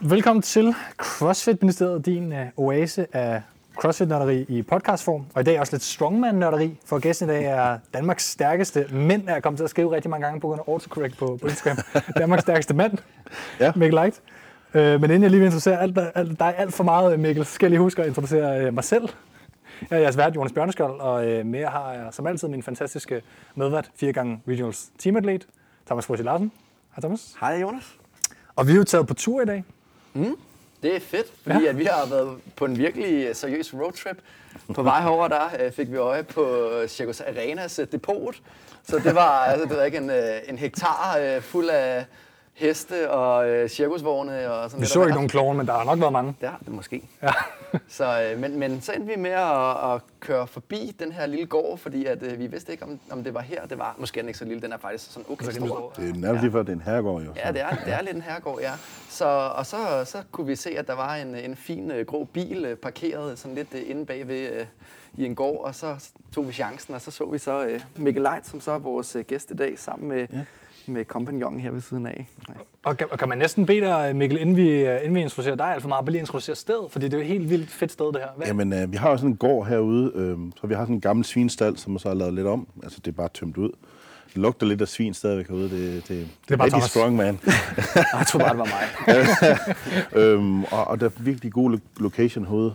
Velkommen til CrossFit-ministeriet, din oase af CrossFit-nørderi i podcastform. Og i dag også lidt strongman-nørderi, for gæsten i dag er Danmarks stærkeste mænd. Jeg er kommet til at skrive rigtig mange gange på grund af autocorrect på Instagram. Danmarks stærkeste mand, ja. Mikkel Light. Men inden jeg lige vil introducere dig alt for meget, Mikkel, så skal jeg lige huske at introducere mig selv. Jeg er jeres vært, Jonas Bjørneskjold, og mere har jeg som altid min fantastiske medvært, 4x Regionals teamatlet, Thomas Frøsig Larsen. Hej Thomas. Hej Jonas. Og vi er jo taget på tur i dag. Det er fedt, fordi at vi har været på en virkelig seriøs roadtrip. På vej herover der fik vi øje på Circus Arenas depot. Så det var ikke en hektar fuld af heste og cirkusvogne og sådan. Vi så ikke nogen klovne, men der har nok været mange. Ja, det måske. Ja. Så, men så endte vi med at køre forbi den her lille gård, fordi at vi vidste ikke, om det var her. Det var måske ikke så lille, den er faktisk sådan okay stor. Det er nærmest lige før, det er en herregård jo. Ja, det er lidt en herregård, ja. Så kunne vi se, at der var en fin grå bil parkeret sådan lidt inde bagved i en gård, og så tog vi chancen, og så vi så Mikkel Light, som så er vores gæst i dag, sammen med kompagnonen her ved siden af. Og kan man næsten bede dig, Mikkel, inden vi introducerer dig alt for meget, bare lige introducere stedet, fordi det er jo et helt vildt fedt sted, det her. Jamen, vi har jo sådan en gård herude, så vi har sådan en gammel svinstald, som så har lavet lidt om. Altså, det er bare tømt ud. Det lugter lidt af svin stadigvæk herude. Det er bare rigtig strong, man. Jeg tror bare, det var mig. Og der er virkelig god location herude.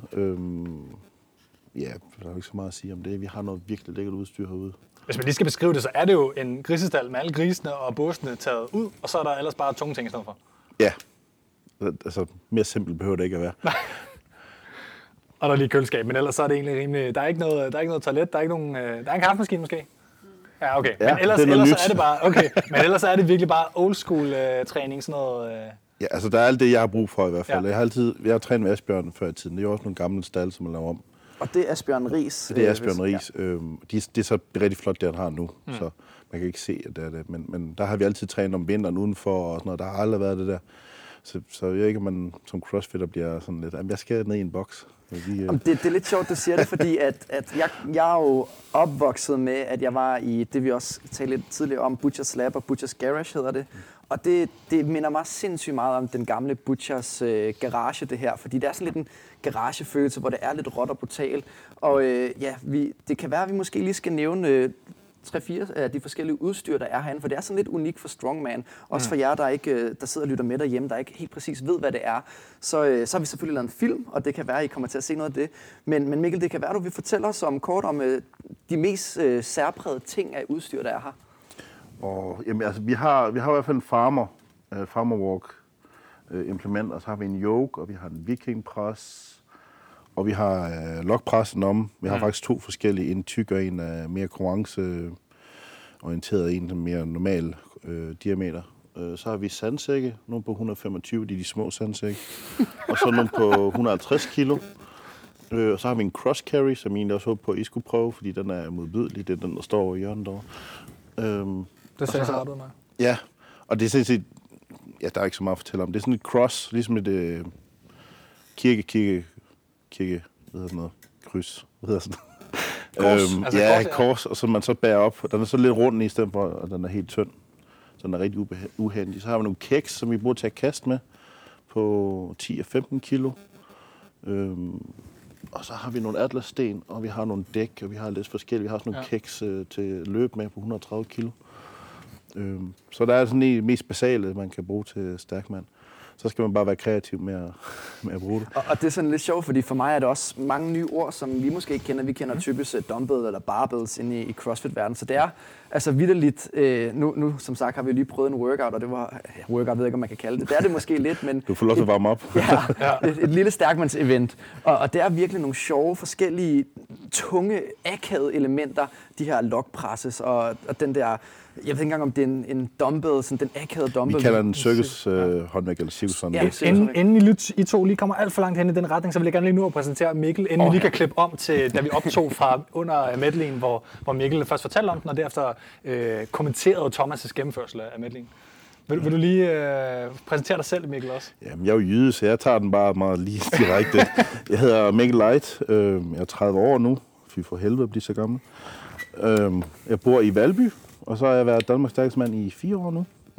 Ja, der er jo ikke så meget at sige om det. Vi har noget virkelig lækkert udstyr herude. Hvis man lige skal beskrive det, så er det jo en grisestald med alle grisene og båsene taget ud, og så er der ellers bare tunge ting i stedet for. Ja, altså mere simpelt behøver det ikke at være. Og der er lige køleskab, men ellers så er det egentlig rimelig. Der er ikke noget toilet, der er en kaffemaskine måske. Ja, okay. Ja, men ellers er det bare okay. Men ellers er det virkelig bare old school træning, sådan noget. Ja, altså der er alt det, jeg har brug for i hvert fald. Ja. Jeg har trænet med Asbjørn før i tiden. Det er jo også nogle gamle stald, som man laver om. Og det er Asbjørn Riis. Det er Asbjørn Riis. Ja. Det er så rigtig flot, det han har nu. Så man kan ikke se, at det er det. Men der har vi altid trænet om vinteren udenfor og sådan noget. Der har aldrig været det der. Så jeg ved ikke, om man som crossfitter bliver sådan lidt, jeg skal ned i en boks. Det er lidt sjovt, du siger det, fordi at jeg er jo opvokset med, at jeg var i det, vi også talte lidt tidligere om, Butcher's Lab og Butcher's Garage hedder det. Og det minder mig sindssygt meget om den gamle Butchers garage, det her. Fordi det er sådan lidt en garagefølelse, hvor det er lidt råt og brutalt. Og det kan være, at vi måske lige skal nævne 3-4 af de forskellige udstyr, der er herinde, for det er sådan lidt unikt for strongman. Også for jer, der sidder og lytter med derhjemme, der ikke helt præcis ved, hvad det er. Så har vi selvfølgelig lavet en film, og det kan være, at I kommer til at se noget af det. Men Mikkel, det kan være, at du vil fortælle os kort om de mest særprægede ting af udstyr, der er her. Jamen, altså, vi har i hvert fald en farmer walk implement, og så har vi en yoke, og vi har en viking press, og vi har lokpressen om. Vi har faktisk 2 forskellige, en tyk og en mere konkurrenceorienteret, en mere normal diameter. Så har vi sandsække, nogle på 125, de små sandsække, og så nogle på 150 kilo. Og så har vi en cross carry, som I egentlig også håber på, at I skulle prøve, fordi den er modbydelig. Det er den, der står over hjørnet derovre. Det ser så ret ud, nej. Ja, og det er sådan set, der er ikke så meget at fortælle om. Det er sådan et cross, ligesom et kirke, hvad hedder sådan noget? Kryds, hvad hedder sådan noget? Kors, kors, og så man så bærer op. Den er så lidt rund i stedet for, og den er helt tynd. Så den er rigtig uhandig. Så har vi nogle keks, som vi bruger til at kaste med, på 10 og 15 kilo. Og så har vi nogle atlassten, og vi har nogle dæk, og vi har lidt forskellige. Vi har også nogle keks til løb med på 130 kilo. Så der er sådan det mest basale, man kan bruge til stærkmand. Så skal man bare være kreativ med at bruge det. Og det er sådan lidt sjovt, fordi for mig er det også mange nye ord, som vi måske ikke kender. Vi kender typisk dumbbell eller barbells inde i CrossFit-verdenen. Så det er altså vitterligt. Nu som sagt har vi lige prøvet en workout, og det var workout, ved jeg ikke, om man kan kalde det. Det er det måske lidt, men du får lov til at varme op. Et lille stærkmands-event. Og det er virkelig nogle sjove, forskellige, tunge, akavede elementer. De her lokpresses og den der. Jeg ved ikke engang, om det er en dumbbell, sådan den akavede dumbbell. Vi kalder den circus håndvægt eller cirkushånd. Ja, inden I to lige kommer alt for langt hen i den retning, så vil jeg gerne lige nu at præsentere Mikkel, inden vi lige kan klippe om til, da vi optog fra under medleyen, hvor Mikkel først fortalte om den, og derefter kommenterede Thomas' gennemførsel af medleyen. Vil du lige præsentere dig selv, Mikkel, også? Jamen, jeg er jo jyde, så jeg tager den bare meget lige direkte. Jeg hedder Mikkel Light. Jeg er 30 år nu. Fy for helvede at blive så gammel. Jeg bor i Valby, og så har jeg været Danmarks stærkeste mand i 4 år nu.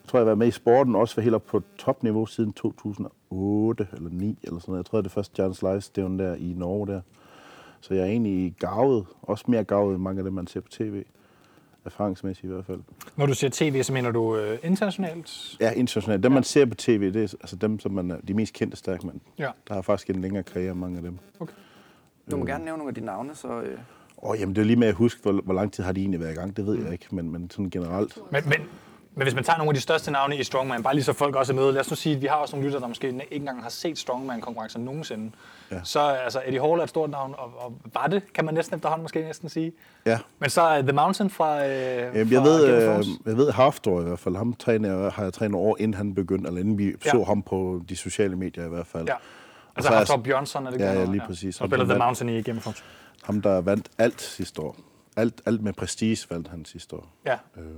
Jeg tror, jeg har været med i sporten, også for helt op på topniveau siden 2008 eller 9 eller sådan noget. Jeg tror, det er først John Slice-stævne der i Norge der. Så jeg er egentlig garvet, også mere garvet end mange af dem, man ser på tv. Erfaringsmæssigt i hvert fald. Når du siger tv, så mener du internationalt? Ja, internationalt. Dem, man ser på tv, det er altså dem, som man er de mest kendte stærkmænd. Ja. Der har faktisk en længere karriere, mange af dem. Okay. Du må gerne nævne nogle af de navne, så... Jamen, det er lige med at huske, hvor lang tid har de egentlig været i gang. Det ved jeg ikke, men sådan generelt. Men hvis man tager nogle af de største navne i Strongman, bare lige så folk også er med. Lad os nu sige, at vi har også nogle lytter, der måske ikke engang har set Strongman-konkurrencer nogensinde. Ja. Så altså, Eddie Hall er et stort navn, og var det, kan man næsten efterhånden måske næsten sige. Ja. Men så er The Mountain fra jeg ved Halfdoor i hvert fald. Ham har jeg trænet over, inden han begyndte, eller inden vi så ham på de sociale medier i hvert fald. Ja. Altså Halfdoor Bjørnsson, er det ja, lige præcis. Og spiller The Mountain i Game of Thrones. Ham, der vandt alt sidste år. Alt med prestige vandt han sidste år. Ja.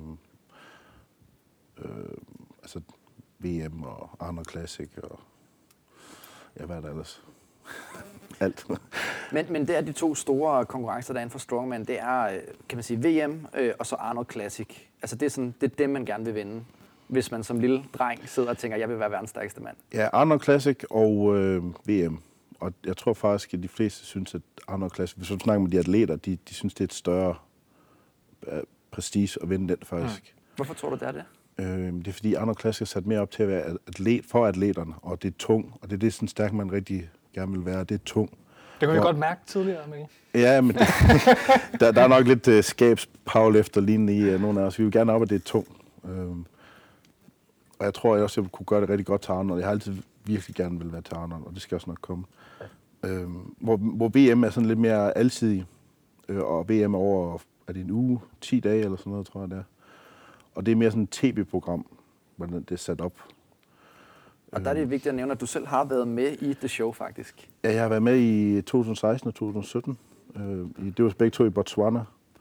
Altså VM og Arnold Classic og ja, hvad er der ellers? Alt. Men det er de to store konkurrencer, der er inden for Strongman. Det er, kan man sige, VM og så Arnold Classic. Altså det er dem, man gerne vil vinde, hvis man som lille dreng sidder og tænker, jeg vil være verdens stærkeste mand. Ja, Arnold Classic og VM. Og jeg tror faktisk, at de fleste synes, at Arnold Classic, hvis du snakker med de atleter, de synes, det er et større prestige at vinde den faktisk. Hvorfor tror du, det er det? Det er fordi Arnold Classic er sat mere op til at være atlet for atleterne, og det er tung, og det er det, sådan stærk man rigtig gerne vil være. Det er tung. Det kunne vi godt mærke tidligere, Mikkel. Ja, men der er nok lidt skabspowerlifter lignende i nogle af os. Vi vil gerne op, at det er tung. Og jeg tror også, jeg kunne gøre det rigtig godt til Arnold. Jeg har altid virkelig gerne vil være til Arnold, og det skal også nok komme. Hvor VM er sådan lidt mere alsidig, og VM er over, er det en uge, 10 dage eller sådan noget, tror jeg det er. Og det er mere sådan et tv-program, hvordan det er sat op. Og der er det vigtigt at nævne, at du selv har været med i The Show, faktisk. Ja, jeg har været med i 2016 og 2017. Det var begge to i Botswana.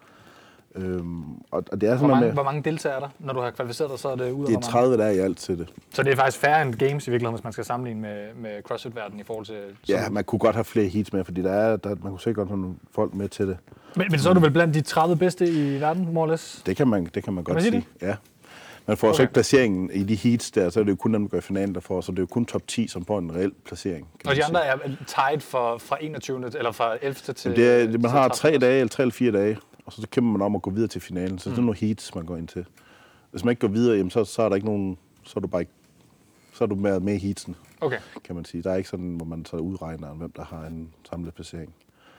Og det er sådan hvor mange deltagere er der, når du har kvalificeret dig, så er det ud af det er 30, der er i alt til det. Så det er faktisk færre end games i virkeligheden, hvis man skal sammenligne med CrossFit-verdenen i forhold til... Ja, man kunne godt have flere heats med, fordi man kunne sikkert godt have nogle folk med til det. Men så er du vel blandt de 30 bedste i verden, more or less? Det kan man godt sige. Ja. Man får også ikke placeringen i de heats der, så er det jo kun dem, der går i finalen, der får, så det er jo kun top 10, som får en reel placering. Og de andre er tied fra 21. eller fra 11. til... Man har 3 dage eller 3 eller 4 dage, og så kæmper man om at gå videre til finalen. Så det er nogle heats, man går ind til. Hvis man ikke går videre, jamen, så er der ikke nogen... Så er du med i heatsen, kan man sige. Der er ikke sådan, hvor man så udregner, hvem der har en samlet placering.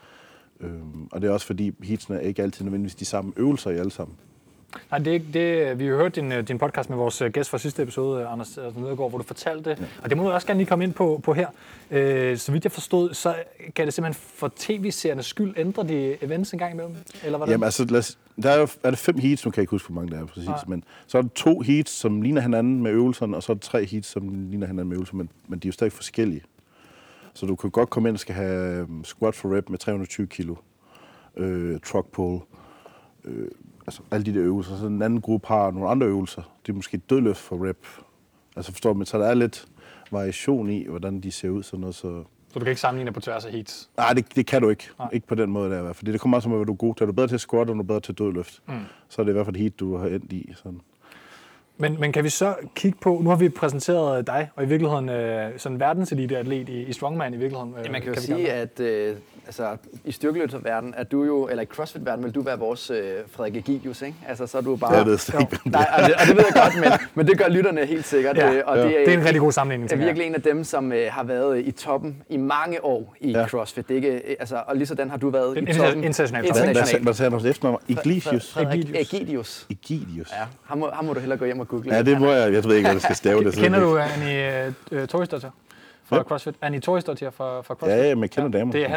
Og det er også fordi, heatsene er ikke altid nødvendigvis de samme øvelser i alle sammen. Nej, vi har jo hørt din podcast med vores gæst fra sidste episode, Anders Nedergaard, hvor du fortalte det, og det må du også gerne lige komme ind på her. Så vidt jeg forstod, så kan det simpelthen for tv-seriernes skyld ændre de events en gang imellem? Eller hvordan? Jamen altså, der er det 5 heats, nu kan jeg ikke huske, hvor mange der er præcis, men så er der 2 heats, som ligner hinanden med øvelserne, og så er der 3 heats, som ligner hinanden med øvelserne, men de er jo stadig forskellige. Så du kan godt komme ind og skal have squat for rep med 320 kilo, truck pull, altså alle de der øvelser. Så den anden gruppe har nogle andre øvelser. Det er måske dødløft for rep. Altså forstår du, men så der er lidt variation i, hvordan de ser ud. Sådan noget, så du kan ikke sammenligne på tværs af heats? Nej, det kan du ikke. Nej. Ikke på den måde der i hvert fald. Det kommer også med, hvad du er god til. Er du bedre til squat, og du er bedre til dødløft. Så er det i hvert fald et heat, du har endt i. Sådan. Men kan vi så kigge på, nu har vi præsenteret dig, og i virkeligheden sådan en verdenselite-atlet i Strongman i virkeligheden. Ja, man kan jo sige, at altså, i styrkeløfterverdenen er du jo, eller i CrossFit-verdenen vil du være vores Frederik Egidius, ikke? Altså, så er du bare... Jeg ved slet ikke, nej, og det ved jeg godt, men det gør lytterne helt sikkert. Ja, og det er en rigtig god sammenligning. Det er virkelig en af dem, som har været i toppen i mange år i CrossFit. Det ikke, altså, og lige sådan har du været i toppen. Internationalt. Hvad sagde du efternavn? Egidius. Ja, ham må du hellere gå hjem og google. Ja, det må jeg. Jeg ved ikke, hvad jeg skal stave det. Kender du Annie Torisdottir fra CrossFit? Annie Torisdottir fra CrossFit? Ja, men jeg kender damer. Det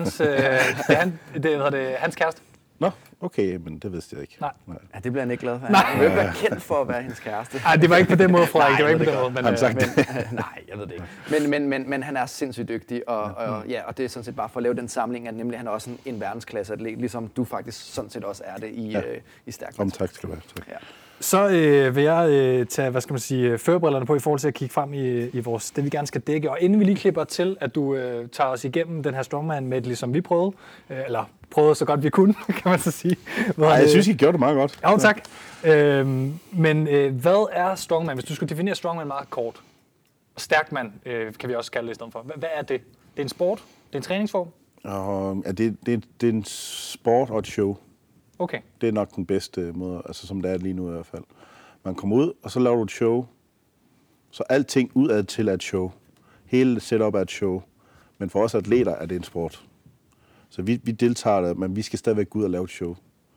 er hans kæreste. Nå, okay, men det vidste jeg ikke. Nej. Ja, det bliver han ikke glad for. Han vil ikke være kendt for at være hendes kæreste. Nej, det var ikke på den måde, Frederik. Det var ikke på den måde. Nej, jeg ved det ikke. Men han er sindssygt dygtig, og det er sådan set bare for at lave den samling, at nemlig han er også en verdensklasse atlet, ligesom du faktisk sådan set også er det i stærkvægt. Tak skal du have. Tak. Ja. Så vil jeg tage, førerbrillerne på i forhold til at kigge frem i vores, det vi gerne skal dække. Og inden vi lige klipper til, at du tager os igennem den her Strongman medley, som vi prøvede, eller prøvede så godt vi kunne, kan man så sige. Nej, jeg synes, I gjorde det meget godt. Ja, tak. Men hvad er strongman? Hvis du skulle definere strongman meget kort. Stærkmand kan vi også kalde det i stedet for. Hvad er det? Det er en sport? Det er en træningsform? Det er en sport og et show. Okay. Det er nok den bedste måde, altså som det er lige nu i hvert fald. Man kommer ud, og så laver du et show. Så alting udad til er et show. Hele setup er et show. Men for os atleter er det en sport. Så vi deltager der, men vi skal stadigvæk gå ud og lave et show.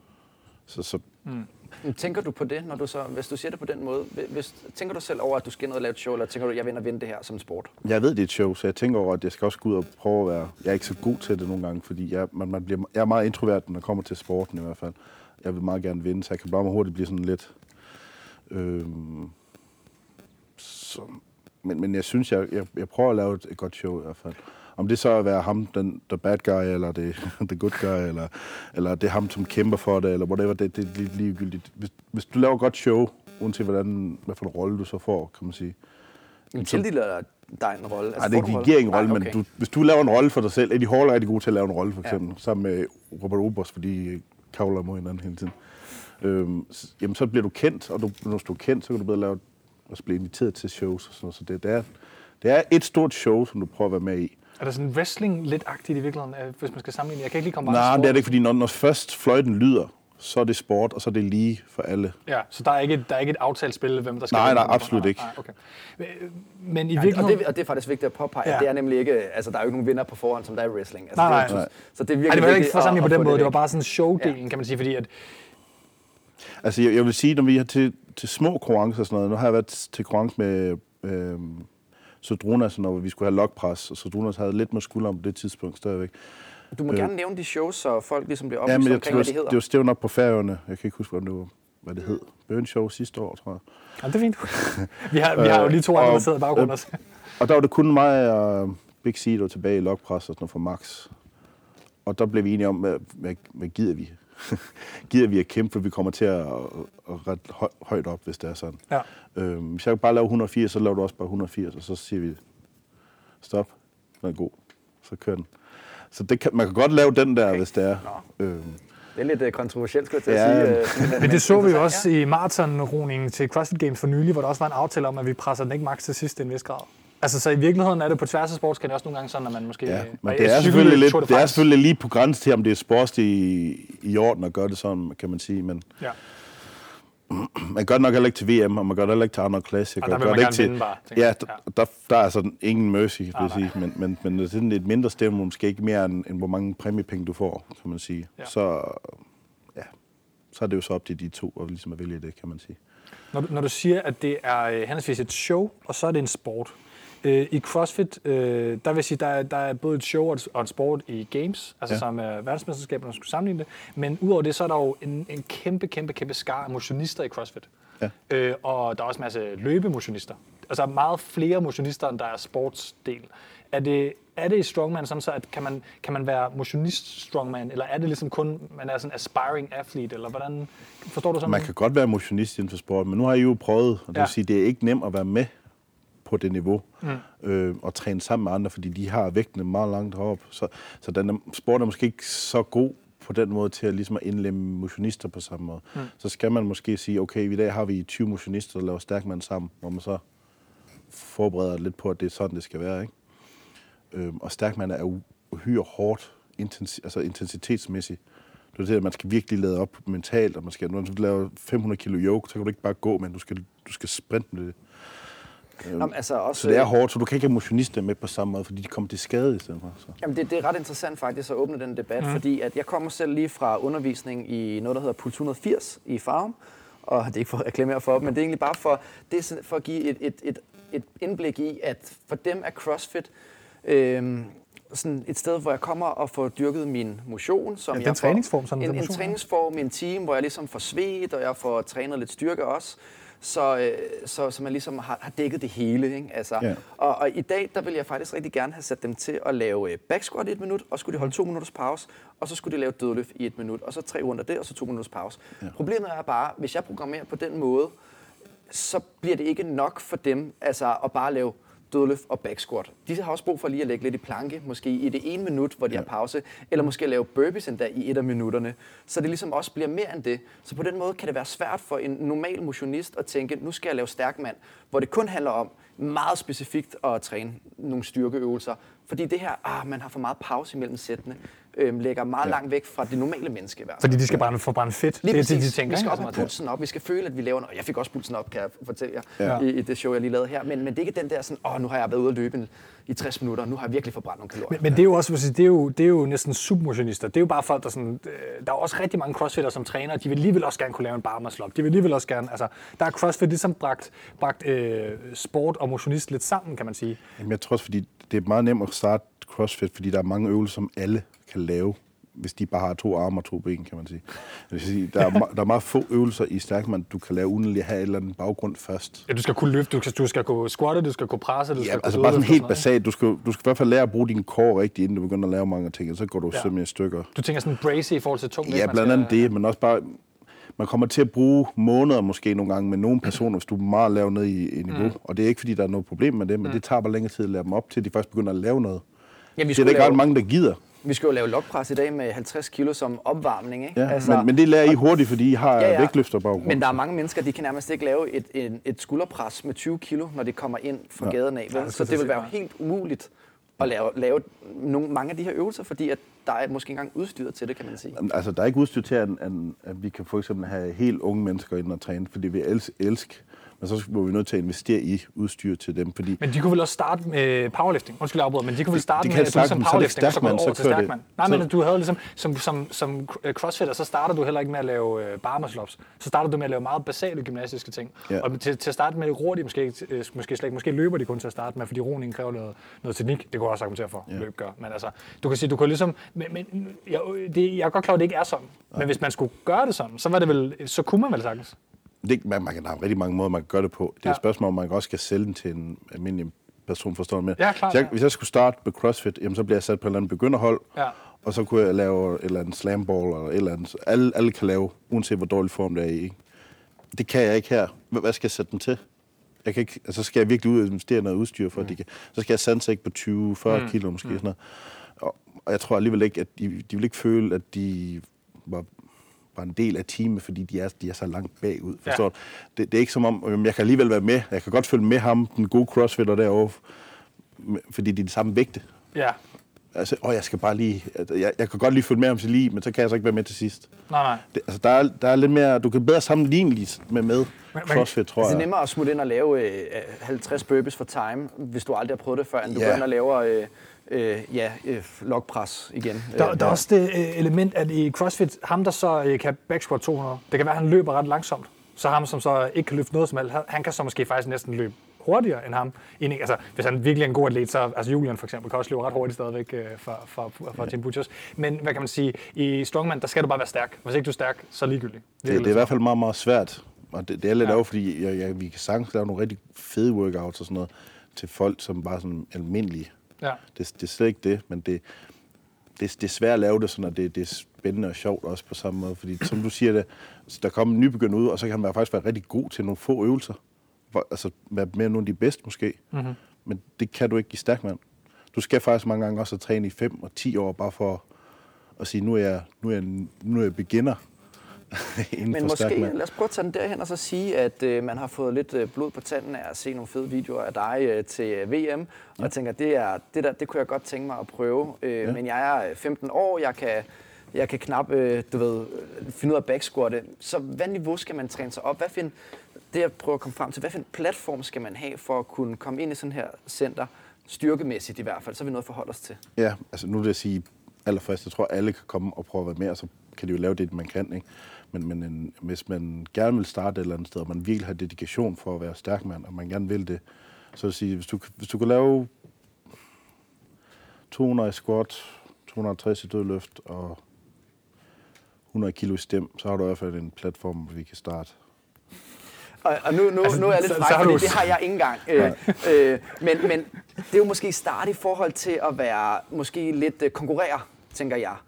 Tænker du på det, når du så, hvis du siger det på den måde? Tænker du selv over, at du skal ind og lave et show, eller tænker du, at jeg vil ind og vinde det her som en sport? Jeg ved, det er et show, så jeg tænker over, at jeg skal også gå ud og prøve at være... Jeg er ikke så god til det nogle gange, fordi jeg er meget introvert, når jeg kommer til sporten i hvert fald. Jeg vil meget gerne vinde, så jeg kan bare hurtigt blive sådan lidt... Men jeg synes, jeg prøver at lave et godt show i hvert fald. Om det så er at være ham, the bad guy, eller the good guy, eller det er ham, som kæmper for det, eller whatever, det er lidt ligegyldigt. Hvis du laver et godt show, uanset hvad for en rolle du så får, kan man sige. Men tildeler dig en rolle? Nej, det giver ikke en rolle, okay. Men hvis du laver en rolle for dig selv, Eddie Hall er rigtig god til at lave en rolle, for eksempel, sammen med Robert Obers, fordi kavler mod hinanden hele tiden. Jamen, så bliver du kendt, og når du er kendt, så kan du bedre lave og blive inviteret til shows og sådan noget. Så det er et stort show, som du prøver at være med i. Er der sådan wrestling lidt-agtigt i virkeligheden, hvis man skal sammenligne? Jeg kan ikke lige komme Nej, det er det ikke, fordi når først fløjten lyder, så er det sport, og så er det lige for alle. Ja, så der er ikke et aftalt spil, hvem der skal Nej, absolut ikke. Nej, okay. Men i virkeligheden... Og det er faktisk vigtigt at påpege, at det er nemlig ikke... Altså, der er jo ikke nogen vinder på forhånd, som der er i wrestling. Altså, Nej. Så det er virkelig det var ikke for sammenligning på den måde, det var bare sådan showdelen, kan man sige, fordi at... Altså, jeg vil sige, når vi har til små konkurrencer og sådan noget, nu har jeg været til konkurrence med Sodrunas, når vi skulle have logpres, og Sodrunas havde lidt med skulderen på det tidspunkt stadigvæk. Du må gerne nævne de shows, så folk ligesom bliver oplyst omkring, hvad de hedder. Det var stævn op på Færøerne. Jeg kan ikke huske, hvad det hed. Burn Show sidste år, tror jeg. Ja, det er fint. vi har jo lige to andre, der sidder i baggrunden også. Og der var det kun mig og Big C, der var tilbage i logpres og sådan noget for Max. Og der blev vi enige om, hvad gider vi? Gider vi at kæmpe, for vi kommer til at ret højt op, hvis det er sådan. Ja. Hvis jeg bare laver 180, så laver du også bare 180, og så siger vi, stop, den er god, så kører den. Så man kan godt lave den der, okay. Hvis det er. Det er lidt kontroversielt, skulle jeg til at sige. Men det så vi jo også i maratonroningen til CrossFit Games for nylig, hvor der også var en aftale om, at vi presser den ikke max til sidst i en vis grad. Altså, så i virkeligheden er det på tværs af sport, kan det også nogle gange sådan, at man måske... Ja, men det er selvfølgelig lige på grænsen til, om det er sport i orden at gøre det sådan, kan man sige, men... Ja. Man gør det nok heller ikke til VM, og man gør det heller ikke til andre klasser. Der vil man gerne vinde bare. Der er sådan ingen mercy, vil jeg sige, men det er sådan et mindre stemme, måske ikke mere end hvor mange præmiepenge du får, kan man sige. Ja. Så er det jo så op til de to, og ligesom at vælge det, kan man sige. Når du siger, at det er henholdsvis et show, og så er det en sport. I CrossFit, der vil jeg sige, der er både et show og en sport i games, altså som er verdensmesterskaberne, når man skulle sammenligne det. Men udover det, så er der jo en kæmpe skare af motionister i CrossFit. Ja. Og der er også en masse løbemotionister. Altså meget flere motionister, end der er sportsdel. Er det i strongman sådan så, at kan man være motionist strongman, eller er det ligesom kun, man er sådan aspiring athlete, eller hvordan, forstår du sådan? Man kan godt være motionist inden for sport, men nu har I jo prøvet, og det vil sige, det er ikke nemt at være med på det niveau, og træne sammen med andre, fordi de har vægtene meget langt heroppe. Så den sport er måske ikke så god på den måde til at, ligesom at indlemme motionister på samme måde. Så skal man måske sige, okay, i dag har vi 20 motionister, der laver stærkmand sammen, hvor man så forbereder lidt på, at det er sådan, det skal være, ikke? Og stærkmand er uhyre hårdt, intensitetsmæssigt. Det er det, at man skal virkelig lade op mentalt, og når du laver 500 kilo yoke, så kan du ikke bare gå, men du skal sprinte med det. Så det er hårdt, så du kan ikke have motionister med på samme måde, fordi de kommer til skade i stedet for. Så. Jamen det er ret interessant faktisk at åbne den debat, fordi at jeg kommer selv lige fra undervisning i noget, der hedder Puls 180 i Farum, og det er ikke for at reklamere for, men det er egentlig bare for at give et indblik i, at for dem er CrossFit sådan et sted, hvor jeg kommer og får dyrket min motion. Som en træningsform? Sådan en træningsform, en team, hvor jeg ligesom får svedt, og jeg får trænet lidt styrke også. Så man ligesom har dækket det hele, ikke? Altså, yeah. og i dag, der vil jeg faktisk rigtig gerne have sat dem til at lave back squat i 1 minut, og skulle de holde 2 minutters pause, og så skulle de lave dødløft i 1 minut, og så 3 runder det, og så 2 minutters pause. Yeah. Problemet er bare, hvis jeg programmerer på den måde, så bliver det ikke nok for dem, altså at bare lave dødløft og back squat. De har også brug for lige at lægge lidt i planke, måske i det 1 minut, hvor de har pause, eller måske lave burpees endda i 1 af minutterne, så det ligesom også bliver mere end det. Så på den måde kan det være svært for en normal motionist at tænke, nu skal jeg lave stærkmand, hvor det kun handler om meget specifikt at træne nogle styrkeøvelser, fordi det her, man har for meget pause imellem sættene, lægger meget langt væk fra det normale menneske i hvert fald. Fordi de skal brænde fedt. Lige det er det, de tænker. Vi skal op have pulsen op. Vi skal føle, at vi laver noget. Jeg fik også pulsen op, kan jeg fortælle jer, i det show, jeg lige lavede her. Men det er ikke den der sådan, nu har jeg været ude at løbe i 60 minutter, nu har jeg virkelig forbrændt nogle kalorier. Men det er jo også, det er jo næsten submotionister. Det er jo bare folk, der sådan, der er også rigtig mange crossfitter som træner, de vil alligevel også gerne kunne lave en bar muscle up. De vil alligevel også gerne, altså, der er crossfit ligesom bragt sport og motionist lidt sammen, kan man sige. Jamen, jeg tror også, fordi det er meget nemt at starte crossfit, fordi der er mange øvelser, som alle kan lave, hvis de bare har 2 arme og 2 ben, kan man sige. Jeg vil sige, der er meget få øvelser i stærkmand, du kan lave uden at have et eller andet baggrund først. Ja, du skal kunne løfte, du skal kunne squatte, du skal kunne presse, du skal kunne altså bare sådan helt basalt. Du skal i hvert fald lære at bruge din core rigtigt, inden du begynder at lave mange ting, og så går du simpelthen i stykker. Du tænker sådan brace i forhold til tung vægt? Ja, blandt andet det, men også bare, man kommer til at bruge måneder måske nogle gange med nogle personer, hvis du er meget lav ned i niveau. Og det er ikke, fordi der er noget problem med det, men det tager bare længere tid at lære dem op til, de først begynder at lave noget. Ja, det er ikke ret mange, der gider. Vi skal jo lave logpres i dag med 50 kilo som opvarmning, ikke? Ja, altså, men det lærer I hurtigt, fordi I har vægtløfter baggrund. Men der er mange mennesker, de kan nærmest ikke lave et skulderpres med 20 kilo, når de kommer ind fra gaden af. Ja, så det vil være helt umuligt at lave mange af de her øvelser, fordi at der er måske ikke engang udstyret til det, kan man sige. Altså, der er ikke udstyr til, at vi kan for eksempel have helt unge mennesker ind og træne, fordi vi elsker. Men så må vi nødt til at investere i udstyr til dem, fordi... Men de kunne vel også starte med powerlifting? Undskyld, jeg afbryder, men de kunne vel starte med ligesom powerlifting, og så gå over til stærkmand? Nej, men du havde ligesom, som crossfitter, så starter du heller ikke med at lave bar muscle ups. Så starter du med at lave meget basale gymnastiske ting. Ja. Og til at starte med det roer de måske løber de kun til at starte med, fordi roningen kræver noget teknik. Det kunne jeg også argumentere for, løb gør. Men altså, du kan sige, du kan ligesom... jeg er godt klar, at det ikke er sådan. Men hvis man skulle gøre det sådan, så kunne man vel sagtens. Man kan have rigtig mange måder, man kan gøre det på. Det er et spørgsmål, om man også skal sælge den til en almindelig person, forstår med. Ja, klar, hvis jeg skulle starte med CrossFit, jamen, så bliver jeg sat på et eller andet begynderhold, og så kunne jeg lave et eller andet slamball, eller et eller andet. Alle kan lave, uanset hvor dårlig form det er i. Ikke? Det kan jeg ikke her. Hvad skal jeg sætte den til? Jeg kan ikke, altså skal jeg virkelig ud og investere noget udstyr for, at de kan. Så skal jeg sandsæk på 20-40 kilo måske. Sådan noget. Og jeg tror alligevel ikke, at de vil ikke føle, at de var en del af teamet, fordi de er så langt bagud. Forstår du? Det er ikke som om, jeg kan alligevel være med. Jeg kan godt følge med ham, den gode crossfitter derovre, fordi de er de samme vægte. Ja. Altså, jeg skal bare lige... Jeg kan godt lige følge med ham til lige, men så kan jeg så ikke være med til sidst. Nej. Der er lidt mere... Du kan bedre sammenligne med CrossFit, tror jeg. Det er nemmere at smutte ind og lave 50 burpees for time, hvis du aldrig har prøvet det før, end du går ind og laver... logpres igen. Der er også det element, at i CrossFit, ham der så kan backsquat 200, det kan være, at han løber ret langsomt. Så ham, som så ikke kan løfte noget som alt, han kan så måske faktisk næsten løbe hurtigere end ham. Altså, hvis han virkelig er en god atlet, så altså Julian for eksempel kan også løbe ret hurtigt stadigvæk for Team Butchers. Men hvad kan man sige, i strongman, der skal du bare være stærk. Hvis ikke du er stærk, så ligegyldigt. Det er i hvert fald meget, meget svært. Og det er lidt af, fordi vi kan sagtens lave nogle rigtig fede workouts og sådan noget til folk, som bare sådan almindelige. Ja. Det er slet ikke det, men det er svært at lave det sådan, at det er spændende og sjovt også på samme måde. Fordi som du siger det, der kommer en nybegynder ud, og så kan man faktisk være rigtig god til nogle få øvelser. Altså være med nogle af de bedste måske. Mm-hmm. Men det kan du ikke i stærkmand. Du skal faktisk mange gange også træne i 5 og 10 år, bare for at sige, nu er jeg beginner. Men måske, lad os prøve at tage den derhen og så sige, at man har fået lidt blod på tanden af at se nogle fede videoer af dig til VM, og jeg tænker, det kunne jeg godt tænke mig at prøve. Men jeg er 15 år, jeg kan knap finde ud af backsquatte. Så hvad niveau skal man træne sig op? Det jeg prøver at komme frem til, hvad for en platform skal man have for at kunne komme ind i sådan her center, styrkemæssigt i hvert fald, så er vi noget at forholde os til. Ja, altså nu vil jeg sige, allerførst, jeg tror, alle kan komme og prøve at være med, og så kan de jo lave det, man kan, ikke? Men hvis man gerne vil starte et eller andet sted, og man virkelig har dedikation for at være stærkmand, og man gerne vil det, så vil jeg sige, hvis du kan lave 200 i squat, 260 i dødløft og 100 kilo i stem, så har du i hvert fald en platform, hvor vi kan starte. Og nu er jeg lidt fræk, fordi det har jeg ikke engang. Men det er jo måske start i forhold til at være måske lidt konkurrere, tænker jeg.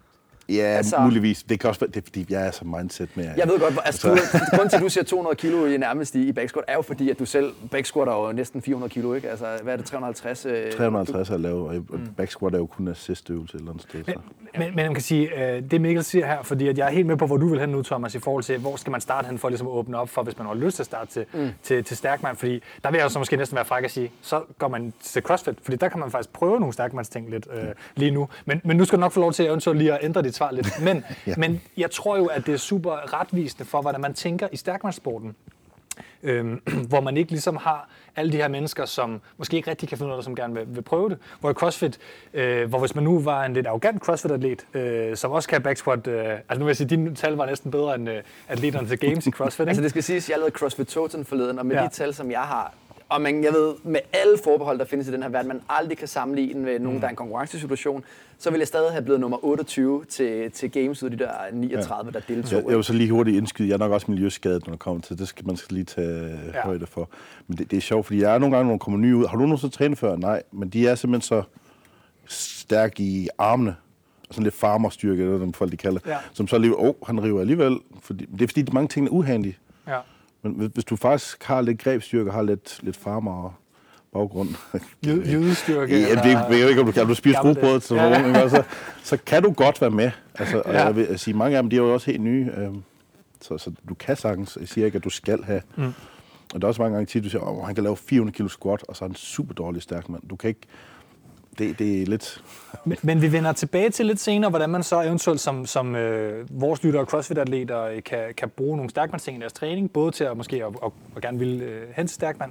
Ja, altså, muligvis. Det kan også være, det er, fordi jeg er så mindset med... Jeg ved godt, altså, grunden til, at du siger 200 kilo i nærmest i backsquat, er jo fordi, at du selv backsquatter jo næsten 400 kilo, ikke? Altså, hvad er det, 350? 350 er lavet, og backsquat er jo kun assistøvelse et eller andet sted. Men man kan sige, det Mikkel siger her, fordi at jeg er helt med på, hvor du vil hen nu, Thomas, i forhold til, hvor skal man starte hen for ligesom at åbne op for, hvis man har lyst til at starte til stærkmand, fordi der vil jeg så måske næsten være fræk at sige, så går man til CrossFit, fordi der kan man faktisk prøve nogle stærkmandsting lidt lige nu. Men nu skal du nok få lov til eventuelt lige at ændre dit svar lidt. Men jeg tror jo, at det er super retvisende for, hvordan man tænker i stærkmandssporten. Hvor man ikke ligesom har alle de her mennesker, som måske ikke rigtig kan finde noget, som gerne vil prøve det. Hvor i CrossFit, hvor hvis man nu var en lidt arrogant CrossFit-atlet, som også kan backsquat, altså nu vil jeg sige, dine tal var næsten bedre end atleterne til Games i CrossFit, ikke? Altså det skal siges, jeg lavede CrossFit Total forleden, og med de tal, som jeg har, og jeg ved, med alle forbehold, der findes i den her verden, man aldrig kan sammenligne med nogen, der er en konkurrencesituation, så vil jeg stadig have blevet nummer 28 til Games ud af de der 39, der deltog. Jeg vil så lige hurtigt indskyde. Jeg er nok også miljøskadet, når det kommer til det. Skal man lige tage højde for. Men det er sjovt, fordi jeg er nogle gange, når man kommer nye ud. Har du nogensinde trænet før? Nej. Men de er simpelthen så stærke i armene. Sådan lidt farmerstyrke, eller hvad folk de kalder. Ja. Som så alligevel, han river alligevel. Det er fordi, mange ting er uhandige. Ja. Men hvis du faktisk har lidt grebstyrke, har lidt farmer og baggrund. Jydestyrke. Ja, det er jo ikke, om du spiser rugbrød til nogen, så kan du godt være med. Altså, og jeg vil sige, mange af dem, de er jo også helt nye. Så du kan sagtens. Jeg siger ikke, at du skal have. Og der er også mange gange, at du siger, han kan lave 400 kilo squat, og så er han super dårlig stærk mand. Du kan ikke... Det er lidt... Men vi vender tilbage til lidt senere, hvordan man så eventuelt som vores lyttere og CrossFit-atleter kan bruge nogle stærkmandsting i deres træning, både til at måske at gerne ville hen til stærkmand,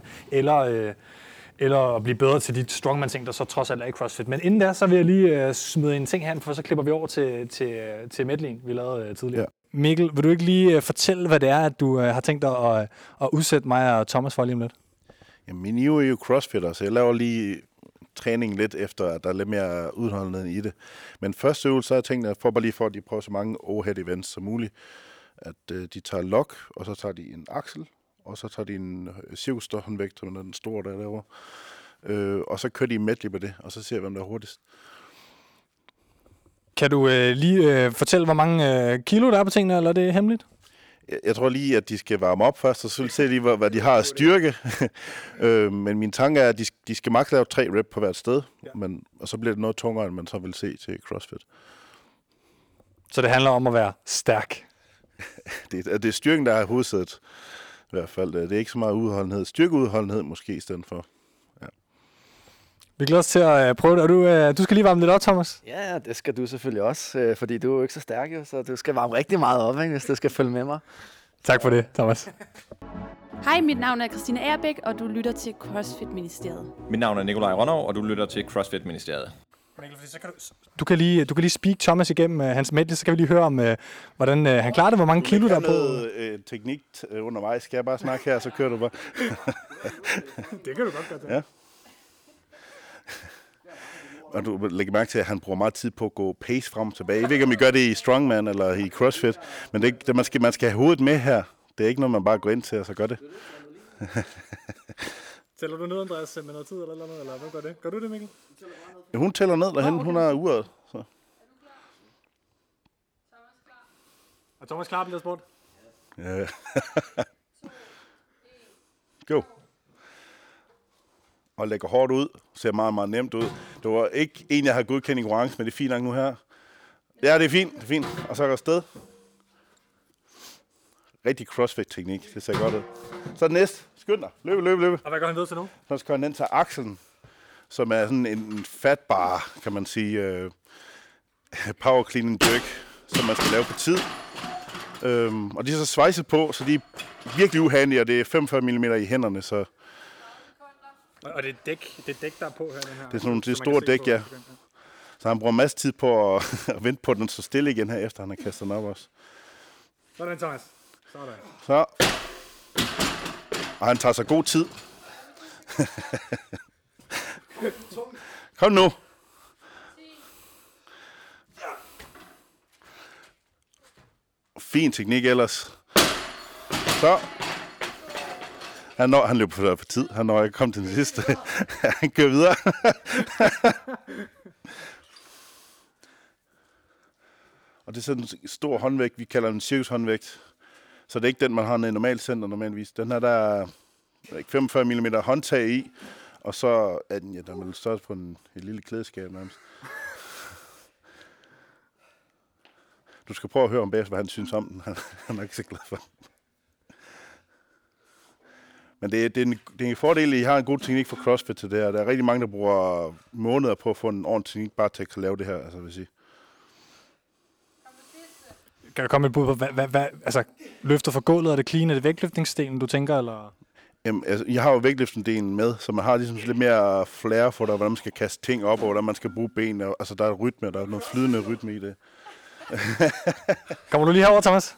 eller at blive bedre til de strongman-ting, der så trods alt er i CrossFit. Men inden da, så vil jeg lige smide en ting her, for så klipper vi over til medleyen, vi lavede tidligere. Ja. Mikkel, vil du ikke lige fortælle, hvad det er, at du har tænkt dig at udsætte mig og Thomas for lige om lidt? Jamen, I er jo CrossFitter, så jeg laver lige træning lidt efter, at der er lidt mere udholdenhed i det. Men første øvelse, så har jeg tænkt, at for at de prøver så mange overhead events som muligt, at de tager lok, og så tager de en aksel, og så tager de en cirkusståndvægt, som er den store der derovre. Og så kører de medley på det, og så ser vi, hvem der er hurtigst. Kan du lige fortælle, hvor mange kilo der er på tingene, eller er det hemmeligt? Jeg tror lige, at de skal varme op først, og så se lige, hvad de har af styrke. Men min tanke er, at de skal maks lave 3 rep på hvert sted, og så bliver det noget tungere, end man så vil se til CrossFit. Så det handler om at være stærk? Det er styrken, der er hovedsædet. I hvert fald. Det er ikke så meget udholdenhed. Styrkeudholdenhed måske i stedet for. Ja. Vi glæder os til at prøve det. Og du skal lige varme lidt op, Thomas. Ja, det skal du selvfølgelig også, fordi du er jo ikke så stærk, så du skal varme rigtig meget op, ikke, hvis du skal følge med mig. Tak for det, Thomas. Hej, mit navn er Christina Agerbæk, og du lytter til CrossFit-ministeriet. Mit navn er Nikolaj Rønnow, og du lytter til CrossFit-ministeriet. Du kan lige speak Thomas igennem hans medley, så kan vi lige høre om, hvordan han klarer det, hvor mange kilo der er på. Noget teknik undervejs. Skal jeg bare snakke her, så kører du bare. Det kan du godt gøre. Ja. Og du lægger mærke til, at han bruger meget tid på at gå pace frem og tilbage. Jeg ved ikke, om I gør det i Strongman eller i CrossFit, men det, man skal have hovedet med her. Det er ikke noget, man bare går ind til, og så gør det. Tæller du ned, Andreas, med noget tid eller noget, eller hvad gør det? Gør du det, Mikkel? Ja, hun tæller ned derhen. Okay. Hun har uret. Så. Er Thomas klar på det sport? Ja. Go. Og lægger hårdt ud. Ser meget, meget nemt ud. Det var ikke en, jeg har godkendt i konkurrence, men det er fint nok nu her. Ja, det er fint. Det er fint. Og så er der afsted. Rigtig CrossFit-teknik. Det ser godt ud. Så næste. Skynd dig. Løbe. Og hvad går han ved til nu? Så skal han ind til akslen, som er sådan en fatbar, kan man sige, power clean and jerk, som man skal lave på tid. Og de er så svejset på, så de er virkelig uhandige, og det er 45 mm i hænderne. Så. Og det er dæk, der er på her, den her. Det er sådan nogle store dæk, ja. Så han bruger masser tid på at vente på, at den så stille igen her, efter han har kastet den op også. Sådan, Thomas. Sådan. Så. Og han tager sig god tid. Kom nu. Fin teknik ellers. Så. Han løber for tid. Han når ikke komme til den sidste. Han kører videre. Og Og det er sådan en stor håndvægt, vi kalder den cirkushåndvægt. Så det er ikke den, man har nede i normalt center normalvis. Den her, der er 45 mm håndtag i, og så er den, der er størst på et lille klædeskab nærmest. Du skal prøve at høre om bagefter, hvad han synes om den. Han er ikke så glad for den. Men det er en fordel, at I har en god teknik for CrossFit til det her. Der er rigtig mange, der bruger måneder på at få en ordentlig teknik, bare til at lave det her, altså vil sige. Kan der komme et bud på, hvad altså, løfter for gulvet, er det clean, er det vægtløftningsdelen, du tænker, eller? Jamen, altså, jeg har jo vægtløftningsdelen med, så man har ligesom lidt mere flair for dig, hvordan man skal kaste ting op, og hvordan man skal bruge benene. Altså, der er rytme, der er noget flydende rytme i det. Kommer du lige herover, Thomas?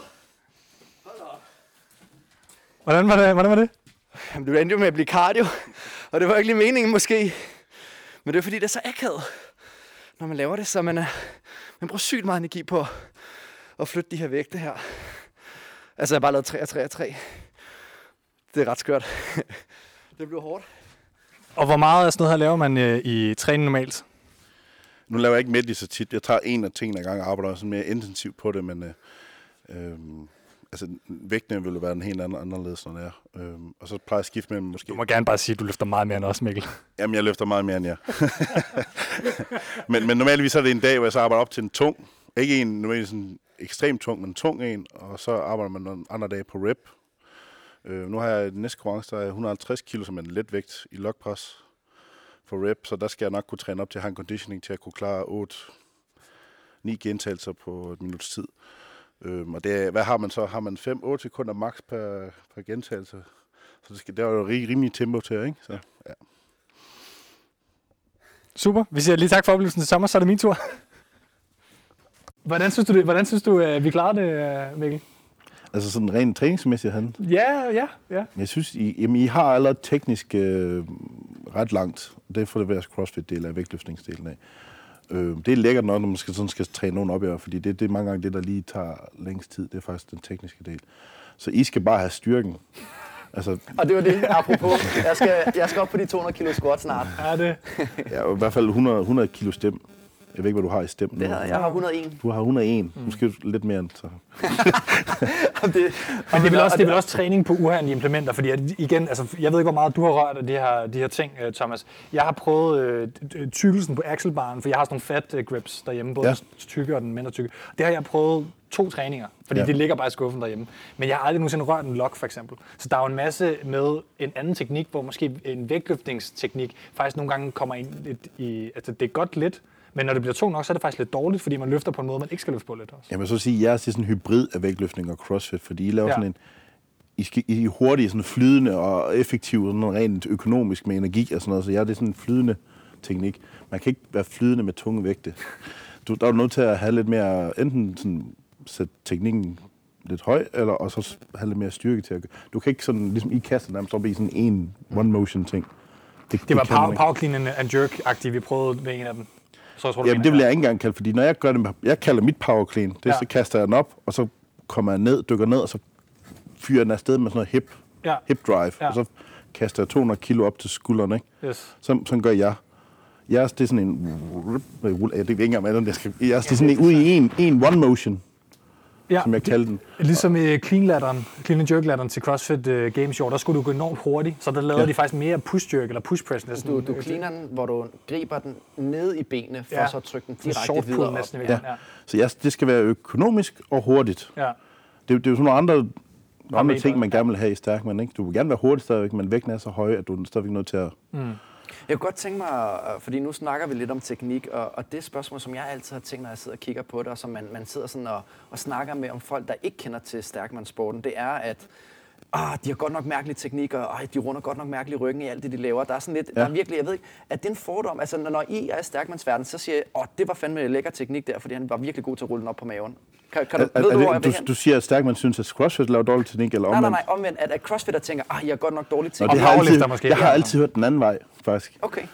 Hvordan var det? Jamen, det endte jo med at blive cardio, og det var ikke lige meningen måske. Men det er fordi, det er så akavet, når man laver det, så man bruger sygt meget energi på at flytte de her vægte her. Altså, jeg har bare lavet 3 og 3 og 3. Det er ret skørt. Det bliver hårdt. Og hvor meget af sådan noget her laver man i træning normalt? Nu laver jeg ikke medley så tit. Jeg tager en af tingene ad gang og arbejder også mere intensivt på det, men altså, vægtene vil jo være en helt anderledes, når det er. Og så plejer jeg at skifte med måske... Du må gerne bare sige, at du løfter meget mere end os, Mikkel. Jamen, jeg løfter meget mere end jer. men normalvis er det en dag, hvor jeg så arbejder op til en tung. Ikke en normalvis sådan ekstremt tung, men tung en. Og så arbejder man nogle andre dage på rep. Nu har jeg næste konkurrence, der er 150 kilo som en letvægt i logpres for rep. Så der skal jeg nok kunne træne op til at have en conditioning til at kunne klare 8-9 gentagelser på et minuts tid. Og det, hvad har man så? Har man 5-8 sekunder max per gentagelse? Så der er jo rimelig tempo til, ikke? Så, ja. Super. Vi siger lige tak for oplevelsen til sommer, så er det min tur. Hvordan synes du vi klarer det, Mikkel? Altså sådan rent træningsmæssigt, han? Ja. Jeg synes, I har allerede teknisk ret langt. Det er for det værste CrossFit-del af vægtløftningsdelen af. Det er lækkert nok, når man skal træne nogen op, fordi det er mange gange det, der lige tager længst tid. Det er faktisk den tekniske del. Så I skal bare have styrken. Altså, og det var det, apropos. Jeg skal op på de 200 kilo squat snart. Ja, det. Ja, i hvert fald 100 kilo stem. Jeg ved ikke, hvad du har i stemmen. Det jeg har 101. Du har 101. Måske lidt mere end så. Men det er vel også træning på uherlige implementer, fordi igen, altså, jeg ved ikke, hvor meget du har rørt af de her ting, Thomas. Jeg har prøvet tykkelsen på axelbaren, for jeg har sådan nogle fat grips derhjemme, både tykke og den mindre tykke. Det har jeg prøvet 2 træninger, fordi det ligger bare i skuffen derhjemme. Men jeg har aldrig nogensinde rørt en log, for eksempel. Så der er jo en masse med en anden teknik, hvor måske en vægtløftningsteknik faktisk nogle gange kommer ind lidt i... Altså, det er godt lidt, men når det bliver tungt nok, så er det faktisk lidt dårligt, fordi man løfter på en måde, man ikke skal løfte på lidt også. Jeg vil så sige, at jeg er sådan en hybrid af vægtløftning og CrossFit, fordi I laver sådan en... I er hurtigt, sådan flydende og effektiv, sådan rent økonomisk med energi og sådan noget, så det er sådan en flydende teknik. Man kan ikke være flydende med tunge vægte. Der er nødt til at have lidt mere, enten sådan sætte teknikken lidt høj, eller og så have lidt mere styrke til at... Du kan ikke sådan, ligesom I kaster nærmest op i sådan en one-motion ting. Det var power clean and jerk-agtigt, vi prøvede med en af dem. Jamen, det vil jeg ikke engang kalde, fordi når jeg gør det, jeg kalder mit power clean, så kaster jeg den op, og så kommer jeg ned, dykker ned, og så fyrer den afsted med sådan noget hip drive, og så kaster jeg 200 kilo op til skulderen, ikke? Yes. Sådan gør jeg. Det er sådan en... Jeg ved ikke engang, hvordan det skal... Det er sådan en ud i en one motion, som jeg kalder den. Ligesom i clean and jerk ladderen til CrossFit Games Show, der skulle du gå enormt hurtigt, så der lavede de faktisk mere push jerk eller push press næsten. Du cleaner den, hvor du griber den ned i benene, for så at trykke den direkte videre op. Næsten, Så det skal være økonomisk og hurtigt. Ja. Det er jo sådan nogle andre ting, man gerne vil have i stærk, men ikke? Du vil gerne være hurtig stadigvæk, men vægten er så høj, at du er stadigvæk nødt til at... Jeg kunne godt tænke mig, fordi nu snakker vi lidt om teknik, og det spørgsmål, som jeg altid har tænkt, når jeg sidder og kigger på det, og som man sidder sådan og snakker med om folk, der ikke kender til stærkmandssporten, det er, at de har godt nok mærkelig teknik, og de runder godt nok mærkelig ryggen i alt det, de laver. Der er sådan lidt, der er virkelig, jeg ved ikke, at det er en fordom, altså når I er i stærkmandsverden, så siger jeg, det var fandme lækker teknik der, fordi han var virkelig god til at rulle den op på maven. Du siger, at Stærkman synes, at CrossFit laver dårlig teknik, eller omvendt? Nej, omvendt. At CrossFitter tænker, jeg har godt nok dårlig teknik. Jeg har altid hørt den anden vej, faktisk. Okay.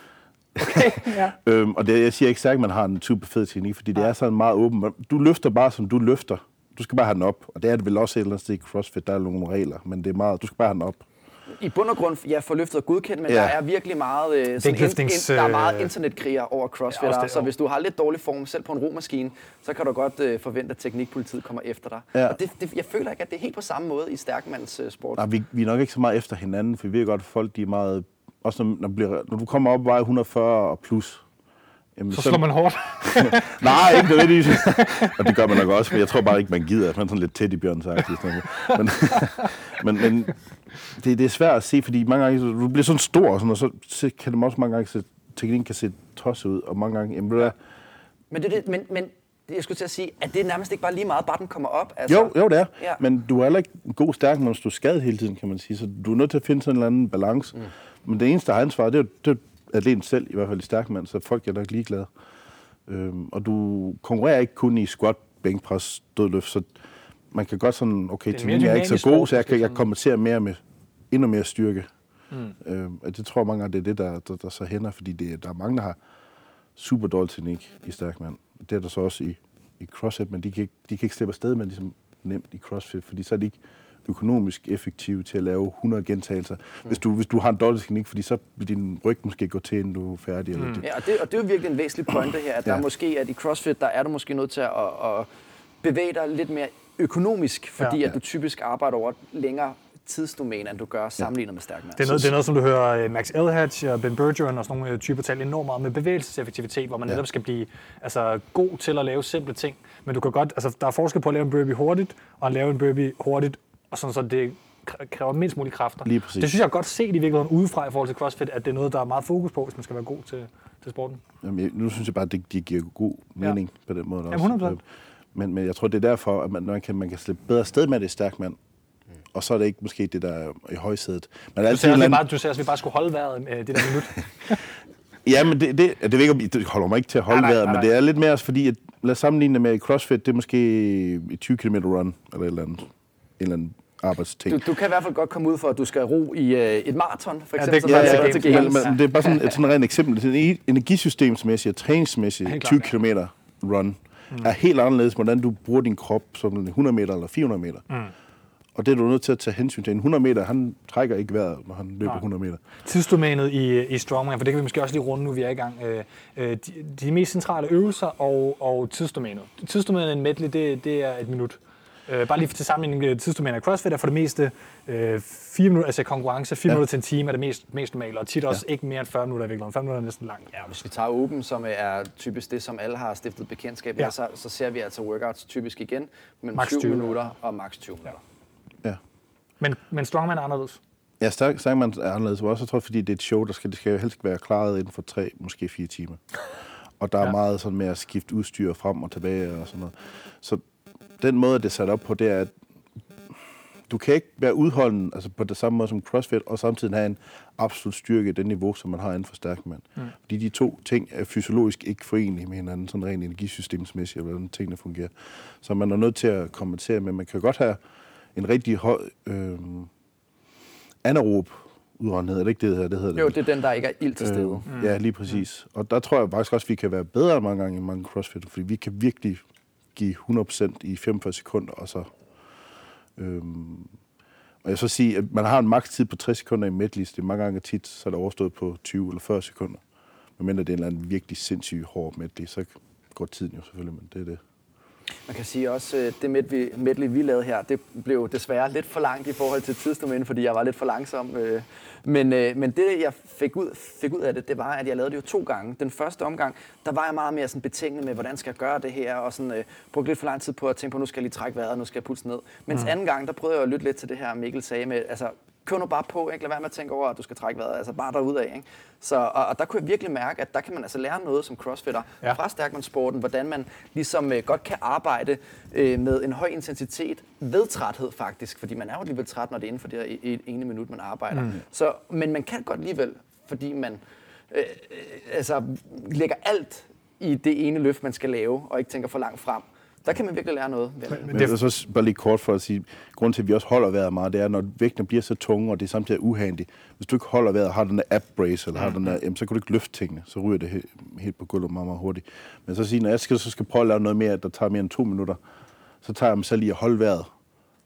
Og jeg siger ikke, at man har en super fed teknik, fordi det er sådan meget åben. Du løfter bare, som du løfter. Du skal bare have den op. Og det er det vel også et eller andet sted i CrossFit, der er nogle regler, men det er meget, du skal bare have den op. I bund og grund, får løftet og godkendt, men der er virkelig meget, der er meget internetkriger over CrossFit, så hvis du har lidt dårlig form, selv på en romaskine, så kan du godt forvente, at teknikpolitiet kommer efter dig. Ja. Og jeg føler ikke, at det er helt på samme måde i stærkmandssport. Nej, vi er nok ikke så meget efter hinanden, for vi ved godt, at folk de er meget... Også når du kommer op og vejer 140 og plus... Jamen, så slår man hårdt? Nej, ikke nødvendigvis. Og det gør man nok også, men jeg tror bare ikke, man gider, at man er sådan lidt tæt i bjørnsagtigt. Men det er svært at se, fordi mange gange, du bliver sådan stor, og så kan det også mange gange, teknikken kan se tosset ud, og mange gange, jamen, Men jeg skulle til at sige, at det er nærmest ikke bare lige meget, bare den kommer op. Altså. Jo, det er. Ja. Men du er heller ikke en god stærk, når du er skadet hele tiden, kan man sige. Så du er nødt til at finde sådan en eller anden balance. Men det eneste, der har ansvar, det er atleten selv, i hvert fald i stærkmand, så folk er nok ligeglade. Og du konkurrerer ikke kun i squat, bænkpres, dødløft, så man kan godt sådan, okay, teknikken er ikke så god, så jeg kompenserer mere med endnu mere styrke. Det tror jeg mange gange, det er det, der så hænder, fordi der er mange, der har super dårlig teknik i stærkmand. Det er der så også i CrossFit, men de kan ikke slippe afsted med ligesom nemt i CrossFit, fordi så er de ikke økonomisk effektive til at lave 100 gentagelser. Hvis du har en dårlig teknik, fordi så vil din ryg måske gå til, inden du er færdig. Eller det. Ja, og det er jo virkelig en væsentlig pointe her, at der måske, at i CrossFit, der er du måske nødt til at bevæge dig lidt mere økonomisk, fordi at du typisk arbejder over længere tidsdomæne, end du gør sammenlignet med stærkmand. Det er noget, som du hører Max Elhadj og Ben Bergeron og sådan nogle typer tale enormt meget med bevægelseseffektivitet, hvor man netop skal blive god til at lave simple ting. Men du kan godt, der er forskel på at lave en burpee hurtigt, og at lave en burpee hurtigt, og sådan så det kræver mindst mulige kræfter. Det synes jeg godt set i virkeligheden udefra i forhold til CrossFit, at det er noget, der er meget fokus på, hvis man skal være god til sporten. Jamen, nu synes jeg bare, at det giver god mening på den måde også. Jamen 100%. Men jeg tror, det er derfor, at man kan slippe bedre sted med det stærk mand. Og så er det ikke måske det, der er i højsædet. Men du sagde, at vi bare skulle holde vejret det der minut. Ja, men det holder mig ikke til at holde vejret, men det er lidt mere også fordi, at lad os sammenligne det med CrossFit, det er måske et 20 km run, eller en eller anden arbejdsting. Du kan i hvert fald godt komme ud for, at du skal ro i et maraton, for eksempel. Det er bare sådan et rent eksempel. Det energisystemsmæssigt og træningsmæssigt 20 km run er helt anderledes, hvordan du bruger din krop som 100 meter eller 400 meter. Og det er du nødt til at tage hensyn til. En 100 meter, han trækker ikke vejret, når han løber 100 meter. Tidsdomænet i strongman, for det kan vi måske også lige runde nu, vi er i gang. De mest centrale øvelser og tidsdomænet. Tidsdomænet i en medley, det er et minut. Bare lige til sammenligning, tidsdomænet af CrossFit er for det meste 4 minutter, altså konkurrence, 4 minutter til en time er det mest normale, og tit også ikke mere end 40 minutter i virkeligheden. 5 minutter er næsten langt. Ja, hvis vi tager Open, som er typisk det, som alle har stiftet bekendtskab med, så ser vi altså workouts typisk igen mellem 7 minutter og maks 20 minutter. Ja. Men strongman er anderledes? Ja, strongman er anderledes. Også jeg tror, fordi det er et show, det skal jo helst være klaret inden for 3, måske 4 timer. Og der er meget sådan med at skifte udstyr frem og tilbage og sådan noget. Så den måde, det er sat op på, det er, at du kan ikke være udholden altså på det samme måde som CrossFit, og samtidig have en absolut styrke i det niveau, som man har inden for stærkmand. Fordi de to ting er fysiologisk ikke forenelige med hinanden, sådan rent energisystemsmæssigt, og hvordan tingene fungerer. Så man er nødt til at kompensere med. Man kan godt have en rigtig høj anaerob udholdenhed, er det ikke det hedder? Det jo, det er den, der ikke er ild til stede. Ja, lige præcis. Og der tror jeg faktisk også, at vi kan være bedre mange gange i mange CrossFit, fordi vi kan virkelig give 100% i 45 sekunder, og så... og jeg så sige, at man har en maks tid på 60 sekunder i medleys. Det er mange gange tit, så er det overstået på 20 eller 40 sekunder. Men mindre det er en eller anden virkelig sindssygt hård medley, så går tiden jo selvfølgelig, men det er det. Man kan sige også, det medley, vi lavede her, det blev desværre lidt for langt i forhold til tidsdomæne, fordi jeg var lidt for langsom. Men det, jeg fik ud af det, det var, at jeg lavede det jo 2 gange. Den første omgang, der var jeg meget mere sådan betænkende med, hvordan skal jeg gøre det her, og sådan, brugte lidt for lang tid på at tænke på, nu skal jeg lige trække vejret, nu skal jeg pulse ned. Mens anden gang, der prøvede jeg at lytte lidt til det her, Mikkel sagde med, altså, kør nu bare på, ikke? Lad være med at tænke over, at du skal trække vejret, altså bare derudad, ikke? Så, og der kunne jeg virkelig mærke, at der kan man altså lære noget som crossfitter fra stærkmandssporten, hvordan man ligesom godt kan arbejde med en høj intensitet ved træthed faktisk, fordi man er jo alligevel træt, når det er inden for det her ene minut, man arbejder. Så, men man kan godt alligevel, fordi man altså lægger alt i det ene løft, man skal lave, og ikke tænker for langt frem. Der kan man virkelig lære noget. Men det er så bare lige kort for at sige, grunden til, at vi også holder vejret meget, det er, når vægtene bliver så tunge, og det er samtidig uhandigt. Hvis du ikke holder vejret, har den der ab brace, eller har den der, så kan du ikke løfte tingene. Så ryger det helt på gulvet meget, meget hurtigt. Men så sige, når jeg skal prøve at lave noget mere, der tager mere end 2 minutter, så tager jeg mig selv i at holde vejret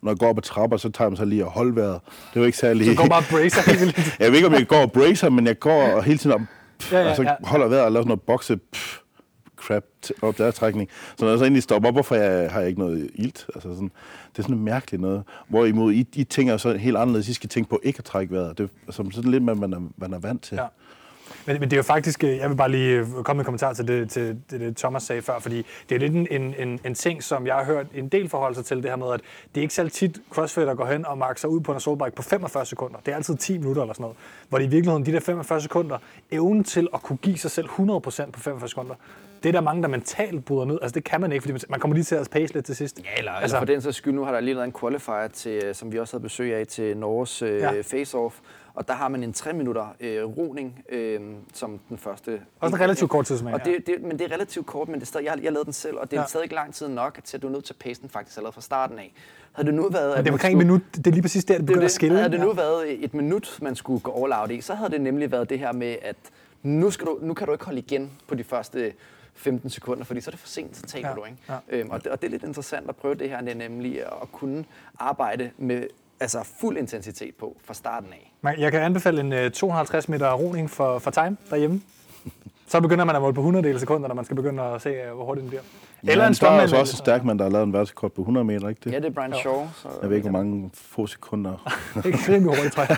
når jeg går op ad trapper, så tager jeg mig så lige og holde vejret. Det er jo ikke særlig... Så går bare og bracer helt vildt. Jeg ved ikke, om jeg går og bracer, men jeg går og hele tiden og så holder vejret og laver sådan noget bokse crap op der trækning. Så når jeg så egentlig stopper op, hvorfor har jeg ikke noget ilt? Altså sådan, det er sådan noget mærkeligt noget. Hvorimod I tænker så helt anderledes. I skal tænke på ikke at trække vejret. Det er sådan lidt, man er vant til. Ja. Men det er jo faktisk, jeg vil bare lige komme med en kommentar til det Thomas sagde før, fordi det er lidt en ting, som jeg har hørt en del forholde sig til, det her med, at det er ikke særlig tit crossfitter går hen og markerer sig ud på en assault-bike på 45 sekunder. Det er altid 10 minutter eller sådan noget. Hvor det i virkeligheden, de der 45 sekunder, evnen til at kunne give sig selv 100% på 45 sekunder, det er der mange, der mentalt bryder ned. Altså det kan man ikke, fordi man kommer lige til at pace lidt til sidst. Ja, eller for den sags skyld, nu har der lige lavet en qualifier, til, som vi også havde besøg af til Norges face-off. Og der har man en 3 minutter roning som den første. Også en relativt kort tid, men det er relativt kort, men det er stadig, jeg lavede den selv, og det er stadig ikke lang tid nok til, at du er nødt til at pace den faktisk allerede fra starten af. Havde det nu været... Men det var omkring et minut, det er lige præcis der, det begynder at skille. Havde det nu været et minut, man skulle gå all out i, så havde det nemlig været det her med, at nu kan du ikke holde igen på de første 15 sekunder, fordi så er det for sent, så taber du, ikke? Ja. Og det er lidt interessant at prøve det her, det er nemlig at kunne arbejde med fuld intensitet på fra starten af. Jeg kan anbefale en 250 meter roning for time derhjemme. Så begynder man at måle på 100 sekunder, når man skal begynde at se, hvor hurtigt den bliver. Eller en strongman. Der er også en stærkmand, der har lavet en verdensrekord på 100 meter, ikke det? Ja, det er Brian Shaw. Så jeg ved ikke, hvor mange få sekunder. Det er ekstremt hurtigt, tror jeg.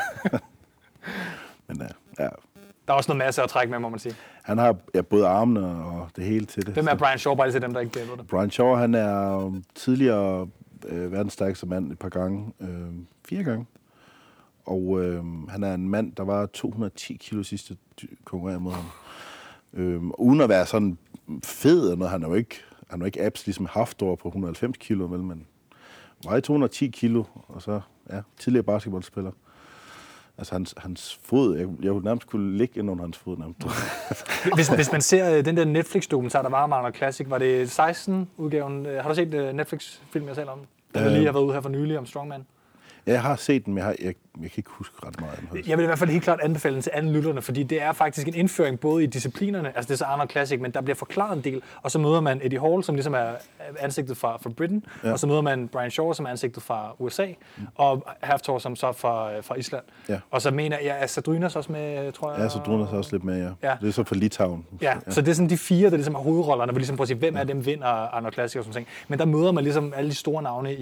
Men ja. Der er også noget masse at trække med, må man sige. Han har både armene og det hele til det. Hvem er Brian Shaw, bare til dem, der ikke ved det? Brian Shaw, han er tidligere verdens stærkeste mand et par gange. 4 gange. Og han er en mand, der var 210 kilo sidste konkurrere mod ham. Uden at være sådan fed, og noget, han er jo ikke abs ligesom Hafthor på 190 kilo, vel, men var i 210 kilo, og så tidligere basketballspiller. Altså hans fod, jeg ville nærmest kunne ligge ind under hans fod nærmest. Hvis man ser den der Netflix-dokumentar, der var Arnold Classic, var det 16-udgaven? Har du set Netflix-film, jeg selv om? Den lige har været ude her for nylig om Strongman. Jeg har set den, men jeg kan ikke huske ret meget. Jeg vil i hvert fald helt klart anbefale den til alle lytterne, fordi det er faktisk en indføring både i disciplinerne, altså det er så Arnold Classic, men der bliver forklaret en del, og så møder man Eddie Hall, som ligesom er ansigtet fra Britain, og så møder man Brian Shaw, som er ansigtet fra USA, og Hafthor, som så fra Island. Ja. Og så mener jeg, at Sadrunas også med, tror jeg. Ja, Sadrunas også lidt med, ja. Det er så fra Litauen. Ja, så det er sådan de 4, der ligesom har hovedrollerne, hvor ligesom prøver at sige, hvem af dem vinder Arnold Classic og sådan ting. Men der møder man ligesom alle de store navne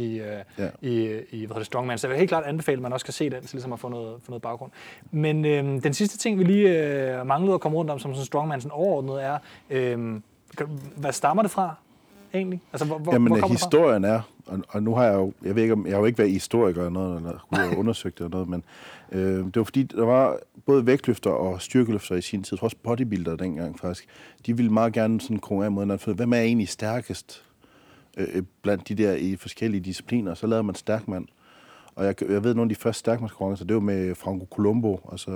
i Strongman, så jeg vil helt klart anbefale, at man også kan se den, til ligesom at få noget baggrund. Men den sidste ting, vi lige manglede at komme rundt om, som sådan Strongman sådan overordnet er, hvad stammer det fra egentlig? Altså, hvor kommer historien det fra? Og nu har jeg ved ikke, om jeg har jo ikke været historiker eller noget, eller undersøgt eller noget, men det var fordi, der var både vægtløfter og styrkeløfter i sin tid, også bodybuilder dengang faktisk, de ville meget gerne sådan konkurrere mod hinanden, hvem er egentlig stærkest blandt de der i forskellige discipliner, så lavede man stærkmand. Og jeg ved, nogle af de første stærkmandskonkurrencer, det var med Franco Colombo,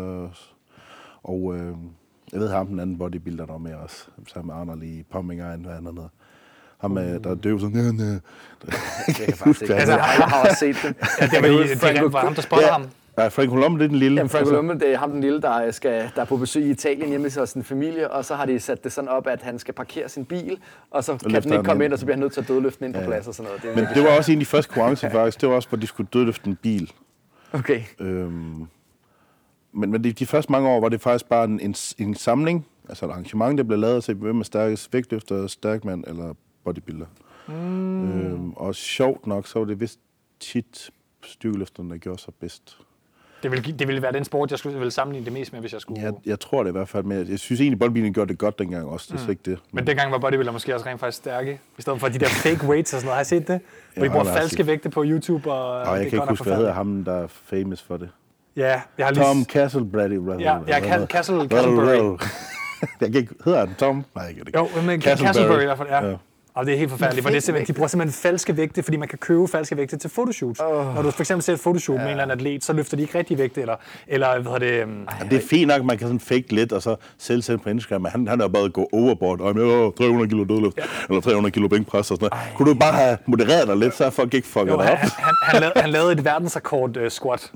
og jeg ved ham, den anden bodybuilder, der var med os, sammen med Arnold i Pumping Iron, hvad andet noget. Ham med, der døv sådan, Jeg kan faktisk ikke. Altså, jeg har også set det. Ja, det var ham, der spotter ham. Ja, Frank Colombo, det er den lille. Jamen, Frank Colombo, det er ham den lille, der er på besøg i Italien hjemme hos sin familie, og så har de sat det sådan op, at han skal parkere sin bil, og så kan den ikke komme ind, og så bliver han nødt til at dødløfte den ind på plads og sådan noget. Men det var også en af de første konkurrencer faktisk, det var også, hvor de skulle dødløfte en bil. Okay. Men de første mange år var det faktisk bare en samling, altså et arrangement, der blev lavet til, hvem er stærkest vægtløfter, stærkmand eller bodybuilder. Og sjovt nok, så var det vist tit styrkeløfterne, der gjorde sig bedst. Det ville være den sport, jeg ville sammenligne det mest med, hvis jeg skulle... Ja, jeg tror det i hvert fald, men jeg synes egentlig, bodybuilding gjorde det godt dengang også, det er ikke det. Men dengang var bodybuilder måske også rent faktisk stærke, i stedet for de der fake weights og sådan noget. Har I set det? Hvor de bruger falske vægte på YouTube, og jeg kan ikke huske, hvad hedder ham, der er famous for det. Ja, jeg har lige... Tom Castleberry. Castleberry. Jeg kan ikke... Hedder han Tom? Nej, jeg kan ikke. Jo, men Castleberry i hvert fald, ja. Og det er helt forfærdeligt, for de bruger simpelthen falske vægte, fordi man kan købe falske vægte til fotoshoots. Når du for eksempel ser et fotoshoot med en eller anden atlet, så løfter de ikke rigtig vægte, eller hvad hedder det... Det er fint nok, at man kan sådan fake lidt, og så selv sende på Instagram, men han er bare gå overboard, og 300 kilo dødløft, eller 300 kilo bænkpres og sådan noget. Kunne du bare have modereret dig lidt, så folk ikke fucker dig op? Han lavede et verdensrekord squat.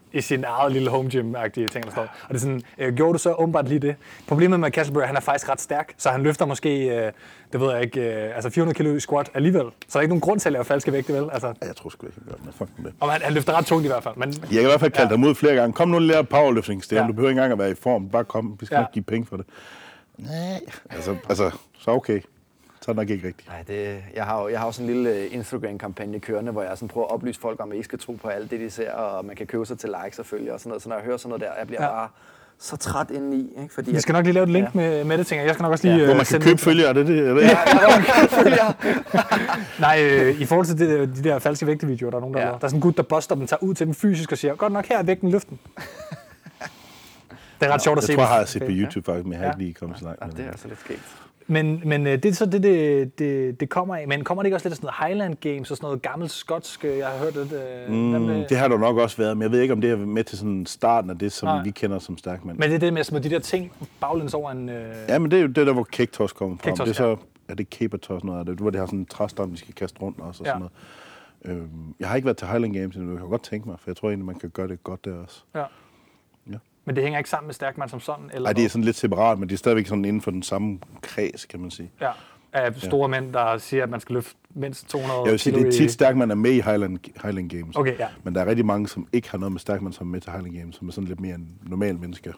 i sin eget lille home gym-agtige ting, der står. Og det er sådan, gjorde du så åbenbart lige det? Problemet med Castleberry, han er faktisk ret stærk, så han løfter måske, det ved jeg ikke, altså 400 kilo i squat alligevel. Så der er ikke nogen grund til at lave falske vægte, vel? Altså, Jeg tror sgu ikke, han gør det. Fuck det. og han løfter ret tungt i hvert fald. Men, Jeg kan i hvert fald kalde dig ud flere gange. Kom nu og lære powerlifting, Sten. Du behøver ikke engang at være i form. Bare kom. Vi skal nok give penge for det. Nej. Altså, så okay. Så er det nok ikke rigtigt. Nej, jeg har jo sådan en lille Instagram-kampagne kørende, hvor jeg sådan prøver at oplyse folk om, at I skal tro på alt det, de ser, og man kan købe sig til likes selvfølgelig og sådan noget. Så når jeg hører sådan noget der, jeg bliver bare så træt indeni. Ikke? Fordi vi skal nok lige lave et link med det, tænker jeg. Jeg skal nok også lige... Hvor man kan købe følgere, det? Ja, hvor man kan købe følgere. Nej, i forhold til de der falske vægtevideoer, der er nogen, der laver. Der er sådan en gut, der buster dem, tager ud til dem fysisk og siger, godt nok, her er vægten, løften. Det er ret sjovt at se. Jeg tror, jeg har set på YouTube faktisk, men jeg har ikke lige kommet så langt. Det er altså lidt skægt. Men det er så det kommer af. Men kommer det ikke også lidt af sådan noget Highland Games og sådan noget gammelt skotsk? Jeg har hørt det. Det har der nok også været, men jeg ved ikke, om det er med til sådan starten af det, som vi kender som stærkmand. Men det er det med de der ting baglæns over en... Ja, men det er jo det der, hvor Kæktos kommer fra. Det er så, er det Capertos noget af det, hvor det har sådan en træstam, vi skal kaste rundt også og sådan noget. Jeg har ikke været til Highland Games endnu, jeg kan godt tænke mig, for jeg tror egentlig, man kan gøre det godt der også. Ja. Men det hænger ikke sammen med stærkmand som sådan? Eller Nej, det er sådan lidt separat, men det er stadigvæk sådan inden for den samme kreds, kan man sige. Ja, af store mænd, der siger, at man skal løfte mindst 200 kilo. Jeg vil sige, det er tit stærkmand er med i Highland Games. Okay, ja. Men der er rigtig mange, som ikke har noget med stærkmand, som er med til Highland Games, som er sådan lidt mere en normal menneske.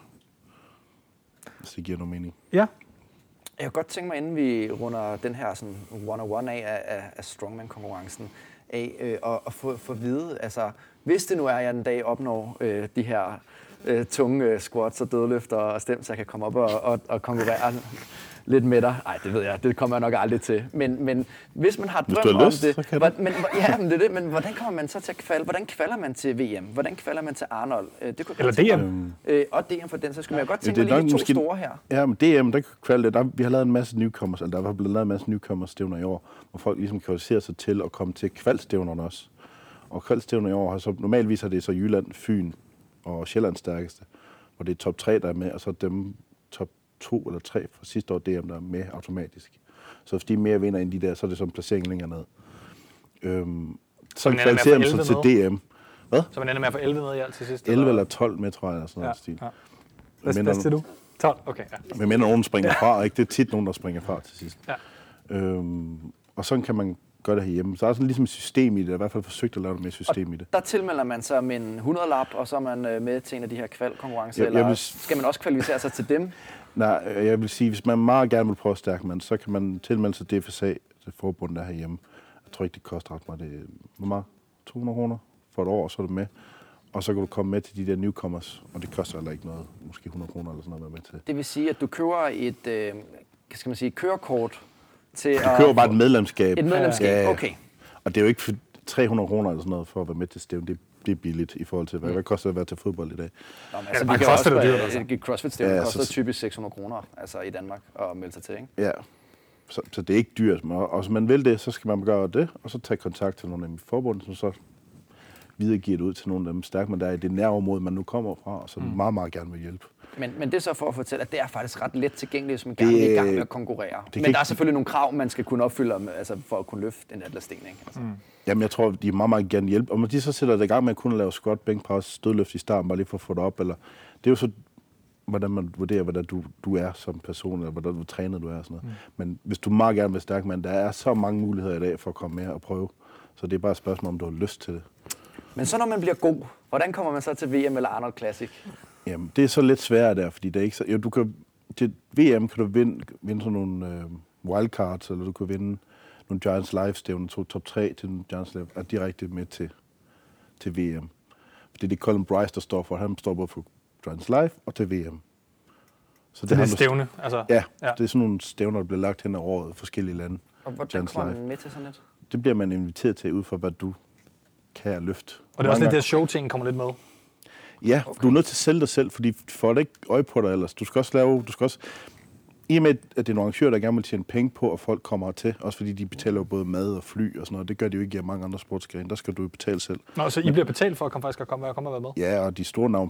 Hvis det giver noget mening. Ja. Jeg kunne godt tænke mig, inden vi runder den her sådan 101 af strongman-konkurrencen af, og få at vide, altså, hvis det nu er, at jeg en dag opnår de her tunge squats og dødløfter og stem, så jeg kan komme op og konkurrere lidt med dig. Nej, det ved jeg. Det kommer jeg nok aldrig til. Men hvis man har drøm om lyst, det... Men hvordan kommer man så til at kvalde? Hvordan kvalder man til VM? Hvordan kvalder man til Arnold? Det kunne eller DM. Og DM for den, så skulle jeg godt tænke mig lige de to store her. Ja, men DM, der kan kvalde det. Vi har lavet en masse newcomers, eller der har blevet lavet en masse newcomers-stævner i år, hvor folk ligesom kvalificerer sig til at komme til kvalstævnerne også. Og kvalstævner i år har så normalvis er det så Jylland, Fyn og Sjællands stærkeste, hvor det er top 3, der er med, og så dem top 2 eller 3 fra sidste år DM, der er med automatisk. Så hvis de mere vinder end de der, så er det sådan placering længere ned. Så kvalificerer man sig til DM. Hvad? Så man ender med at få 11 med i alt til sidst? 11 eller 12 med, tror jeg, eller sådan noget stil. Ja. Hvad siger du? 12? Okay, ja. Men mindre nogen springer fra, ikke? Det er tit nogen, der springer fra til sidst. Ja. Og sådan kan man gøre det herhjemme. Så er der sådan ligesom et system i det. Jeg har i hvert fald forsøgt at lave det med system i det. Der tilmelder man sig med en 100-lap, og så er man med til en af de her kvalkonkurrencer, eller skal man også kvalificere sig til dem? Nej, jeg vil sige, hvis man meget gerne vil prøve at stærke mand, så kan man tilmelde sig DFSA, det forbund der herhjemme. Jeg tror ikke, det koster ret meget. Det er hvor meget? 200 kroner for et år, så er du med. Og så kan du komme med til de der newcomers, og det koster heller ikke noget, måske 100 kroner eller sådan noget med til. Det vil sige, at du køber et kørekort til du køber bare et medlemskab. Et medlemskab, ja. Okay. Og det er jo ikke for 300 kroner eller sådan noget for at være med til stævn. Det er billigt i forhold til, hvad koster det at være til fodbold i dag? Nå, men altså, det koster det dyrt. Et CrossFit-stævn koster typisk 600 kroner altså i Danmark at melde sig til, ikke? Ja, så det er ikke dyrt. Og hvis man vil det, så skal man gøre det, og så tage kontakt til nogle af de forbund, som så videregiver det ud til nogle af dem stærke, men der er i det nærområde, man nu kommer fra, og så meget, meget gerne vil hjælpe. Men det er så for at fortælle, at det er faktisk ret let tilgængeligt, hvis man gerne vil i gang med at konkurrere. Men der er selvfølgelig nogle krav, man skal kunne opfylde altså for at kunne løfte en atlassten, ikke? Altså. Jamen, jeg tror, de er meget, meget gerne hjælpe. Og når de så sætter det i gang med at kunne lave squat, bænk, pres, stødløft i starten, bare lige for at få det op, eller det er jo så, hvordan man vurderer, hvordan du er som person, eller hvordan du træner du er og sådan noget. Men hvis du meget gerne vil stærke, men der er så mange muligheder i dag for at komme med og prøve. Så det er bare et spørgsmål, om du har lyst til det. Men så når man bliver god, hvordan kommer man så til VM eller Arnold Classic? Jamen, det er så lidt sværere der, fordi det er ikke så... Jo, du kan, til VM kan du vinde sådan nogle wildcards, eller du kan vinde nogle Giants Live-stævner, top 3 til nogle Giants Live, er direkte med til VM. Det er det Colin Bryce, der står for. Han står både for Giants Live og til VM. Så det er stævne? Altså, ja, det er sådan nogle stævner, der bliver lagt hen over året i forskellige lande. Og hvordan kommer man med til sådan et? Det bliver man inviteret til ud fra, hvad du kan løfte. Og det er også lidt, der show-ting kommer lidt med? Ja, okay. Du er nødt til at sælge dig selv, fordi du får ikke øje på dig ellers. Du skal også i og med, at det er nogle arrangører, der gerne vil tjene penge på, at folk kommer hertil, også fordi de betaler både mad og fly og sådan noget. Det gør de jo ikke i mange andre sportsgrene. Der skal du jo betale selv. Nå, så I bliver betalt for at komme og være med? Ja, og de store navne for os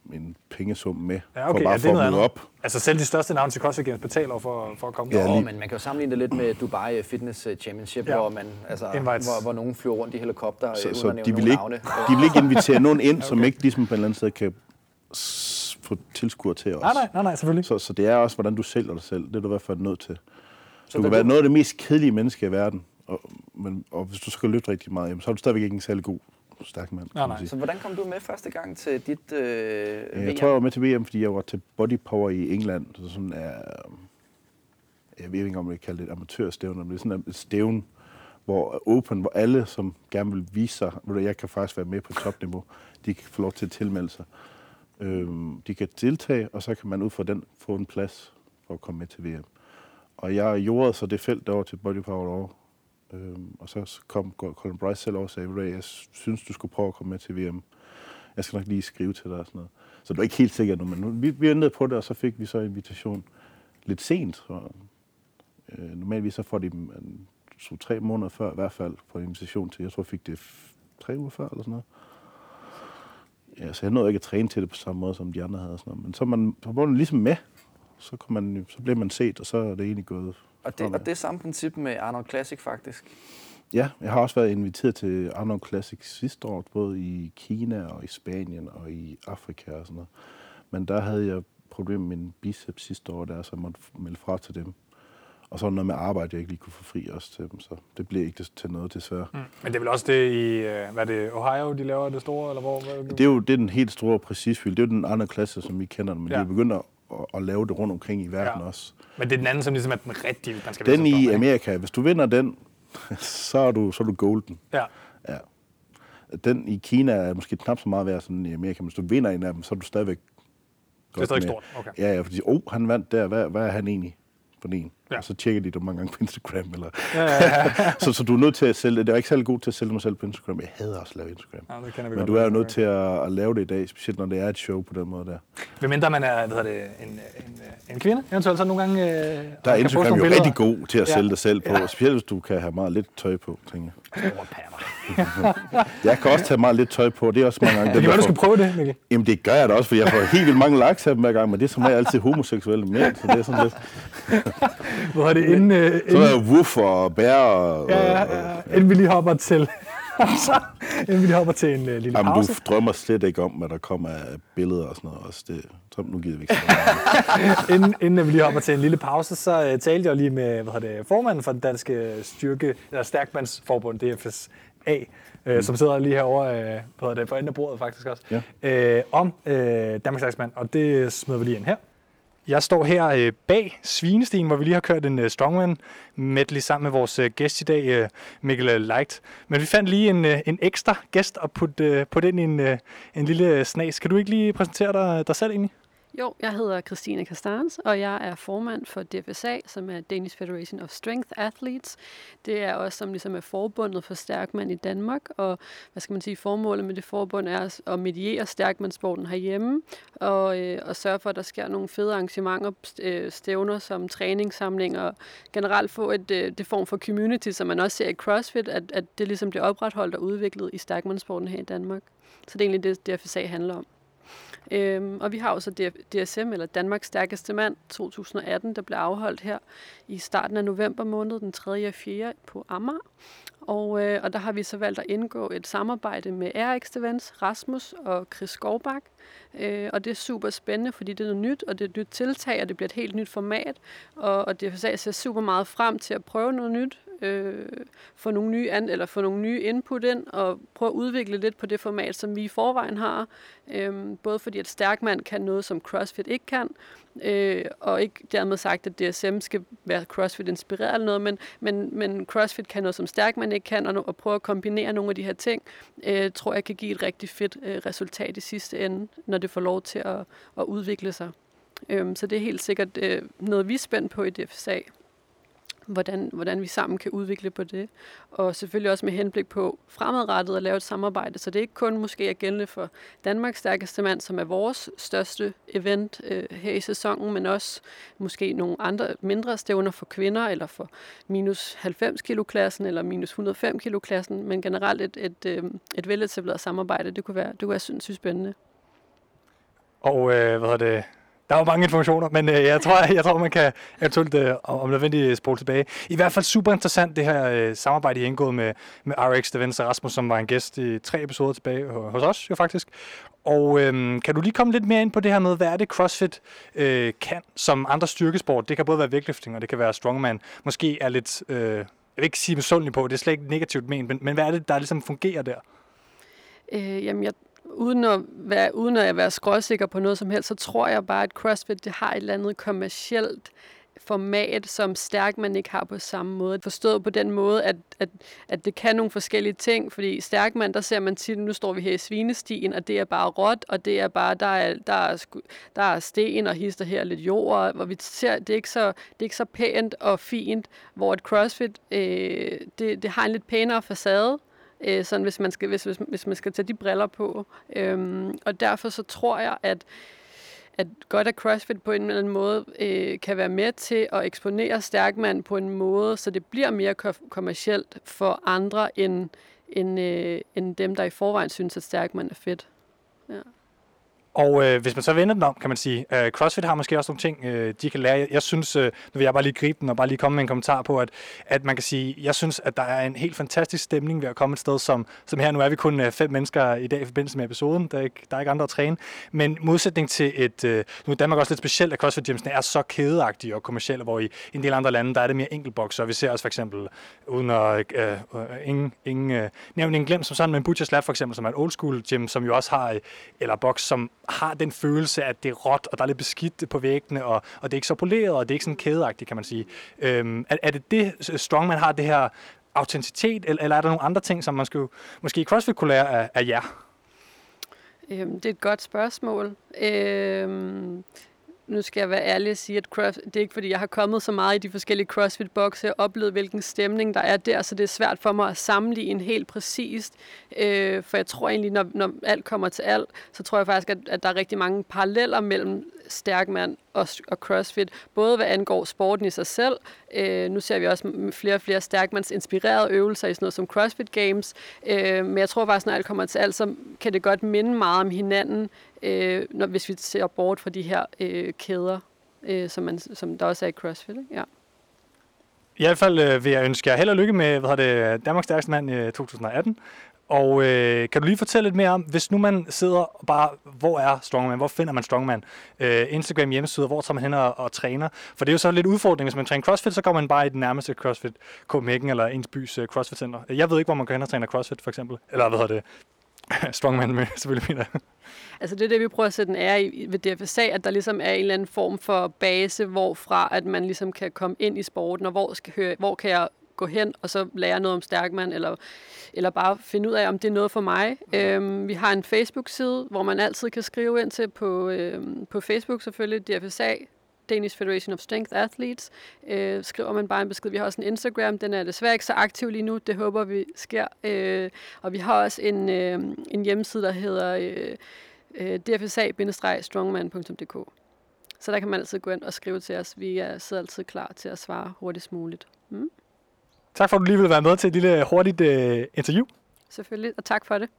en pengesum med, ja, okay, for bare for at møde op. Altså selv de største navne til CrossFit Games betaler for at komme men man kan jo sammenligne det lidt med Dubai Fitness Championship, hvor man hvor nogen flyver rundt i helikopter så uden at de nævne nogle navne. De vil ikke invitere nogen ind, som ikke ligesom på en eller anden sted kan få tilskuere til os. Nej, selvfølgelig. Så det er også, hvordan du sælger dig selv. Det er du i hvert fald nødt til. Du kan være noget af det mest kedelige menneske i verden, og hvis du skal løfte rigtig meget, jamen, så er du stadigvæk ikke en særlig god stærk mand. Nej. Så hvordan kom du med første gang til dit VM? Jeg tror, jeg var med til VM, fordi jeg var til Body Power i England. Så sådan jeg ved ikke, om jeg kan kalde det et amatørstævne, men det er sådan et stævne, hvor open, hvor alle, som gerne vil vise sig, at jeg kan faktisk være med på topniveau, de kan få lov til at tilmelde sig. De kan deltage, og så kan man ud fra den få en plads for at komme med til VM. Og jeg gjorde så det felt derovre til Body Power derovre. Og så kom Colin Bryce selv over og sagde, jeg synes, du skulle prøve at komme med til VM. Jeg skal nok lige skrive til dig og sådan noget. Så det var ikke helt sikkert nu, men vi ventede på det, og så fik vi så invitation lidt sent. Så, normalvis så får de 2-3 måneder før i hvert fald på en invitation til. Jeg tror, jeg fik det 3 uger før eller sådan noget. Ja, så jeg nåede ikke at træne til det på samme måde, som de andre havde. Sådan noget. Men så var man ligesom med. Så blev man set, og så er det egentlig gået. Og det er samme princip med Arnold Classic, faktisk? Ja, jeg har også været inviteret til Arnold Classic sidste år, både i Kina og i Spanien og i Afrika og sådan noget. Men der havde jeg problemer med min biceps sidste år, så jeg måtte melde fra til dem. Og så noget med arbejde, jeg ikke lige kunne få fri også til dem, så det blev ikke til noget, desværre. Men det er vel også det i, hvad er det, Ohio, de laver det store, eller hvor? Det er den helt store præcisfylde. Det er jo den andre klasse, som vi kender, men de er begyndt at lave det rundt omkring i verden også. Men det er den anden, som ligesom er den rigtige, man skal den i Amerika, hvis du vinder den, så er du golden. Ja. Den i Kina er måske knap så meget værd som den i Amerika, men hvis du vinder en af dem, så er du stadigvæk godt. Det er stadig stort, okay. Ja, fordi han vandt der, hvad er han egentlig for en? Ja. Og så tjekker de det mange gange på Instagram. Eller så du er nødt til at sælge det. Jeg er ikke særlig god til at sælge mig selv på Instagram. Jeg hader også at lave Instagram. Ja, men du er jo nødt til at lave det i dag, specielt når det er et show på den måde der. Hvem mindre man er en kvinde, eventuelt så nogle gange... Der er Instagram jo rigtig god til at sælge dig selv på, specielt hvis du kan have meget lidt tøj på, tænker jeg. Jeg kan også tage meget lidt tøj på, det er også mange gange... Det kan være, du skal prøve det, Mikkel. Jamen det gør jeg da også, for jeg får helt vildt mange likes af dem hver gang, men det er som regel altid homoseksuelle mænd, så det er sådan lidt... Hvor er det inden... Så er der woof og bær og... Inden vi lige hopper til... inden vi lige hopper til en lille pause. Jamen, du drømmer slet ikke om, hvad der kommer af billeder og sådan noget også. Så nu gider vi ikke inden vi lige hopper til en lille pause, så talte jeg lige med formanden for den danske stærkmandsforbund, DFSA, som sidder lige herovre på enden af bordet faktisk også, om Danmarks Stærkmand, og det smider vi lige ind her. Jeg står her bag Svinestien, hvor vi lige har kørt en strongman medley sammen med vores gæst i dag, Mikkel Leicht. Men vi fandt lige en ekstra gæst og putte ind i en lille snas. Kan du ikke lige præsentere dig selv egentlig? Jo, jeg hedder Christine Castans, og jeg er formand for DFSA, som er Danish Federation of Strength Athletes. Det er også som ligesom er forbundet for stærkmand i Danmark, og hvad skal man sige, formålet med det forbund er at mediere stærkmandssporten herhjemme, og sørge for, at der sker nogle fede arrangementer, stævner som træningssamlinger, og generelt få det form for community, som man også ser i CrossFit, at det ligesom bliver opretholdt og udviklet i stærkmandssporten her i Danmark. Så det er egentlig det, DFSA handler om. Og vi har også DSM, eller Danmarks Stærkeste Mand 2018, der blev afholdt her i starten af november måned, den 3. og 4. på Amager. Og der har vi så valgt at indgå et samarbejde med RX Events, Rasmus og Chris Skovbak. Og det er super spændende, fordi det er noget nyt, og det er et nyt tiltag, og det bliver et helt nyt format. Og DFSA ser super meget frem til at prøve noget nyt, få nogle nye input ind, og prøve at udvikle lidt på det format, som vi i forvejen har. Både fordi at stærkmand kan noget, som CrossFit ikke kan, og ikke dermed sagt, at DSM skal være CrossFit-inspireret eller noget, men CrossFit kan noget, som stærkmand ikke kan, og prøve at kombinere nogle af de her ting, tror jeg kan give et rigtig fedt resultat i sidste ende, når det får lov til at udvikle sig. Så det er helt sikkert noget, vi er spændt på i DFSA. Hvordan vi sammen kan udvikle på det. Og selvfølgelig også med henblik på fremadrettet at lave et samarbejde, så det er ikke kun måske er gældende for Danmarks Stærkeste Mand, som er vores største event her i sæsonen, men også måske nogle andre mindre stævner for kvinder, eller for minus 90 kilo-klassen, eller minus 105 kilo-klassen, men generelt et veletableret samarbejde, det kunne være sindssygt spændende. Og der er jo mange informationer, men jeg tror, man kan eventuelt om nødvendigt spole tilbage. I hvert fald super interessant det her samarbejde, I har indgået med RX Events og Rasmus, som var en gæst i 3 episoder tilbage hos os jo faktisk. Og kan du lige komme lidt mere ind på det her med, hvad er det CrossFit kan som andre styrkesport? Det kan både være weightlifting, og det kan være strongman. Måske er lidt, jeg vil ikke sige misundelig på, det er slet ikke negativt ment, men hvad er det, der ligesom fungerer der? Uden at være skråsikker på noget som helst, så tror jeg bare, at CrossFit det har et eller andet kommercielt format, som Stærkman ikke har på samme måde. Forstået på den måde, at det kan nogle forskellige ting, fordi Stærkman, der ser man tit, nu står vi her i Svinestien, og det er bare råt, og det er bare, der er sten og hister her lidt jord, hvor vi ser, det er ikke så pænt og fint, hvor et CrossFit, det har en lidt pænere facade, sådan hvis man skal tage de briller på. Og derfor så tror jeg, at godt at CrossFit på en eller anden måde kan være med til at eksponere Stærkman på en måde, så det bliver mere kommercielt for andre end dem, der i forvejen synes, at Stærkman er fedt. Ja. Og hvis man så vender den om, kan man sige, CrossFit har måske også nogle ting, de kan lære. Jeg synes, nu vil jeg bare lige gribe den og bare lige komme med en kommentar på, at man kan sige, jeg synes, at der er en helt fantastisk stemning ved at komme et sted som her. Nu er vi kun 5 mennesker i dag i forbindelse med episoden. Der er ikke andre at træne. Men modsætning til nu er Danmark også lidt specielt, at CrossFit gymsene er så kædeagtige og kommercielle, hvor i en del andre lande, der er det mere enkeltbokser. Vi ser også for eksempel, uden at nævne en glem som sådan, men Butchers Lab for eksempel, som er et old school gym, som jo også har, eller boks, som har den følelse, at det er råt, og der er lidt beskidt på væggene, og det er ikke så poleret, og det er ikke sådan kædeagtigt, kan man sige. Er det Strongman har, det her autenticitet, eller er der nogle andre ting, som man måske i CrossFit kunne lære af jer? Det er et godt spørgsmål. Nu skal jeg være ærlig og sige, at det er ikke fordi, jeg har kommet så meget i de forskellige CrossFit-bokse og oplevet, hvilken stemning der er der, så det er svært for mig at sammenligne helt præcist. For jeg tror egentlig, når alt kommer til alt, så tror jeg faktisk, at der er rigtig mange paralleller mellem Stærkman og CrossFit, både hvad angår sporten i sig selv. Nu ser vi også flere og flere Stærkmans inspirerede øvelser i sådan noget som CrossFit Games. Men jeg tror faktisk, når alt kommer til alt, så kan det godt minde meget om hinanden, hvis vi ser bort fra de her kæder, som der også er i CrossFit. Ikke? Ja. I hvert fald vil jeg ønske jer held og lykke med Danmarks stærkeste mand i 2018. Og kan du lige fortælle lidt mere om, hvis nu man sidder bare, hvor er Strongman, hvor finder man Strongman? Instagram, hjemmesider, hvor tager man hen og træner? For det er jo så lidt udfordring, hvis man træner CrossFit, så går man bare i den nærmeste CrossFit Copenhagen eller ens bys CrossFit Center. Jeg ved ikke, hvor man kan hen og træne CrossFit for eksempel. Eller Strongman med, selvfølgelig mener jeg. Altså det er det, vi prøver at sætte en ære i ved DFSA, at der ligesom er en eller anden form for base, hvorfra at man ligesom kan komme ind i sporten, og hvor kan jeg gå hen og så lære noget om Stærkman, eller bare finde ud af, om det er noget for mig. Vi har en Facebook-side, hvor man altid kan skrive ind til på Facebook selvfølgelig, DFSA, Danish Federation of Strength Athletes. Skriver man bare en besked. Vi har også en Instagram, den er desværre ikke så aktiv lige nu, det håber vi sker. Og vi har også en hjemmeside, der hedder dfsa-strongman.dk. Så der kan man altid gå ind og skrive til os. Vi sidder altid klar til at svare hurtigst muligt. Tak for, at du lige ville være med til et lille hurtigt interview. Selvfølgelig, og tak for det.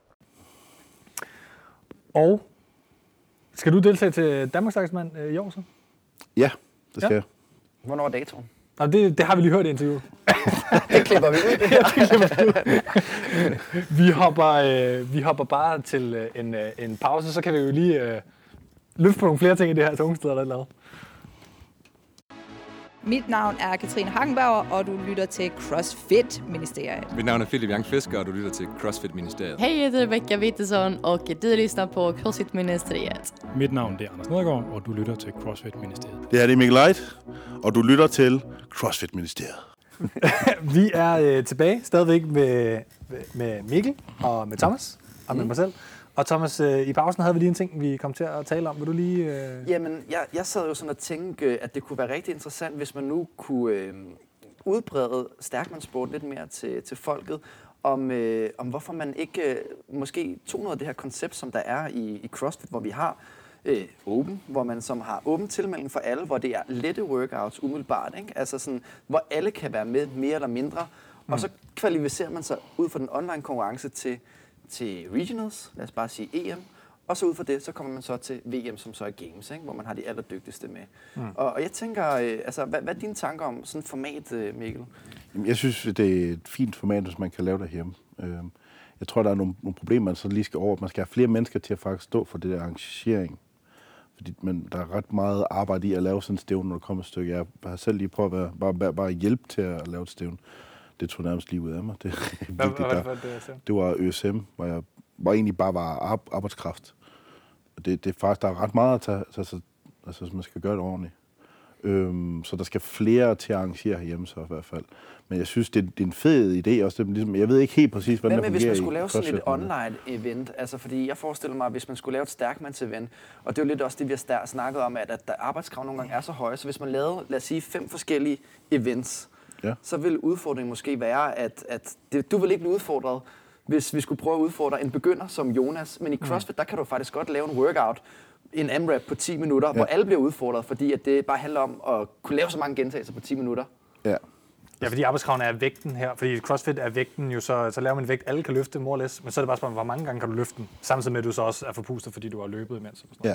Og skal du deltage til Danmarks stærkeste mand i år så? Ja, det skal jeg. Hvornår er datoen? Nå, det har vi lige hørt i interviewet. Det klipper vi ud. Vi hopper bare til en pause, så kan vi jo lige løfte på nogle flere ting i det her tungesteder, der er lavet. Mit navn er Katrine Hagenbauer, og du lytter til CrossFit-ministeriet. Mitt navn är Filip Young-Fisker och du lyssnar till CrossFit-ministeriet. Hej, jag heter Rebecca Wittesson och du lyssnar på CrossFit-ministeriet. Mit navn er Anders Nedergaard, og du lytter til CrossFit-ministeriet. Det her er Mikkel Light, og du lytter til CrossFit-ministeriet. Vi er tilbage stadigvæk med Mikkel og med Thomas og med mig selv. Og Thomas, i pausen havde vi lige en ting, vi kom til at tale om. Vil du lige... Jamen, jeg sad jo sådan og tænkte, at det kunne være rigtig interessant, hvis man nu kunne udbrede stærkmandssport lidt mere til folket, om hvorfor man ikke måske tog noget af det her koncept, som der er i CrossFit, hvor vi har open, hvor man som har åben tilmelding for alle, hvor det er lette workouts umiddelbart, ikke? Altså sådan, hvor alle kan være med, mere eller mindre, og så kvalificerer man sig ud fra den online konkurrence til regionals, lad os bare sige EM, Og så ud fra det, så kommer man så til VM, som så er Games, ikke? Hvor man har de allerdygtigste med. Og jeg tænker, altså, hvad er dine tanker om sådan et format, Mikkel? Jamen, jeg synes, det er et fint format, hvis man kan lave derhjemme. Jeg tror, der er nogle problemer, man så lige skal over. Man skal have flere mennesker til at faktisk stå for det der arrangering. Fordi der er ret meget arbejde i at lave sådan et stævne, når der kommer et stykke. Jeg har selv lige prøvet at bare hjælpe til at lave et stævne. Det tog nærmest lige ud af mig. Det var ØSM, hvor jeg egentlig bare var arbejdskraft. Det er faktisk, der er ret meget at tage, altså man skal gøre det ordentligt. Så der skal flere til at arrangere herhjemme så i hvert fald. Men jeg synes, det er en fed idé også. Det, ligesom, jeg ved ikke helt præcis, hvordan det fungerer. Hvis man skulle lave sådan et online-event, altså fordi jeg forestiller mig, hvis man skulle lave et stærkmands-event, og det er jo lidt også det, vi har snakket om, at arbejdskrav nogle gange er så høje, så hvis man lavede, lad os sige, 5 forskellige events, så vil udfordringen måske være, at du vil ikke blive udfordret, hvis vi skulle prøve at udfordre en begynder som Jonas. Men i CrossFit, der kan du faktisk godt lave en workout, en AMRAP på 10 minutter, hvor alle bliver udfordret, fordi at det bare handler om at kunne lave så mange gentagelser på 10 minutter. Ja, fordi arbejdskravene er vægten her. Fordi i CrossFit er vægten jo så laver man vægt, alle kan løfte more or less, men så er det bare spørgsmålet, hvor mange gange kan du løfte den, samtidig med at du så også er forpustet, fordi du har løbet imens. Ja,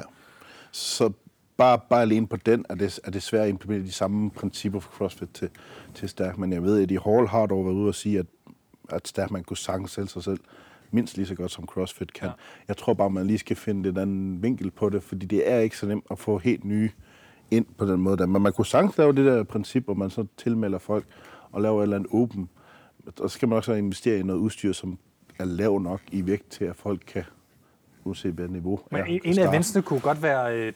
så bare alene på den er det svært at implementere de samme principper for CrossFit til stærkmand. Jeg ved, at Eddie Hall har dog været ude og sige, at stærkmand kunne sagtens sælge sig selv mindst lige så godt som CrossFit kan. Ja. Jeg tror bare, man lige skal finde en anden vinkel på det, fordi det er ikke så nemt at få helt nye ind på den måde. Men man kunne sagtens lave det der princip, hvor man så tilmelder folk og laver et eller andet åben. Og så skal man også investere i noget udstyr, som er lav nok i vægt til, at folk kan uanset hvad niveau er. Men en af eventsene kunne godt være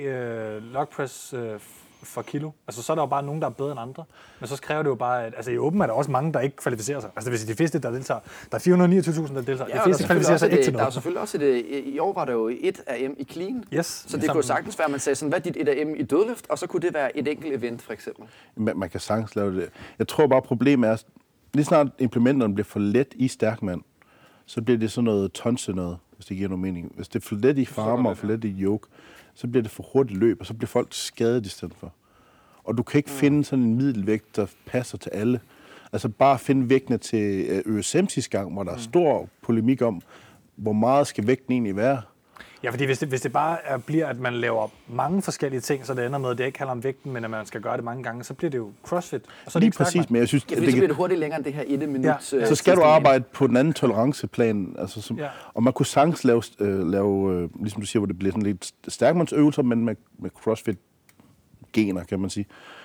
3 log press for kilo. Altså så er der jo bare nogen, der er bedre end andre. Men så kræver det jo bare, at altså i åben er der også mange, der ikke kvalificerer sig. Altså det vil sige, de fleste, der deltager, der er 429.000, der deltager. Ja, de fleste kvalificerer sig ikke til noget. Der er selvfølgelig også i år var der jo et AM i clean. Yes. Så det kunne sagtens være, at man sagde sådan, hvad er dit AM i dødløft, og så kunne det være et enkelt event, for eksempel. Man kan sagtens lave det. Jeg tror bare, problemet er, lige snart implementerne bliver for let i stærkmand, så bliver det sådan noget tonse noget, hvis det giver nogen mening. Hvis det er for let i farmer og for let i yoke, så bliver det for hurtigt løb, og så bliver folk skadet i stedet for. Og du kan ikke finde sådan en middelvægt, der passer til alle. Altså bare finde vægtene til ØSM sidste gang, hvor der er stor polemik om, hvor meget skal vægten egentlig være. Ja, fordi hvis det bare bliver, at man laver mange forskellige ting, så det ender med, at det ikke handler om vægten, men at man skal gøre det mange gange, så bliver det jo CrossFit. Og så lige præcis, men jeg synes... Ja, så bliver det hurtigt længere end det her 1 minut. Ja. Så skal du arbejde på den anden toleranceplan. Altså, og man kunne sagtens lave, ligesom du siger, hvor det bliver sådan lidt stærkmandsøvelser, men med CrossFit-gener, kan man sige.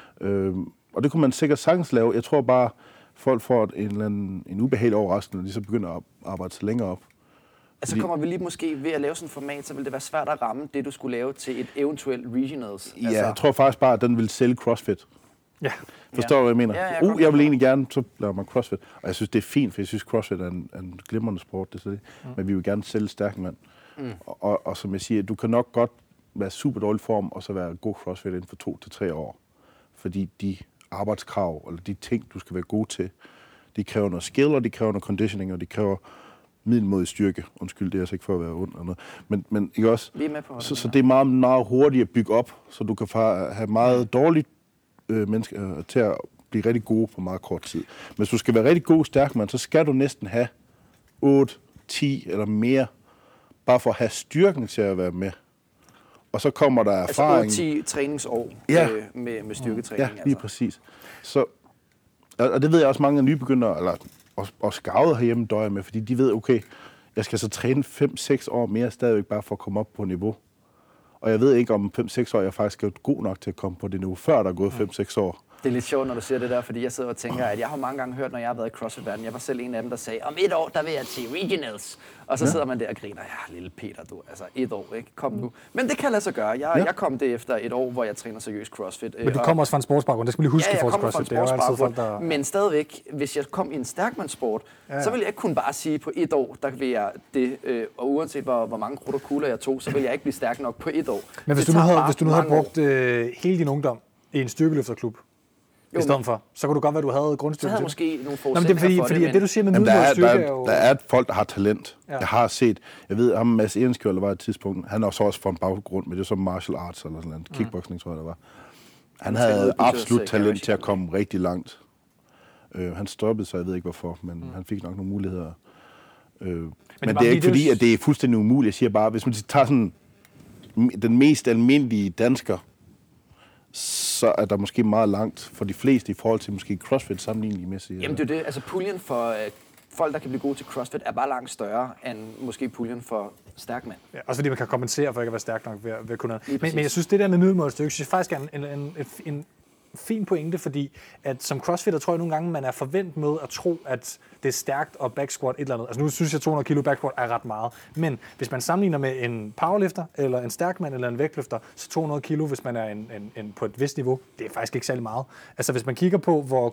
Og det kunne man sikkert sagtens lave. Jeg tror bare, folk får en ubehagelig overraskelse, når de så begynder at arbejde så længere op. Altså kommer vi lige måske ved at lave sådan et format, så vil det være svært at ramme det, du skulle lave til et eventuelt regionals. Ja, jeg tror faktisk bare, at den vil sælge CrossFit. Ja. Forstår du, hvad jeg mener? Ja, jeg vil egentlig gerne, så laver man CrossFit. Og jeg synes, det er fint, for jeg synes, CrossFit er en glimrende sport, det er det. Men vi vil gerne sælge stærkmand. Og som jeg siger, du kan nok godt være super dårlig form, og så være god CrossFit inden for 2 til 3 år. Fordi de arbejdskrav, eller de ting, du skal være god til, de kræver noget skill, og de kræver noget conditioning, og de kræver middelmådig styrke. Undskyld, det er altså ikke for at være ond eller noget. Men ikke også? Vi er med på så det er meget, meget hurtigt at bygge op, så du kan have meget dårligt mennesker til at blive rigtig gode på meget kort tid. Men hvis du skal være rigtig god stærkmand, så skal du næsten have 8, 10 eller mere, bare for at have styrken til at være med. Og så kommer der erfaring. Altså 10 træningsår med styrketræning. Ja, lige præcis. Så, og det ved jeg også mange af nybegyndere, eller og scout herhjemme døjer med, fordi de ved, okay, jeg skal så træne 5-6 år mere stadigvæk bare for at komme op på niveau. Og jeg ved ikke, om 5-6 år jeg faktisk er god nok til at komme på det niveau, før der er gået 5-6 år. Det er lidt sjovt, når du siger det der, fordi jeg sidder og tænker, at jeg har mange gange hørt, når jeg har været i CrossFit-verden, jeg var selv en af dem, der sagde, om 1 år, der vil jeg til regionals. Og så sidder man der og griner, ja, lille Peter, du, altså 1 år, ikke? Kom nu. Men det kan lade sig gøre. Jeg kom det efter 1 år, hvor jeg træner seriøst CrossFit. Men du kommer også fra en sportsbaggrund, det skal vi lige huske i forhold til CrossFit. Det er jo altid folk, der... Men stadigvæk, hvis jeg kom i en stærkmandssport, så vil jeg ikke kun bare sige, på 1 år, der vil jeg det, og uanset hvor mange krudt og kugler jeg tog, så vil jeg ikke blive stærk nok på 1 år. Men hvis du nu havde brugt hele din ungdom i en styrkeløfterklub, i stedet for, så kunne du godt være, du havde grundstyrke. Så havde måske nogle forudsætninger for det. Fordi det, du siger med middelmådig styrke er jo... Der er et folk, der har talent. Ja. Jeg har set, jeg ved, ham Mads Ehrenskjold, der var et tidspunkt, han har så også for en baggrund med det som martial arts eller sådan noget, kickboxing tror jeg, der var. Han havde absolut talent til at komme rigtig langt. Han stoppede sig, jeg ved ikke hvorfor, men han fik nok nogle muligheder. Men det er ikke fordi, at det er fuldstændig umuligt. Jeg siger bare, hvis man tager sådan den mest almindelige dansker, så er der måske meget langt for de fleste i forhold til måske CrossFit sammenligningsmæssigt. Jamen det er det. Altså puljen for folk, der kan blive gode til CrossFit, er bare langt større end måske puljen for stærk mand. Ja, også fordi man kan kompensere for ikke at være stærk nok ved at kunne noget. Men jeg synes, det der med middelmålstykke, synes jeg faktisk er en fin pointe, fordi at som crossfitter tror jeg nogle gange, man er forventet med at tro, at det er stærkt og back squat et eller andet. Altså nu synes jeg, 200 kilo back squat er ret meget. Men hvis man sammenligner med en powerlifter, eller en stærkmand, eller en vægtløfter, så 200 kilo, hvis man er på et vist niveau, det er faktisk ikke særlig meget. Altså hvis man kigger på, hvor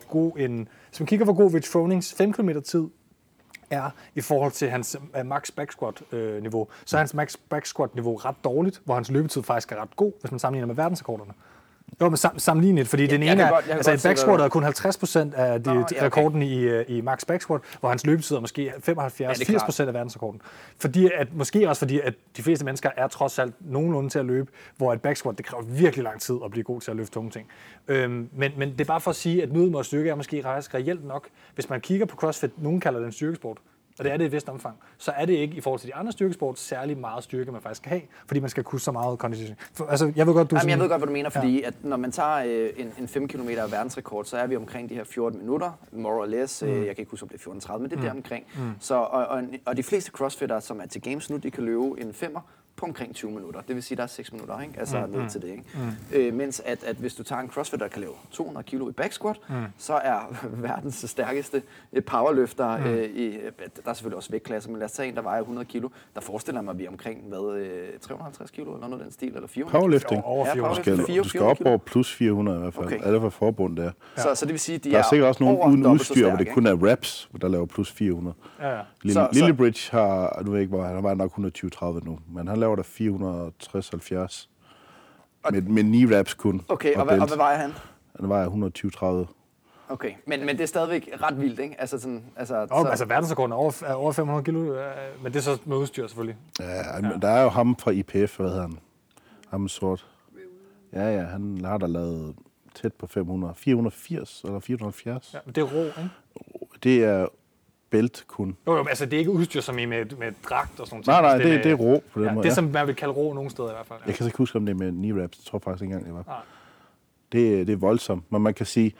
god Rich Fronings 5 km tid er i forhold til hans max back squat niveau, så er hans max back squat niveau ret dårligt, hvor hans løbetid faktisk er ret god, hvis man sammenligner med verdensrekorderne. Jo, men sammenlignet, fordi den ene er, altså et back squat er kun 50% af rekorden i max back squat, hvor hans løbetid er måske 75-80% af verdensrekorden. Måske også fordi, at de fleste mennesker er trods alt nogenlunde til at løbe, hvor et back squat, det kræver virkelig lang tid at blive god til at løfte tunge ting. Men det er bare for at sige, at middelmål styrke er måske reelt nok. Hvis man kigger på CrossFit, nogen kalder det en styrkesport, og det er det i et vist omfang, så er det ikke i forhold til de andre styrkesport særlig meget styrke, man faktisk skal have, fordi man skal kunne så meget kondition. Altså, jeg ved godt, hvad du mener, fordi at når man tager en 5 km verdensrekord, så er vi omkring de her 14 minutter, more or less. Jeg kan ikke huske, om det er 14-30, men det er der omkring. Så, og de fleste crossfitter, som er til games nu, de kan løbe en 5'er på omkring 20 minutter. Det vil sige, der er 6 minutter, ikke? Altså ned til det, ikke? Mens at hvis du tager en crossfitter, der kan lave 200 kilo i back squat, så er verdens stærkeste powerløfter der er selvfølgelig også vægtklasser, men lad os tage en, der vejer 100 kilo. Der forestiller mig, at vi er omkring, 350 kilo eller noget den stil, eller 400 Powerlifting? Over 400. Du skal op over plus 400 i hvert fald. Okay. Alle for forbund der. Ja. Så det vil sige, de der er sikkert også nogen uden udstyr, hvor det kun er reps, der laver plus 400. Ja. Lillebridge har, nu ved jeg ikke, hvor han var nok 120-30 nu, men han laver der 460-70 med 9 reps kun. Okay, og hvad vejer han? Han vejer 120-30. Okay, men det er stadigvæk ret vildt, ikke? Altså verdensrekorden er over 500 kilo, men det er så med udstyr selvfølgelig. Ja, der er jo ham fra IPF, hvad hedder han? Ham sort. Ja, han har da lavet tæt på 500. 480 eller 470. Ja, men det er rå, ikke? Det er bælt kun. Jo, altså det er ikke udstyr som i med dragt og sådan noget. Nej, det er rå på den måde. Det er som man vil kalde rå nogle steder i hvert fald. Ja. Jeg kan ikke huske, om det er med 9 reps. Jeg tror faktisk ikke engang, det var. Det er voldsomt, men man kan sige,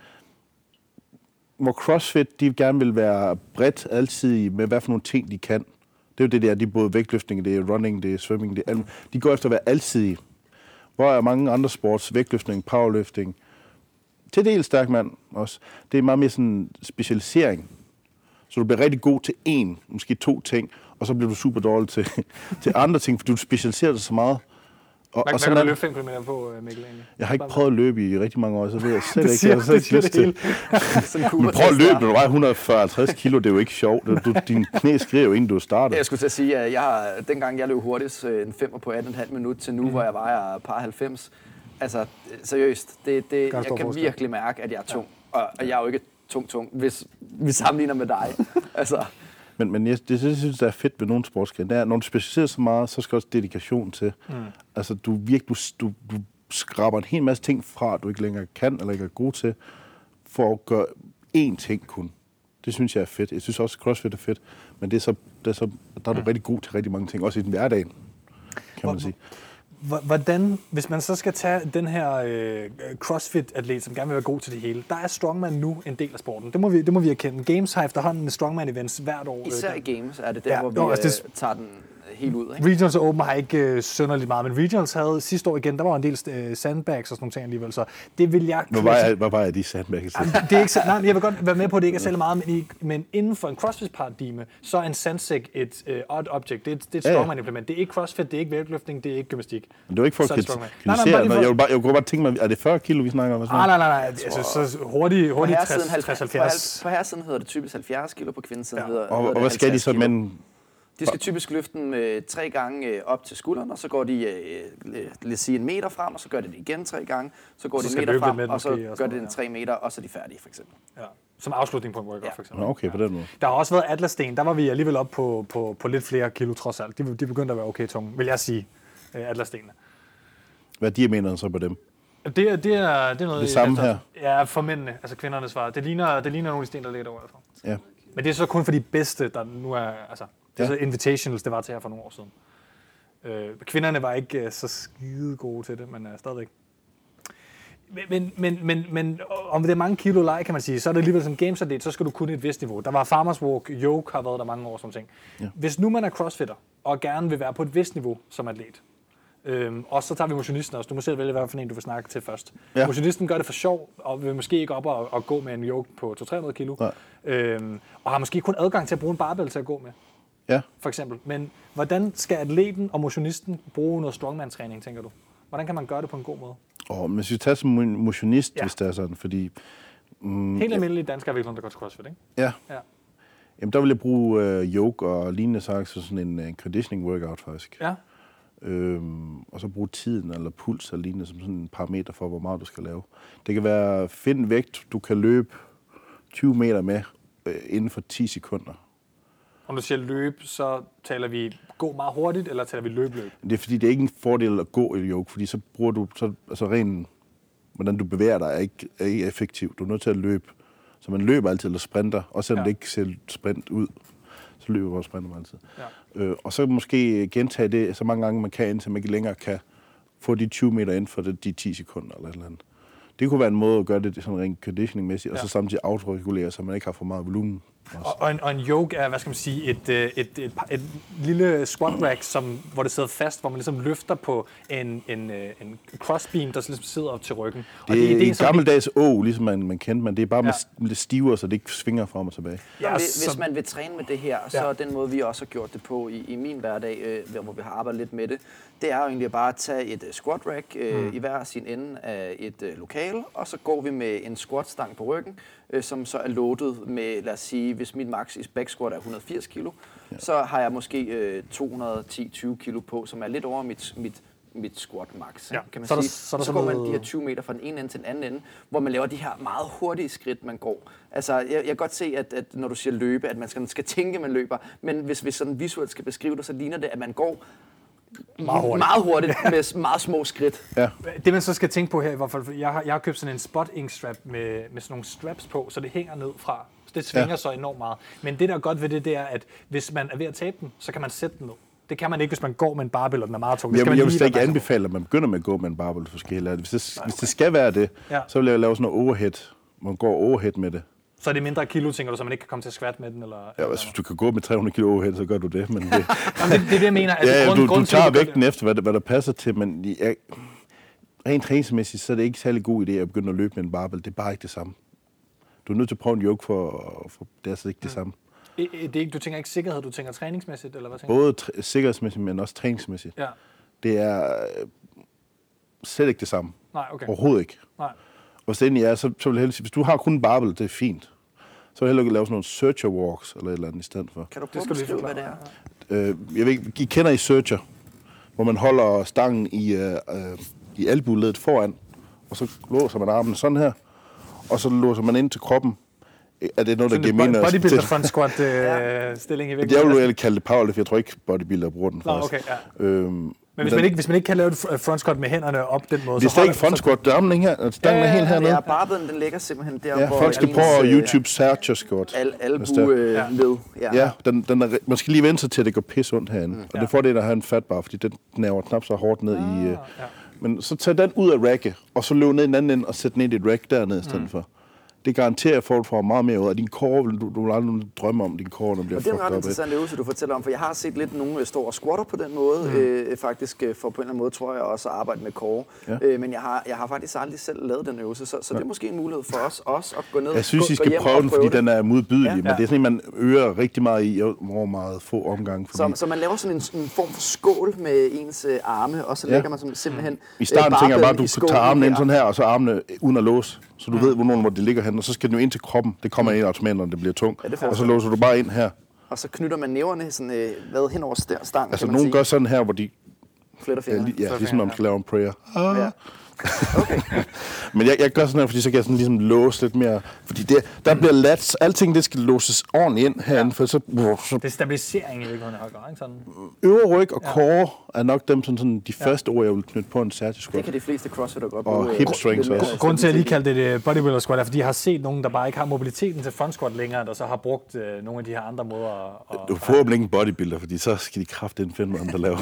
hvor CrossFit, de gerne vil være bredt altid med, hvad for nogle ting, de kan. Det er jo det der, de er både vægtløftning, det er running, det er swimming, det er alt. De går efter at være alsidige. Hvor er mange andre sports, vægtløftning, powerlifting, til dels stærkmand også. Det er meget mere sådan specialisering. Så du bliver rigtig god til én, måske 2 ting, og så bliver du super dårlig til andre ting, fordi du specialiserer dig så meget. Hvad kan du løbe 5 km på, Mikkel, egentlig? Jeg har ikke prøvet at løbe i rigtig mange år, så ved jeg slet ikke. Jeg har ikke lyst til. Men prøv at løbe, når du vejer 140-50 kilo, det er jo ikke sjovt. Dine knæ skriver jo inden du starter. Jeg skulle til at sige, at dengang jeg løb hurtigst en 5'er på 18,5 minut til nu, hvor jeg vejer par 90. Altså, seriøst, jeg kan virkelig mærke, at jeg er tung. Og jeg er jo ikke tung, hvis vi sammenligner med dig. Altså. Men det synes jeg er fedt ved nogle sportsgrene, det er, når du specialiserer så meget, så skal også dedikation til. Altså, du skraber en hel masse ting fra, du ikke længere kan eller ikke er god til, for at gøre én ting kun. Det synes jeg er fedt. Jeg synes også, at CrossFit er fedt, men der er du rigtig god til rigtig mange ting, også i den hverdag, kan man sige. Hvordan, hvis man så skal tage den her CrossFit-atlet, som gerne vil være god til det hele, der er strongman nu en del af sporten. Det må vi erkende. Games har efterhånden strongman-events hvert år. Især i Games er det der, hvor vi tager den helt ud, ikke? Regionals og Open har ikke synderligt meget, men Regionals havde sidste år igen, der var en del sandbags og sådan nogle ting alligevel, så det vil jeg... Hvad var de sandbags? Det er ikke, nej, jeg vil godt være med på, at det ikke er særlig meget, men inden for en CrossFit-paradigme, så er en sandsæk et odd object. Det er et strongman-implement. Det er ikke CrossFit, det er ikke vægtløftning, det er ikke gymnastik. Men det er ikke for at kritisere, jeg kunne bare tænke mig, er det 40 kilo, vi snakker om? Nej, altså så hurtigt 60-70. På herresiden hedder det typisk 70 kilo, på kvindesiden hedder og hvad skal de så, men... De skal typisk løfte den 3 gange op til skulderen, og så går de, lad os sige, 1 meter frem, og så gør de det igen 3 gange. Så går de 1 meter frem, og så gør de den 3 meter, og så er de færdige, for eksempel. Ja. Som afslutning på en workout, for eksempel. Okay, på den måde. Der har også været Atlas-sten. Der var vi alligevel op på lidt flere kilo, trods alt. De begyndte at være okay tunge, vil jeg sige, Atlas-stenene. Hvad er diameteren så på dem? Det er noget... Det samme her? Ja, for mændene, altså kvindernes svar. Det ligner nogle af de sten, der ligger derovre. Ja. Men det er så kun for de bedste, der nu er... Altså, Det er så invitationals, det var til her for nogle år siden. Kvinderne var ikke så skide gode til det, men stadigvæk. Men om det er mange kilo leg, kan man sige, så er det alligevel som gamesatlet, så skal du kunne et vist niveau. Der var Farmers Walk, yoke har været der mange år, som ting. Ja. Hvis nu man er crossfitter, og gerne vil være på et vist niveau som atlet, og så tager vi motionisten også. Du må selv vælge, hvad for en du vil snakke til først. Ja. Motionisten gør det for sjov, og vil måske ikke op og gå med en yoke på 200-300 kilo. Og har måske kun adgang til at bruge en barbell til at gå med. Ja. For eksempel. Men hvordan skal atleten og motionisten bruge noget strongman-træning, tænker du? Hvordan kan man gøre det på en god måde? Men hvis vi tager som motionist, hvis det er sådan, fordi... Helt almindelige danskere virkelig, der går til CrossFit, ikke? Ja. Jamen, der vil jeg bruge yoke og lignende sagt, så sådan en conditioning workout faktisk. Ja. Og så bruge tiden eller puls eller lignende som sådan en parameter for, hvor meget du skal lave. Det kan være, find vægt, du kan løbe 20 meter med inden for 10 sekunder. Om du siger løb, så taler vi gå meget hurtigt, eller taler vi løb? Det er fordi, det er ikke en fordel at gå i yoke, fordi så bruger du, altså rent, hvordan du bevæger dig, er ikke effektivt. Du er nødt til at løbe. Så man løber altid eller sprinter, også selvom det ikke ser sprint ud. Så løber man og sprinter man altid. Ja. Og så måske gentage det så mange gange, man kan, indtil man ikke længere kan få de 20 meter inden for de 10 sekunder eller et eller andet. Det kunne være en måde at gøre det sådan rent conditioning-mæssigt, og så samtidig autoregulere, så man ikke har for meget volumen. Og en yoke er, hvad skal man sige, et lille squat rack, hvor det sidder fast, hvor man ligesom løfter på en crossbeam, der ligesom sidder op til ryggen. Det er en gammeldags ligesom man kendte, men det er bare med lidt stivere, så det ikke svinger frem og tilbage. Ja, hvis man vil træne med det her, så er den måde, vi også har gjort det på i min hverdag, hvor vi har arbejdet lidt med det, det er jo egentlig bare at tage et squat rack i hver sin ende af et lokale, og så går vi med en squat-stang på ryggen, som så er loadet med, lad os sige, hvis mit max i back squat er 180 kilo, så har jeg måske 210-20 kilo på, som er lidt over mit squat max, kan man sige. Så går man de her 20 meter fra den ene ende til den anden ende, hvor man laver de her meget hurtige skridt, man går. Altså, jeg kan godt se, at når du siger løbe, at man skal tænke, at man løber, men hvis sådan visuelt skal beskrive det, så ligner det, at man går meget hurtigt med meget små skridt. Ja. Det man så skal tænke på her i hvert fald, jeg har købt sådan en spot ink strap med sådan nogle straps på, så det hænger ned fra. Det svinger så enormt meget. Men det der er godt ved det er, at hvis man er ved at tabe den, så kan man sætte den ned. Det kan man ikke, hvis man går med en barbell, og den er meget tung. Jeg vil slet ikke anbefale, at man begynder med at gå med en barbell forskelligt. Hvis det skal være det, så vil jeg lave sådan noget overhead. Man går overhead med det. Så er det mindre kilo, tænker du, så man ikke kan komme til at squat med den? Eller? Ja, hvis du kan gå med 300 kilo overhead, så gør du det. Men det, det er det, jeg mener. Altså, du tager vægten efter, hvad der passer til, men rent træningsmæssigt, så er det ikke særlig god idé at begynde at løbe med en barbell. Det er bare ikke det samme. Du er nødt til at prøve en yoke, for det er altså ikke det samme. Du tænker ikke sikkerhed, du tænker træningsmæssigt? Eller hvad tænker både sikkerhedsmæssigt, men også træningsmæssigt. Ja. Det er slet ikke det samme. Nej, okay. Overhovedet ikke. Nej. Og så endelig så vil jeg hellere sige, hvis du har kun en barbell, det er fint. Så vil jeg hellere lave sådan nogle searcher walks, eller et eller andet i stedet for. Kan du prøve at beskrive, hvad det er? Jeg ved, I kender I searcher, hvor man holder stangen i albueledet foran, og så låser man armen sådan her, og så låser man ind til kroppen. Er det noget, der giver mening? Bodybuilder front squat stilling i virkeligheden? Jeg vil jo kalde det powerlift, jeg tror ikke bodybuilder bruger den faktisk. Okay, men hvis man ikke kan lave et front squat med hænderne op den måde, det er slet ikke front squat, armen her, stangen er helt hernede. Ja, barbellen den ligger simpelthen der, hvor folk skal prøve YouTube searcher squat. Albu-led. Ja, den er, man skal lige vente sig til, at det går pis ondt herinde. Og det får det, at have en fatbar, fordi den naver knap så hårdt ned i... Men så tag den ud af racket, og så løb ned i den anden ende, og sæt den ind i et rack dernede i stedet for. Det garanterer, at folk får meget mere ud af din core. Du vil aldrig drømme om, din core, der bliver fucked up. Det er en ret interessant øvelse, du fortæller om, for jeg har set lidt nogen stå og squatter på den måde. Faktisk for på en eller anden måde, tror jeg også at arbejde med core. Ja. Men jeg har faktisk aldrig selv lavet den øvelse, så det er måske en mulighed for os også at gå ned. Jeg synes, I skal prøve den, fordi den er modbydelig, men det er sådan en, man øger rigtig meget i, hvor meget få omgang. Så man laver sådan en form for skål med ens arme, og så lægger man simpelthen i starten tænker jeg bare, at du kan tage armene ind sådan her, og så armene uden at låse. Så du ved, hvor det ligger hen, og så skal den jo ind til kroppen. Det kommer ind automatisk, når det bliver tungt. Ja, og så låser du bare ind her. Og så knytter man næverne sådan, hen over stangen, altså nogen gør sådan her, hvor de... fletter fingrene. Ja, ligesom når man skal lave en prayer. Okay. Men jeg gør sådan her, fordi så kan jeg sådan ligesom låse lidt mere. Fordi der bliver lats. Alting, det skal låses ordentligt ind herinde, for så... Det er stabilisering i virkeligheden, ikke sådan? Øvre ryg og core er nok dem sådan de første ord, jeg vil knytte på en Sergio squat. Det kan de fleste crossfitter godt bruge. Og hip strength også. Grunden til, at jeg lige kaldte det bodybuilder squat, er, fordi jeg har set nogen, der bare ikke har mobiliteten til front squat længere, der så har brugt nogle af de her andre måder. Du får jo ikke en bodybuilder, fordi så skal de kraftedeme finde noget, der laver.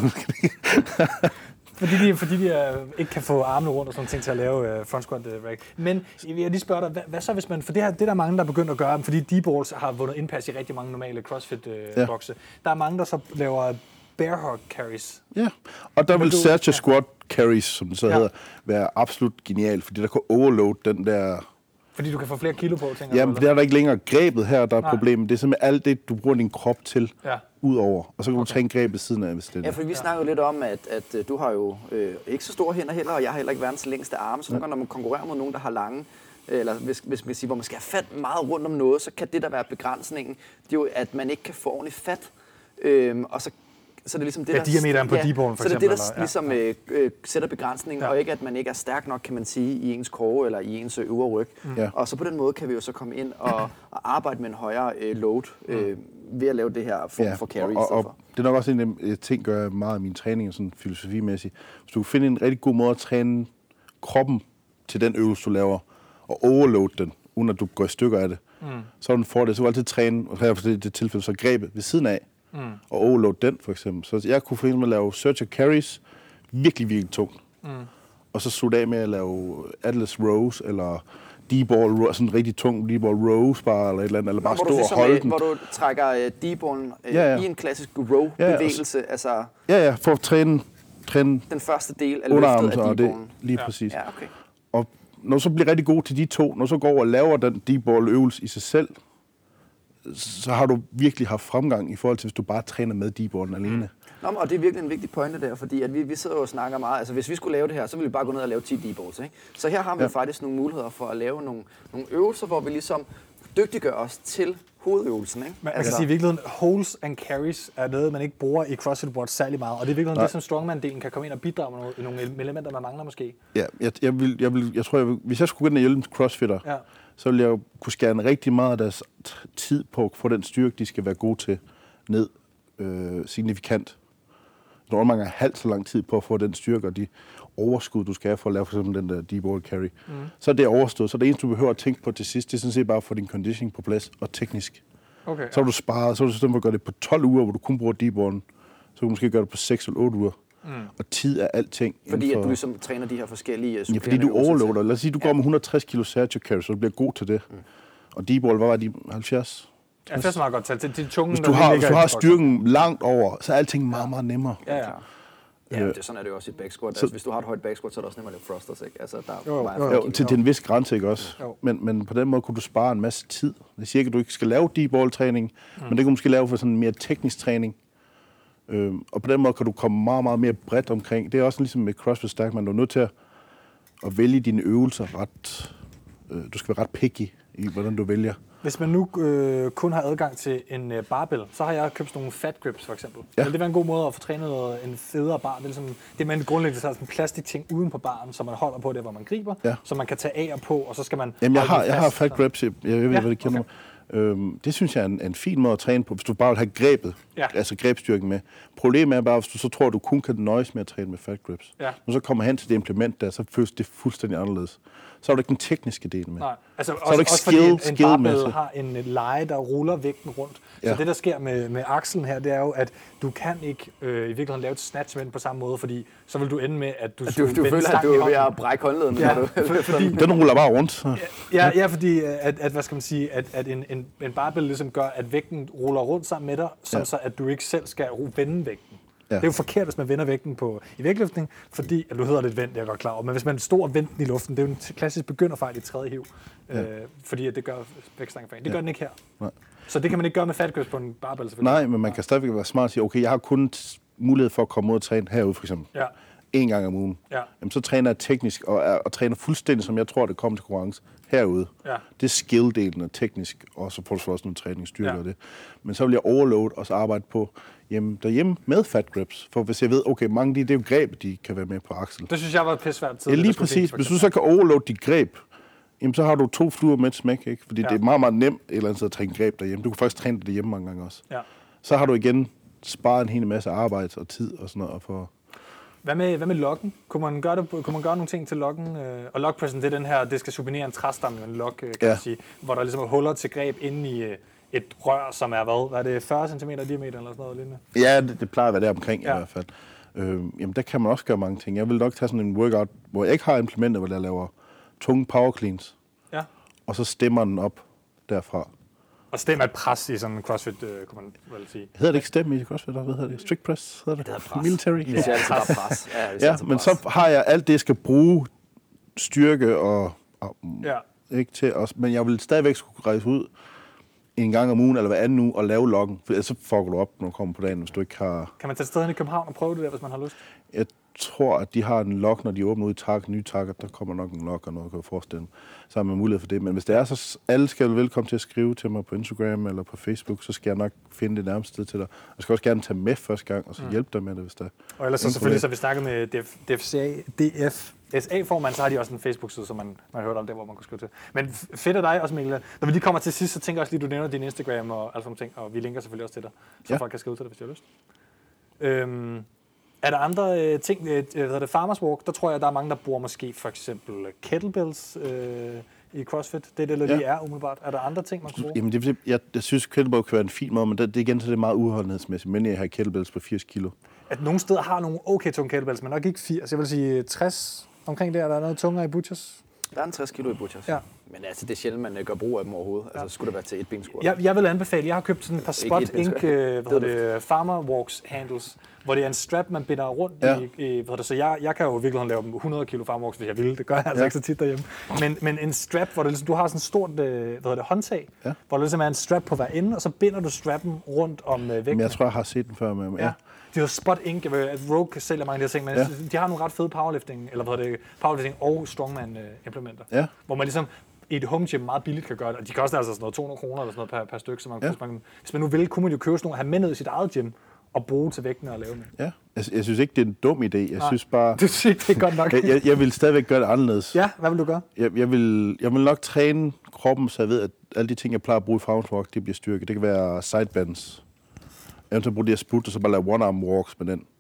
Fordi de ikke kan få armene rundt og sådan ting til at lave front squat rack. Men jeg vil lige spørge dig, hvad så hvis man... For det er der mange, der er begyndt at gøre, fordi D-balls har vundet indpas i rigtig mange normale CrossFit-bokse. Der er mange, der så laver bear hug carries. Ja, og der vil Sergio squat carries, som det så hedder, være absolut genial, fordi der kan overload den der... Fordi du kan få flere kilo på, tænker jeg. Ja, det er der ikke længere grebet her, der er problemet. Det er simpelthen alt det, du bruger din krop til udover. Og så kan du træne grebet siden af, hvis det er. Ja, for vi snakkede lidt om, at du har jo ikke så store hænder heller, og jeg har heller ikke verdens længste arme. Så når man konkurrerer mod nogen, der har lange, eller hvis man siger, hvor man skal have fat meget rundt om noget, så kan det der være begrænsningen. Det er jo, at man ikke kan få ordentligt fat. Og så det er ligesom det, der... diameteren på D-ballen, for eksempel. Så det er det, der ligesom sætter begrænsningen, og ikke, at man ikke er stærk nok, kan man sige, i ens core eller i ens øvre ryg. Og så på den måde kan vi jo så komme ind og arbejde med en højere load ved at lave det her form for carry. Og det er nok også en af de ting, gør jeg meget af min træning, sådan filosofimæssigt. Hvis du kan finde en rigtig god måde at træne kroppen til den øvelse, du laver, og overload den, uden at du går i stykker af det, så er den fordel. Så kan du altid træne, og her for det tilfælde, så grebet ved siden af, og overload den, for eksempel. Så jeg kunne for eksempel lave search carries virkelig, virkelig tungt. Og så slutte af med at lave Atlas rows, eller D-ball, sådan en rigtig tung D-ball rows bare, eller et eller andet, eller bare stå og holde den. Hvor du trækker D-ballen i en klassisk row-bevægelse, altså... Ja, for at træne den første del af løftet af D-ballen. Lige præcis. Ja, okay. Og når du så bliver rigtig god til de to, når du så går over og laver den D-ball-øvelse i sig selv, så har du virkelig haft fremgang i forhold til, hvis du bare træner med D-ballen alene. Nå, og det er virkelig en vigtig pointe der, fordi at vi sidder jo og snakker meget. Altså, hvis vi skulle lave det her, så ville vi bare gå ned og lave 10 D-balls, ikke? Så her har vi faktisk nogle muligheder for at lave nogle øvelser, hvor vi ligesom dygtiggør os til hovedøvelsen, ikke? Man kan sige, at i virkeligheden, holds and carries er noget, man ikke bruger i CrossFit World særlig meget, og det er i virkeligheden det, som strongman-delen kan komme ind og bidrage med nogle elementer, man mangler måske. Ja, jeg tror, hvis jeg skulle gå ind og hjælpe en crossfitter, så ville jeg kunne skære rigtig meget af deres tid på at få den styrke, de skal være gode til, ned signifikant. Når man har halvt så lang tid på at få den styrke og de overskud, du skal have for at lave for eksempel den der D-ball carry, så er det overstået. Så det eneste, du behøver at tænke på til sidst, det er sådan set bare at få din conditioning på plads og teknisk. Okay, så har du sparet, så er du stedet for at gøre det på 12 uger, hvor du kun bruger D-ballen, så kan du måske gøre det på 6 eller 8 uger. Og tid er alting. Fordi at du ligesom træner de her forskellige supplerende fordi du overloader. Lad os sige, du går med 160 kilo Sergio carry, så du bliver god til det. Og D-ball, hvad var de? 70? Ja, det er meget godt tal. Det er tungen, hvis du har styrken langt over, så er alting meget, meget nemmere. Ja, det, sådan er det jo også i back squat. Altså, hvis du har et højt back squat, så er det også nemmere at lave thrusters, ikke? Altså, der til en vis grænse, ikke også? Men på den måde kunne du spare en masse tid. Det siger ikke, at du ikke skal lave D-ball-træning, men det kan du måske lave for sådan en mere teknisk træning. Og på den måde kan du komme meget, meget mere bredt omkring. Det er også ligesom med CrossFit Stærkmand, du er nødt til at vælge dine øvelser ret... Du skal være ret picky i, hvordan du vælger. Hvis man nu kun har adgang til en barbell, så har jeg købt nogle fat grips for eksempel. Ja. Vil det være en god måde at få trænet en federe bar? Det er ligesom, det man grundlæggende sådan en plastikting uden på baren, så man holder på det, hvor man griber, så man kan tage af og på, og så skal man... Jamen, jeg har fat grips. Jeg ved, hvad det kender mig. Det synes jeg er en fin måde at træne på, hvis du bare vil have grebet, altså grebstyrken med. Problemet er bare, hvis du så tror, at du kun kan nøjes med at træne med fat grips. Når så kommer hen til det implement der, så føles det fuldstændig anderledes. Så er du ikke den tekniske del med. Nej, altså så er du ikke også fordi en barbell har en leje, der ruller vægten rundt. Så det, der sker med akslen her, det er jo, at du kan ikke i virkeligheden lave et snatch med den på samme måde, fordi så vil du ende med, at du føler, at du er ved at brække håndleden. Den ruller bare rundt. Ja, fordi at hvad skal man sige, at en barbell ligesom gør, at vægten ruller rundt sammen med dig, så at du ikke selv skal vende vægten. Ja. Det er jo forkert, hvis man vender vægten i vægtløftning, fordi, du hedder lidt vendt, jeg er godt klar over, men hvis man står og vender den i luften, det er jo en klassisk begynderfejl i tredje hiv, fordi at det gør vægtstangen for en. Det gør den ikke her. Nej. Så det kan man ikke gøre med fat grips på en barbell selvfølgelig. Nej, men man kan stadigvæk være smart og sige, okay, jeg har kun mulighed for at komme ud og træne herude for eksempel. 1 gang om ugen, jamen, så træner jeg teknisk og træner fuldstændig, som jeg tror, det kommer til konkurrence herude. Ja. Det er skill-delen og teknisk, og så får du også nogle træningsstyrker og det. Men så vil jeg overload og så arbejde på derhjemme med fat grips. For hvis jeg ved, okay, mange af det er jo greb, de kan være med på aksel. Det synes jeg var et pissvært tid. Ja, lige præcis. Hvis du så kan overload dit greb, jamen, så har du 2 fluer med et smæk, ikke? Fordi det er meget, meget nemt et eller andet sted at træne greb derhjemme. Du kan faktisk træne det derhjemme mange gange også. Ja. Så har du igen sparet en hel masse arbejde og tid og sådan noget for. Hvad med loggen? Kunne man gøre nogle ting til loggen? Og logpressen, det er den her, det skal supinere en træstamme med en log, kan man sige, hvor der ligesom er huller til greb inde i et rør, som er hvad er det 40 cm diameter eller sådan noget lignende? Ja, det plejer at være der omkring i hvert fald. Jamen, der kan man også gøre mange ting. Jeg vil nok tage sådan en workout, hvor jeg ikke har implementer, hvor jeg laver tunge power cleans. Ja. Og så stemmer den op derfra. Og stemmer et pres i sådan en CrossFit, kunne man vel sige. Hedder det ikke stemme i CrossFit? Hvad hedder det? Strict press? Hedder det? Det hedder pres. Military? Det er altid bare pres. Ja, men så har jeg alt det, jeg skal bruge styrke og ikke til os. Men jeg vil stadigvæk skulle rejse ud en gang om ugen eller hver anden uge og lave loggen. For ellers så får du op, når du kommer på dagen, hvis du ikke har. Kan man tage sted hen i København og prøve det der, hvis man har lyst? Jeg tror, at de har en log, når de åbner ud i nye takker. Der kommer nok en log og noget, kan jeg forestille mig. Så har man mulighed for det. Men hvis det er, så alle skal være velkommen til at skrive til mig på Instagram eller på Facebook, så skal jeg nok finde det nærmeste sted til dig. Jeg skal også gerne tage med første gang, og så hjælpe dig med det, hvis der. Og ellers så selvfølgelig, så vi snakker med DFSA-formand, så har de også en Facebook-side, som man har hørt om det, hvor man kunne skrive til. Men fedt af dig også, Mikkel. Når vi lige kommer til sidst, så tænker jeg også lige, du nævner din Instagram og alt sådan ting, og vi linker selvfølgelig også til dig, så folk kan skrive til dig, hvis de har lyst. Er der andre ting, Farmers Walk, der tror jeg, der er mange, der bruger måske for eksempel kettlebells i CrossFit. Det er det, der lige er umiddelbart. Er der andre ting, man kan bruge? Jamen, jeg synes, kettlebell kan være en fin måde, men det igen, så det er meget uholdenhedsmæssigt. Men jeg har kettlebells på 80 kilo. At nogle steder har nogle okay tunge kettlebells, men nok ikke 80. Jeg vil sige 60 omkring der. Der er noget tungere i Butchers. Der er en 60 kilo i Butchers. Ja. Men altså, det er sjældent, man gør brug af dem overhovedet. Altså, skulle det være til et benskurt? Jeg vil anbefale, jeg har købt sådan et par Spot Inc. Farmer Walks handles, hvor det er en strap, man binder rundt i så jeg kan jo virkelig lave dem 100 kilo Farmer Walks, hvis jeg vil. Det gør jeg altså ikke så tit derhjemme. Men en strap, hvor det, du har sådan et stort håndtag, hvor der ligesom er en strap på hver ende, og så binder du strappen rundt om vægten. Men jeg tror, jeg har set den før med. Ja. De hedder Spot Inc. Rogue sælger mange af de her ting, men de har nogle ret fede powerlifting, powerlifting og strongman implementer, hvor man ligesom i et home gym meget billigt kan gøre det. Og de koster altså sådan noget 200 kroner eller sådan noget per stykke, så hvis man nu vil, kunne man jo købe sådan nogle, have med ned i sit eget gym og bruge til vægten og lave det. Ja, jeg synes ikke, det er en dum idé. Jeg synes bare. Du synes ikke, det er godt nok. jeg vil stadigvæk gøre det anderledes. Ja, hvad vil du gøre? Jeg vil nok træne kroppen, så jeg ved, at alle de ting, jeg plejer at bruge i Farmers Walk, det bliver styrket. Det kan være sidebends. Eventuelt bruge de her sput, og så bare lave one-arm walks med den.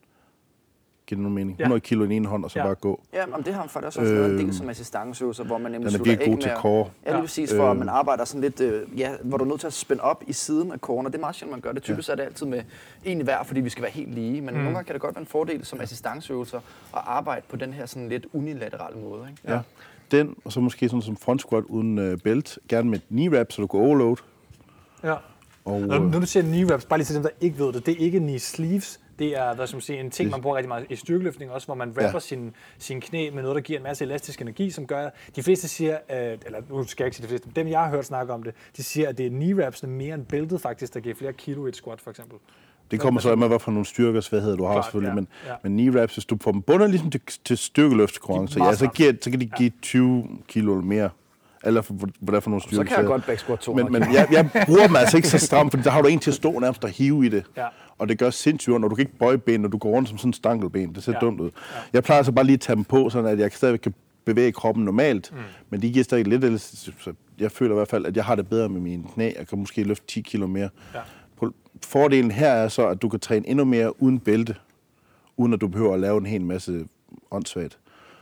Giver det nogen mening? 100 kilo i den ene hånd, og så bare gå. Ja, men det har man faktisk også lavet en del som assistanceøvelser, hvor man nemlig slutter af med til core. Ja, lige præcis, for man arbejder sådan lidt, hvor du er nødt til at spænde op i siden af coren, og det er meget sjældent, man gør det. Typisk er det altid med en i hver, fordi vi skal være helt lige, men nogle gange kan det godt være en fordel som assistanceøvelser at arbejde på den her sådan lidt unilaterale måde. Ikke? Ja, den, og så måske sådan som front squat uden bælt, gerne med knee wraps, så du kan overload. Ja. Og når du siger knee wraps, bare lige til dem, der ikke ved det, det er ikke knee sleeves. Det er en ting, man bruger rigtig meget i styrkeløftning også, hvor man wrapper sin knæ med noget, der giver en masse elastisk energi, som gør, de fleste siger, eller nu skal jeg ikke sige de fleste, dem jeg har hørt snakke om det, de siger, at det er knee wraps mere end bæltet faktisk, der giver flere kilo i et squat for eksempel. Det kommer så med, hvad for nogle styrkesvagheder du har selvfølgelig, men knee wraps, hvis du får dem bundet ligesom til styrkeløftkonkurrencer, så kan de give 20 kilo eller mere. Eller hvad der for nogle styrker. Så kan jeg godt back squat 200. Men jeg bruger dem altså ikke så stramt, fordi der har du en til at stå nærmest og hive i det. Ja. Og det gør sindssygt ondt, når du kan ikke bøje ben, når du går rundt som sådan en stankelben. Det ser dumt ud. Ja. Jeg plejer altså bare lige at tage dem på, så at jeg stadig kan bevæge kroppen normalt. Men de giver stadig lidt. Så jeg føler i hvert fald, at jeg har det bedre med mine knæ. Jeg kan måske løfte 10 kilo mere. Ja. Fordelen her er så, at du kan træne endnu mere uden bælte, uden at du behøver at lave en hel masse åndssvagt.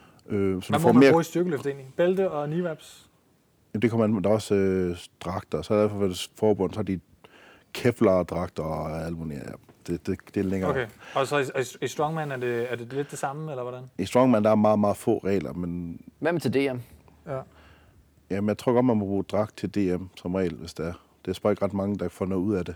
Hvad må man bruge i styrkeløft egentlig? Bælte og knee wraps? Det kommer an, der er også dragter. Så er derfor været forbund, så har de Kevlar-dragter og alt muligt. Ja, det er længere. Okay. Og så i Strongman, er det lidt det samme, eller hvordan? I Strongman, der er meget, meget få regler, men. Hvad med til DM? Ja. Jamen, jeg tror godt, man må bruge dragt til DM som regel, hvis det er. Det er bare ikke ret mange, der får noget ud af det.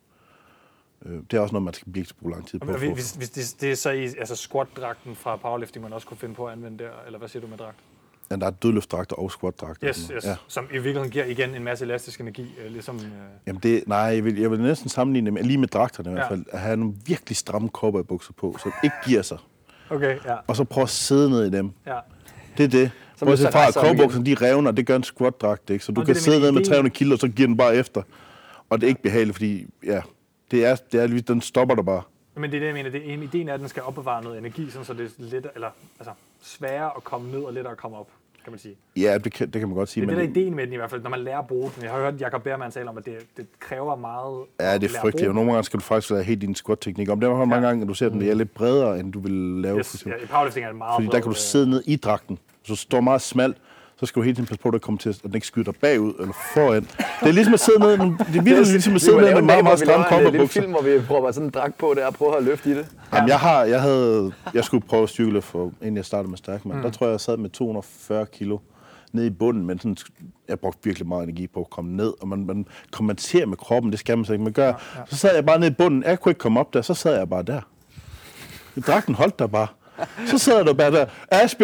Det er også noget, man skal blive bruge lang tid på. Hvis det er så i squat-dragten fra powerlifting, man også kunne finde på at anvende der, eller hvad siger du med dragt? Ja, der er dødløftdragter og squatdragter. Yes. Ja. Som i virkeligheden giver igen en masse elastisk energi. Ligesom, Jamen jeg vil næsten sammenligne med, lige med dragterne i hvert fald, at have nogle virkelig stramme cowboybukser på, som ikke giver sig. Okay, ja. Og så prøv at sidde ned i dem. Ja. Det er det. Bortset fra, at kovbukserne, de revner, det gør en squat-dragt, ikke? Så du kan sidde ned med 300 kilo, og så giver den bare efter. Og det er ikke behageligt, fordi det er den stopper der bare. Men det er det, jeg mener. Ideen er, at den skal opbevare noget energi, så det er lidt, sværere at komme ned og lettere at komme op, kan man sige. Ja, det kan man godt sige. Det er det, der ideen med den i hvert fald, når man lærer at bruge den. Jeg har hørt Jacob Behrmann tale om, at det kræver meget. Ja, det er frygteligt. Og nogle gange skal du faktisk lære helt din squat-teknik om. Det var mange gange, at du ser den, det er lidt bredere, end du vil lave. Yes, i powerlifting er det meget fordi der kan du sidde ned i dragten, så du står meget smalt, så skal du hele tiden passe på, at der kommer til, at den ikke skyder dig bagud eller foran. Det er ligesom at sidde ned, det er virkelig ligesom at sidde ned med meget, meget stramme komberbukser. Det er en film, hvor vi prøver sådan en dragt på der og prøver at løfte i det. Jamen, jeg skulle prøve styrkeløft, inden jeg startede med stærkmand. Der tror jeg sad med 240 kilo ned i bunden, men sådan, jeg brugte virkelig meget energi på at komme ned, og man kommenterer med kroppen, det skal man så ikke. Man gør. Så sad jeg bare ned i bunden, jeg kunne ikke komme op der, så sad jeg bare der. Dragten holdt der bare. Så sad der bare der,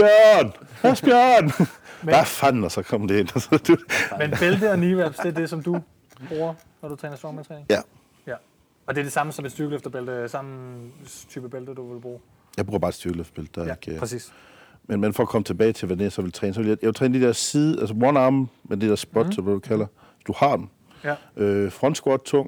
Asbjørn! Hvad fanden, og så kom det ind. Men bælte og kneewaps, det er det, som du bruger, når du træner strongman-træning? Ja. Og det er det samme som et styrkeløfterbælte, samme type bælte, du vil bruge? Jeg bruger bare et styrkeløftebælte. Ja, præcis. Men for at komme tilbage til, hvad det er, så vil træne, så vil jeg træne de der side, altså one arm, med det der spot, så hvad du kalder. Du har den. Ja. Front squat tung,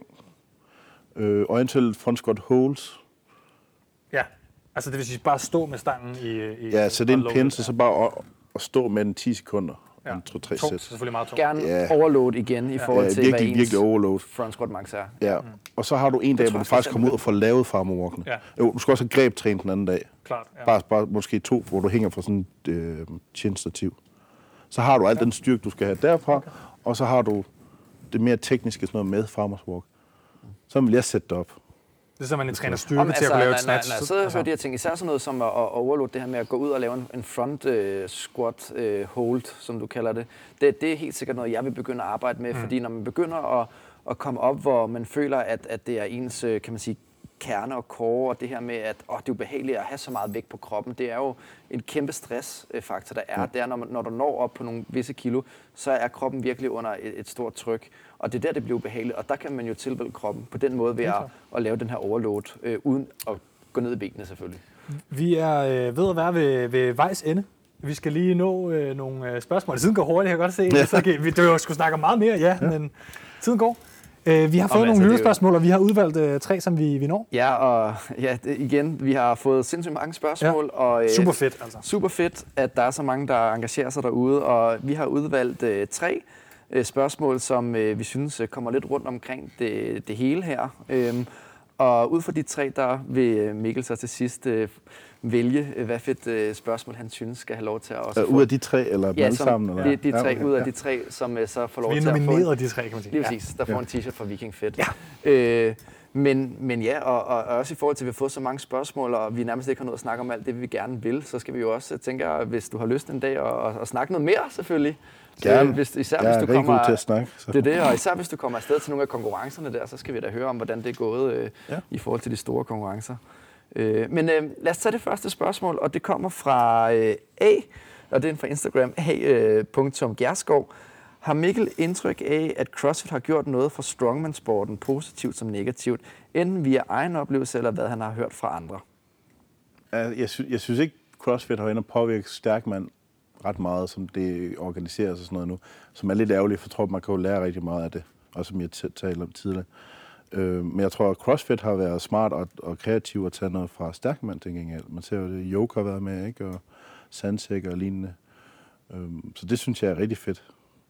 og eventuelt front squat holds. Ja, altså det vil sige bare stå med stangen i ja, så det er en pinse, så bare at stå med den 10 sekunder. Ja. 2-3 sæt. Selvfølgelig meget tungt. Gerne overload igen i forhold til, hvad ens overload. Front squat max er. Ja, og så har du en dag, hvor du faktisk kommer ud og får lavet farmerwalkene. Ja. Jo, du skal også have grebtræne den anden dag. Klart, ja. Bare måske 2, hvor du hænger fra sådan et chin-stativ. Så har du al den styrke, du skal have derfra, og så har du det mere tekniske sådan noget med farmers walk. Så vil jeg sætte det op. Det er så, man træner styrke til at kunne lave et snatch. Når jeg sidder og hører de her ting, især sådan noget som at overload det her med at gå ud og lave en front squat hold, som du kalder det. Det er helt sikkert noget, jeg vil begynde at arbejde med, fordi når man begynder at komme op, hvor man føler, at det er ens, kan man sige, kerne og core, og det her med, at det er ubehageligt at have så meget vægt på kroppen, det er jo en kæmpe stressfaktor, der er. Det er, når du når op på nogle visse kilo, så er kroppen virkelig under et stort tryk, og det er der, det bliver ubehageligt, og der kan man jo tilvælge kroppen på den måde ved at lave den her overload, uden at gå ned i benene selvfølgelig. Vi er ved at være ved vejs ende. Vi skal lige nå nogle spørgsmål. Tiden går hurtigt, jeg kan godt se. Ja. Så vi skulle snakke meget mere, men tiden går. Vi har fået nogle lytterspørgsmål, og vi har udvalgt 3, som vi når. Ja, og igen, vi har fået sindssygt mange spørgsmål. Ja. Og, super fedt, altså. Super fedt, at der er så mange, der engagerer sig derude. Og vi har udvalgt 3 spørgsmål, som vi synes kommer lidt rundt omkring det hele her. Og ud fra de 3, der vil Mikkel så til sidst vælge, hvad fedt spørgsmål han synes skal have lov til at også få. Ud af de 3, eller alle sammen? Eller? De 3 ud af de 3, som så får lov til at få. Vi er nomineret de 3, kan man sige. Lige præcis, der får en t-shirt fra Viking Fit. Ja. Men ja, og også i forhold til, at vi har fået så mange spørgsmål, og vi nærmest ikke har noget at snakke om alt det, vi gerne vil, så skal vi jo også tænke, hvis du har lyst en dag at snakke noget mere, selvfølgelig. Gerne. Hvis du kommer, til at snakke. Så. Det er det, og især hvis du kommer afsted til nogle af konkurrencerne der, så skal vi da høre om, hvordan det er gået i forhold til de store konkurrencer. Men lad os tage det første spørgsmål, og det kommer fra A, og det er fra Instagram, a.gjerskov. Har Mikkel indtryk af, at CrossFit har gjort noget for strongman-sporten, positivt som negativt, enten via egen oplevelse, eller hvad han har hørt fra andre? Jeg synes ikke, CrossFit har inde påvirket stærkmand ret meget, som det organiseres og sådan noget nu, som er lidt ærgerligt, for jeg tror, man kan jo lære rigtig meget af det, også som jeg talte om tidligere. Men jeg tror, at CrossFit har været smart og kreativ at tage noget fra stærkmand til gengæld. Man ser jo det, yoga har været med, ikke? Og sandsæk og lignende. Så det synes jeg er rigtig fedt.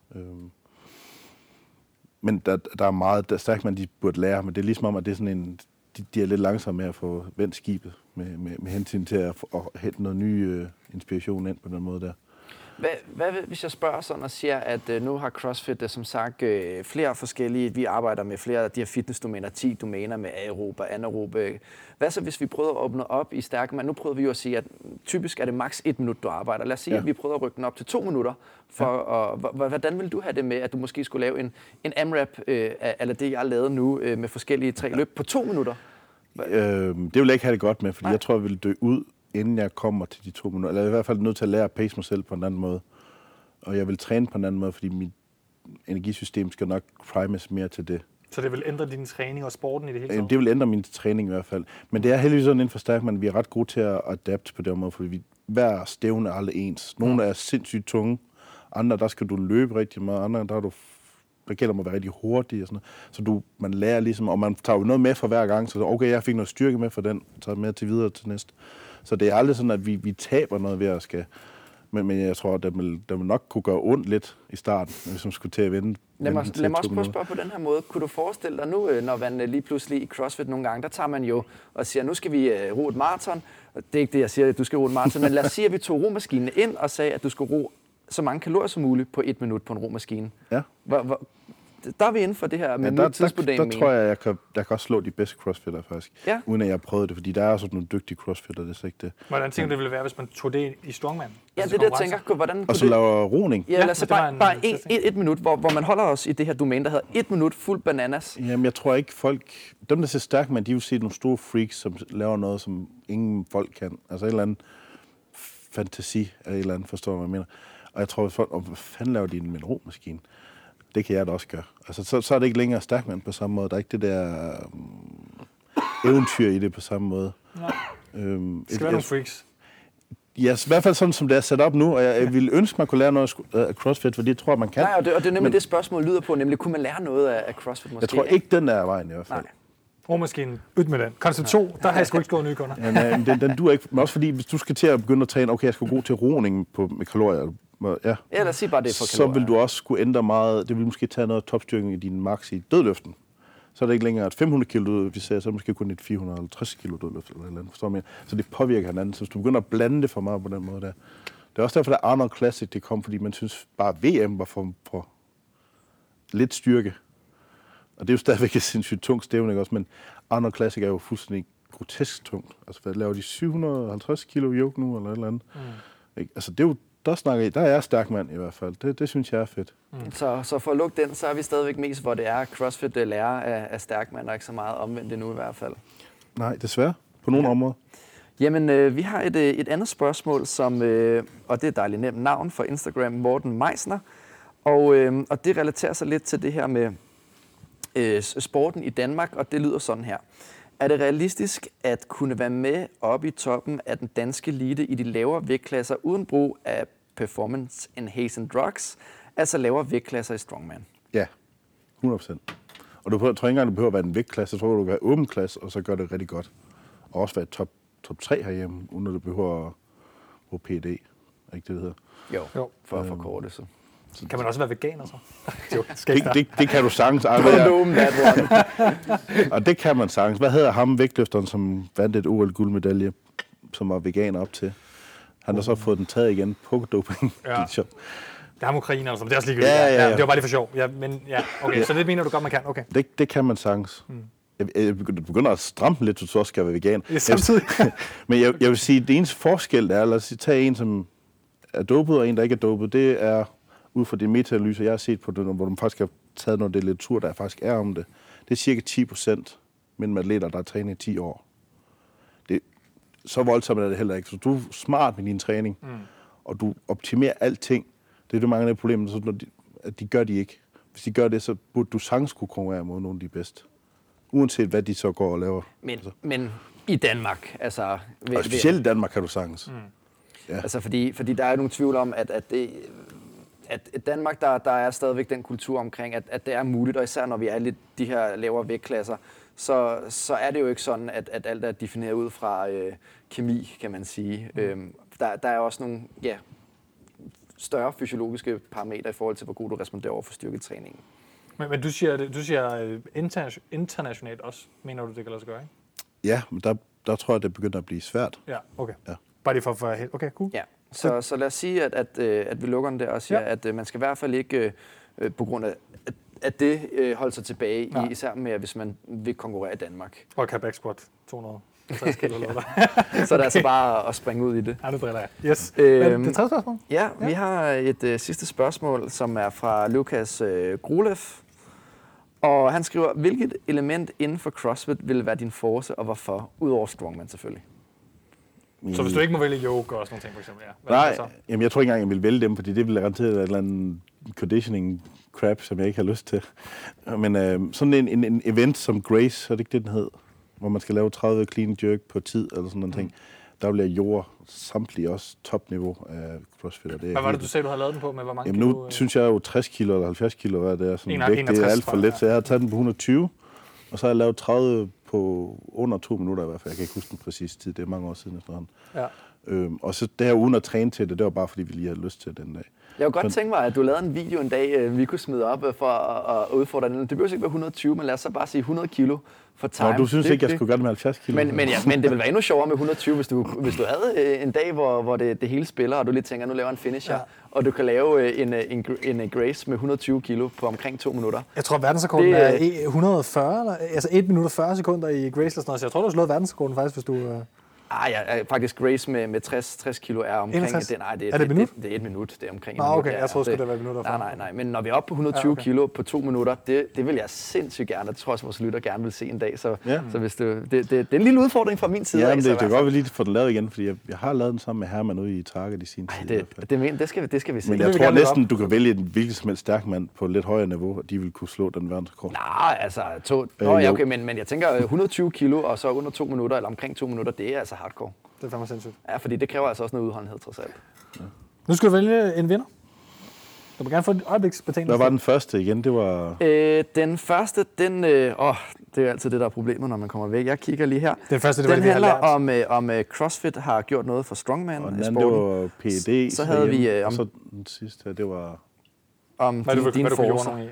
Men der er meget, der stærkmand de burde lære, men det er ligesom om, at det er sådan en, de er lidt langsomme med at få vendt skibet med hensyn til at hente noget ny inspiration ind på den måde der. Hvad hvis jeg spørger sådan og siger, at nu har CrossFit som sagt flere forskellige, vi arbejder med flere af de her fitnessdomæner, 10 domæner med aerob og anaerob. Hvad så hvis vi prøver at åbne op i stærkmand? Nu prøver vi jo at sige, at typisk er det maks 1 minut, du arbejder. Lad os sige, at vi prøver at rykke den op til 2 minutter. Hvordan vil du have det med, at du måske skulle lave en AMRAP, eller det jeg lavede nu, med forskellige 3 løb på 2 minutter? Det vil jeg ikke have det godt med, fordi jeg tror, jeg vil dø ud, inden jeg kommer til de 2 minutter. Eller jeg er i hvert fald nødt til at lære at pace mig selv på en anden måde. Og jeg vil træne på en anden måde, fordi mit energisystem skal nok primes mere til det. Så det vil ændre din træning og sporten i det hele taget? Det vil ændre min træning i hvert fald. Men det er heldigvis sådan inden for stærkmand, vi er ret gode til at adapte på den måde, fordi hver stævne er aldrig ens. Nogle er sindssygt tunge, andre der skal du løbe rigtig meget, andre der gælder at være rigtig hurtig og sådan noget. Så man lærer ligesom, og man tager jo noget med for hver gang, så okay, jeg fik noget styrke med for den, tager med til videre til næste. Så det er aldrig sådan, at vi taber noget ved at skal. Men jeg tror, at det vil nok kunne gøre ondt lidt i starten, hvis man skulle til at vende. Lad mig også prøve at spørge på den her måde. Kunne du forestille dig nu, når man lige pludselig i CrossFit nogle gange, der tager man jo og siger, nu skal vi ro et maraton. Det er ikke det, jeg siger, at du skal ro et maraton, men lad os sige, at vi tog romaskinen ind og sagde, at du skal ro så mange kalorier som muligt på 1 minut på en romaskine. Ja. Der er vi inden for det her med tidsbudering. Der tror jeg kan også slå de bedste crossfitter faktisk, uden at jeg har prøvet det, fordi der er sådan nogle dygtige crossfitter, det er ikke det. Hvordan tænker du, det ville være, hvis man tog det i strongman? Ja, det er det, jeg tænker. Hvordan og så laver roning? Ja, lad os bare et minut, hvor man holder os i det her domæne, der hedder 1 minut fuld bananas. Jamen, jeg tror ikke dem der ser stærkmand, de vil se nogle store freaks, som laver noget, som ingen folk kan. Altså en eller anden fantasi af et eller andet, forstår du, hvad jeg mener. Og jeg tror, at folk, hvad fanden laver de med en romaskine? Det kan jeg da også gøre. Altså, så er det ikke længere stærkmand på samme måde. Der er ikke det der eventyr i det på samme måde. Nej. Det skal være nogle freaks. Ja, i hvert fald sådan, som det er sat op nu. Og jeg ville ønske, man kunne lære noget af CrossFit, for det tror jeg, man kan. Nej, og det er nemlig det spørgsmål lyder på, nemlig kunne man lære noget af CrossFit måske? Jeg tror ikke, den er vejen i hvert fald. Nej. Romaskinen, ud med den. Koncept 2, der har jeg sgu ikke skåret nye kunder. Ja, den duer ikke. Men også fordi, hvis du skal til at begynde at træne, okay, jeg skal gå til roning med kalorier. Ja, lad os sige bare det for kalorier. Så vil du også skulle ændre meget. Det vil måske tage noget topstyrking i din max i dødløften. Så er det ikke længere et 500 kilo dødløft, så er det måske kun et 450 kilo dødløft eller et eller andet, forstår man? Så det påvirker hinanden. Så hvis du begynder at blande det for meget på den måde der. Det er også derfor, at Arnold Classic det kom, fordi man synes bare VM var for lidt styrke. Og det er jo stadigvæk et sindssygt tungt stævne, ikke også? Men Arnold Classic er jo fuldstændig grotesk tungt. Altså, hvad laver de 750 kilo yoke nu, eller et eller andet? Altså, det er jo, der er jeg stærk mand i hvert fald. Det synes jeg er fedt. Så for at lukke den, så er vi stadigvæk mest, hvor det er CrossFit lærer af stærk mand, og ikke så meget omvendt endnu i hvert fald. Nej, desværre. På nogle områder. Jamen, vi har et andet spørgsmål, som, og det er et dejligt nemt navn for Instagram, Morten Meisner. Og det relaterer sig lidt til det her med sporten i Danmark, og det lyder sådan her. Er det realistisk at kunne være med oppe i toppen af den danske elite i de lavere vægtklasser uden brug af performance enhancing drugs, altså lavere vægtklasser i strongman? Ja, 100%. Og du tror ikke engang, du behøver at være en vægtklasse. Jeg tror, du kan være åben klasse, og så gør det rigtig godt. Og også være top 3 herhjemme, uden at du behøver at bruge PD. Er ikke det hedder? Jo. For at forkorte så. Kan man også være veganer så? det kan du sagtens. Og det kan man sagtens. Hvad hedder ham vægtløfteren, som vandt et OL-guldmedalje, som var veganer op til? Han har så fået den taget igen på doping. Ja. Det er ham ukrainer, altså. Det er også ligegyldigt. Ja. Det var bare lige for sjov. Okay. Så det mener du godt, man kan? Okay. Det kan man sagtens. Jeg begynder at stramme lidt, så du også skal være vegan. Ja, samtidig. Men jeg vil sige, at det eneste forskel er, lad os tage en, som er dopet, og en, der ikke er dopet, det er ud fra de meta-analyser, jeg har set på det, hvor de faktisk har taget noget af det litteratur, der faktisk er om det. Det er cirka 10% mellem atleter, der har trænet i 10 år. Det, så voldsomt er det heller ikke. Så du er smart med din træning, og du optimerer alting. Det er det mange af de problemer, så de gør de ikke. Hvis de gør det, så burde du sagtens kunne konkurrere mod nogle af de bedste. Uanset hvad de så går og laver. Men i Danmark, altså... Og specielt i Danmark kan du sagtens. Ja. Altså fordi der er nogle tvivl om, at Danmark, der er stadigvæk den kultur omkring, at det er muligt, og især når vi er lidt de her lavere vægtklasser, så er det jo ikke sådan, at alt er defineret ud fra kemi, kan man sige. Der er også nogle større fysiologiske parametre i forhold til, hvor god du responderer over for styrketræningen. Men du siger internationalt også, mener du, det kan lade sig gøre, ikke? Ja, men der tror jeg, det begynder at blive svært. Ja, okay. Ja. Bare lige for helt. Okay, cool. Ja. Så lad os sige, at vi lukker den der og siger, at man skal i hvert fald ikke, på grund af at det holde sig tilbage, især med, hvis man vil konkurrere i Danmark. Og kan back squat 260 kilo eller Så er det altså bare at springe ud i det. Ja, nu driller jeg. Yes. Det tredje spørgsmål? Ja, vi har et sidste spørgsmål, som er fra Lukas Grulev. Og han skriver, hvilket element inden for CrossFit vil være din force, og hvorfor? Udover strongman selvfølgelig. Så hvis du ikke må vælge yoga og sådan nogle ting, for eksempel, ja. Nej, jamen, jeg tror ikke engang, jeg vil vælge dem, fordi det vil garanteret være et eller andet conditioning crap, som jeg ikke har lyst til. Men sådan en event som Grace, er det ikke det, den hed? Hvor man skal lave 30 clean jerk på tid, eller sådan noget ting. Der bliver jord samtlige også topniveau af CrossFit. Hvad var det, du sagde, du havde lavet den på? Med hvor mange kilo? Nu synes jeg jo 60 kilo eller 70 kilo, hvad det er. Sådan vægt, det er alt for let, så jeg har taget den på 120. Og så har jeg lavet 30 på under 2 minutter i hvert fald. Jeg kan ikke huske den præcise tid, det er mange år siden efterhånden. Ja. Og så det her uden at træne til det var bare fordi, vi lige havde lyst til den dag. Jeg kunne godt tænke mig, at du lavede en video en dag, vi kunne smide op for at udfordre den. Det behøver ikke være 120, men lad os så bare sige 100 kilo for time. Nå, du synes ikke, jeg skulle gøre det med 70 kilo? Men det ville være endnu sjovere med 120, hvis du havde en dag, hvor det hele spiller, og du lige tænker, nu laver en finisher, og du kan lave en Grace med 120 kilo på omkring 2 minutter. Jeg tror, verdensrekorden er 140, altså 1 minut og 40 sekunder i Grace eller sådan noget, så jeg tror, du har slået verdensrekorden faktisk, hvis du... faktisk Grace med 60 kilo er omkring... Er det minut? Det er 1 minut, det er omkring et minut. Okay, jeg troede, det skulle være minutter. Nej, men når vi er oppe på 120 kilo på 2 minutter, det vil jeg sindssygt gerne, det tror jeg også, vores lytter gerne vil se en dag, så hvis det er en lille udfordring fra min side. Ja, men det kan godt være lige få den lavet igen, fordi jeg har lavet den sammen med Herman ude i Target i sin tid. Det skal vi se. Men jeg tror næsten, du kan vælge en hvilket som helst stærk mand på lidt højere niveau, og de vil kunne slå den verdensrekord. Nej, altså... okay, men jeg tænker 120 kilo, og så under 2 minutter, eller omkring 2 minutter, det er altså hardcore. Det er fandme sindssygt. Ja, fordi det kræver altså også noget udholdenhed, trods alt. Ja. Nu skal du vælge en vinder. Du må gerne få et øjebliksbetingelse. Hvad var den første igen? Det var... Den første, det er altid det, der er problemet, når man kommer væk. Jeg kigger lige her. Den første, den handler om CrossFit har gjort noget for strongman-sporten. Og den var PED. Så havde vi... og så den sidste her, det var... Om dine forcer.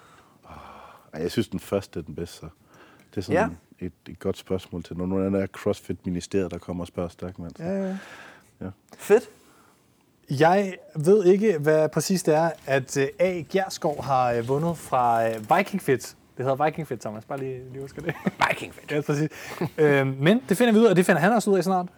Jeg synes, den første er den bedste. Så. Det er sådan et godt spørgsmål til nogen. Hvordan er CrossFit-ministeriet, der kommer og spørger stærkmand? Ja. Fedt. Jeg ved ikke, hvad præcis det er, at A. Gjerskov har vundet fra Viking Fit. Det hedder Viking Fit, Thomas. Bare lige huske det. Viking Fit. Ja, præcis. Men det finder vi ud af, og det finder han også ud af snart.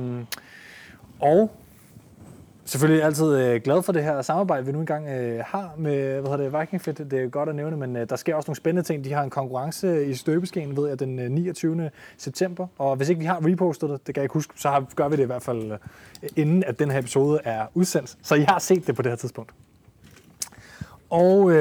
Og selvfølgelig altid glad for det her samarbejde, vi nu engang har med Viking Fit. Det er godt at nævne, men der sker også nogle spændende ting. De har en konkurrence i støbeskeen, ved jeg, den 29. september. Og hvis ikke vi har repostet det kan jeg ikke huske, så gør vi det i hvert fald inden, at den her episode er udsendt. Så I har set det på det her tidspunkt. Og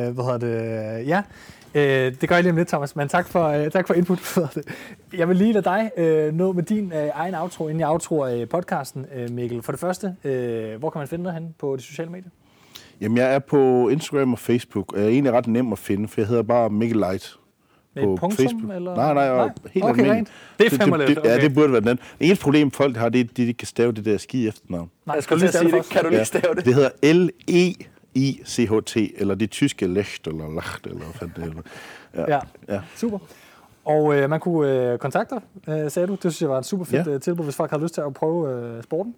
det gør jeg lige om lidt, Thomas, men tak for input. Jeg vil lige lade dig nå med din egen outro, inden jeg outroer podcasten, Mikkel. For det første, hvor kan man finde dig henne på de sociale medier? Jamen, jeg er på Instagram og Facebook. Jeg er egentlig ret nem at finde, for jeg hedder bare Mikkel Light. Med et punktum, Facebook. Eller? Nej, helt almindeligt. Det er fandme lidt. Ja, det burde være den. Det eneste problem, folk har, det er, at de kan stave det der skide efternavn. Nej, jeg skulle lige sige det. Kan du lige stave det? Det hedder LEICHT, eller det tyske Lecht, eller Lacht, eller hvad fanden det er. Ja, super. Og man kunne kontakte dig, sagde du. Det synes jeg var et super fedt tilbud, hvis folk har lyst til at prøve sporten.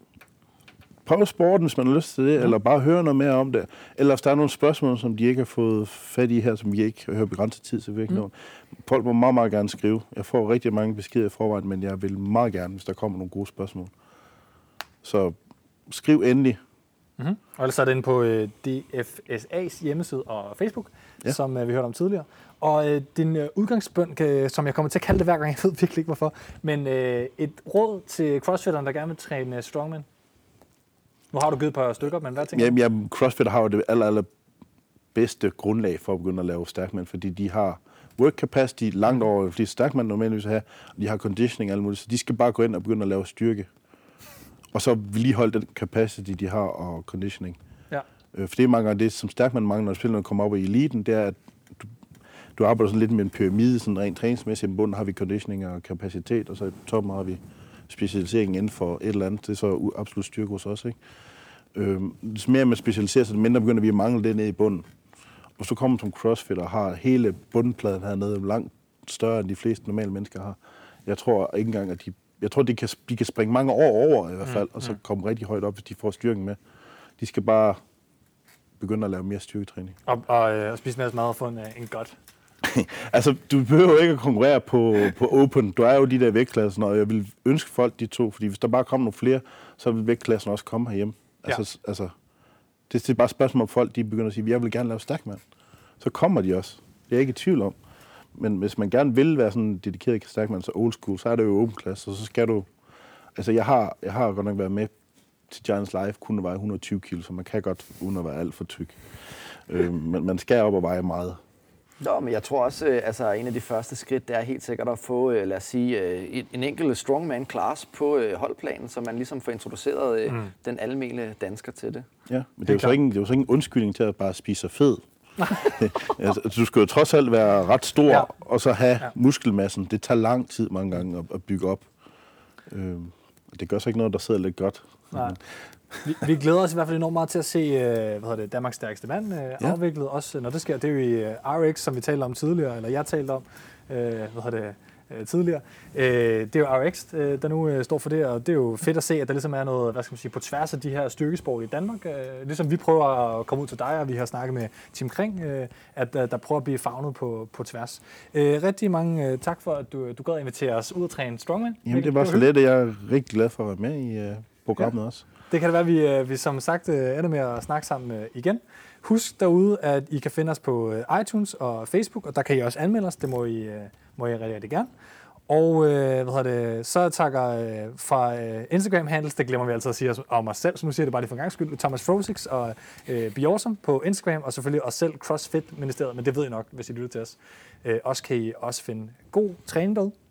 Prøv sporten, hvis man har lyst til det, eller bare høre noget mere om det. Eller hvis der er nogle spørgsmål, som de ikke har fået fat i her, som vi ikke hører begrænset tid, så vil jeg ikke nå. Folk må meget, meget gerne skrive. Jeg får rigtig mange beskeder i forvejen, men jeg vil meget gerne, hvis der kommer nogle gode spørgsmål. Så skriv endelig. Mm-hmm. Og ellers er det inde på DFSA's hjemmeside og Facebook, som vi hørte om tidligere. Og din udgangsbøn, som jeg kommer til at kalde det hver gang, jeg ved virkelig ikke hvorfor, men et råd til crossfitteren, der gerne vil træne strongman. Nu har du givet et par stykker, men hvad tænker du? Jamen, CrossFit har jo det aller bedste grundlag for at begynde at lave stærkmænd, fordi de har work capacity langt over, fordi stærkmænd normalvis har, og de har conditioning og alt muligt, så de skal bare gå ind og begynde at lave styrke. Og så vedligeholde den capacity, de har, og conditioning. Ja. For det er mange gange det, som stærkmænd mange, når spillerne kommer op i eliten, det er, at du arbejder sådan lidt med en pyramide, sådan rent træningsmæssigt. I bunden har vi conditioning og kapacitet, og så i toppen har vi specialisering inden for et eller andet. Det er så absolut styrke hos os, ikke? Des mere man specialiserer sig, mindre begynder vi at mangle det nede i bunden. Og så kommer man som crossfit og har hele bundpladen hernede langt større, end de fleste normale mennesker har. Jeg tror ikke engang, at de kan springe mange år over i hvert fald, og så komme rigtig højt op, hvis de får styrken med. De skal bare begynde at lave mere styrketræning. Og spise mere mad og få en godt. Altså, du behøver jo ikke at konkurrere på Open. Du er jo de der vægtklasser, og jeg vil ønske folk de to, fordi hvis der bare kommer nogle flere, så vil vægtklassen også komme herhjemme. Altså, det er bare et spørgsmål om folk, de begynder at sige, jeg vil gerne lave stærkmand. Så kommer de også. Det er jeg ikke i tvivl om. Men hvis man gerne vil være sådan en dedikeret stærkmand, så old school, så er det jo open klasse, og så skal du Altså, jeg har godt nok været med til Giants Live, kun at veje 120 kilo, så man kan godt, uden at være alt for tyk. Men man skal op og veje meget. Nå, men jeg tror også, altså en af de første skridt, det er helt sikkert at få, lad os sige, en enkelt strongman-class på holdplanen, så man ligesom får introduceret den almene dansker til det. Ja, men det er jo så ingen undskyldning til at bare spise sig fed. Altså, du skal jo trods alt være ret stor, og så have muskelmassen. Det tager lang tid mange gange at bygge op. Det gør så ikke noget, der sidder lidt godt. Nej. Vi glæder os i hvert fald enormt meget til at se Danmarks stærkeste mand afviklet, også når det sker. Det er jo i RX, som vi talte om tidligere, eller jeg talte om tidligere. Det er jo RX, der nu står for det, og det er jo fedt at se, at der ligesom er noget, hvad skal man sige, på tværs af de her styrkesport i Danmark. Ligesom vi prøver at komme ud til dig, og vi har snakket med Tim Kring, at der prøver at blive favnet på tværs. Rigtig mange tak for, at du gad invitere os ud og træne strongman. Jamen, det var så let, og jeg er rigtig glad for at være med i programmet også. Det kan det være, at vi som sagt ender med at snakke sammen igen. Husk derude, at I kan finde os på iTunes og Facebook, og der kan I også anmelde os. Det må I rigtig, rigtig gerne. Og så takker fra Instagram-handles, det glemmer vi altid at sige om os selv, så nu siger jeg det bare lige for en gang skyld, Thomas Frosix og Be Awesome på Instagram, og selvfølgelig os selv, CrossFit Ministeriet, men det ved I nok, hvis I lytter til os. Også kan I også finde god træning derude.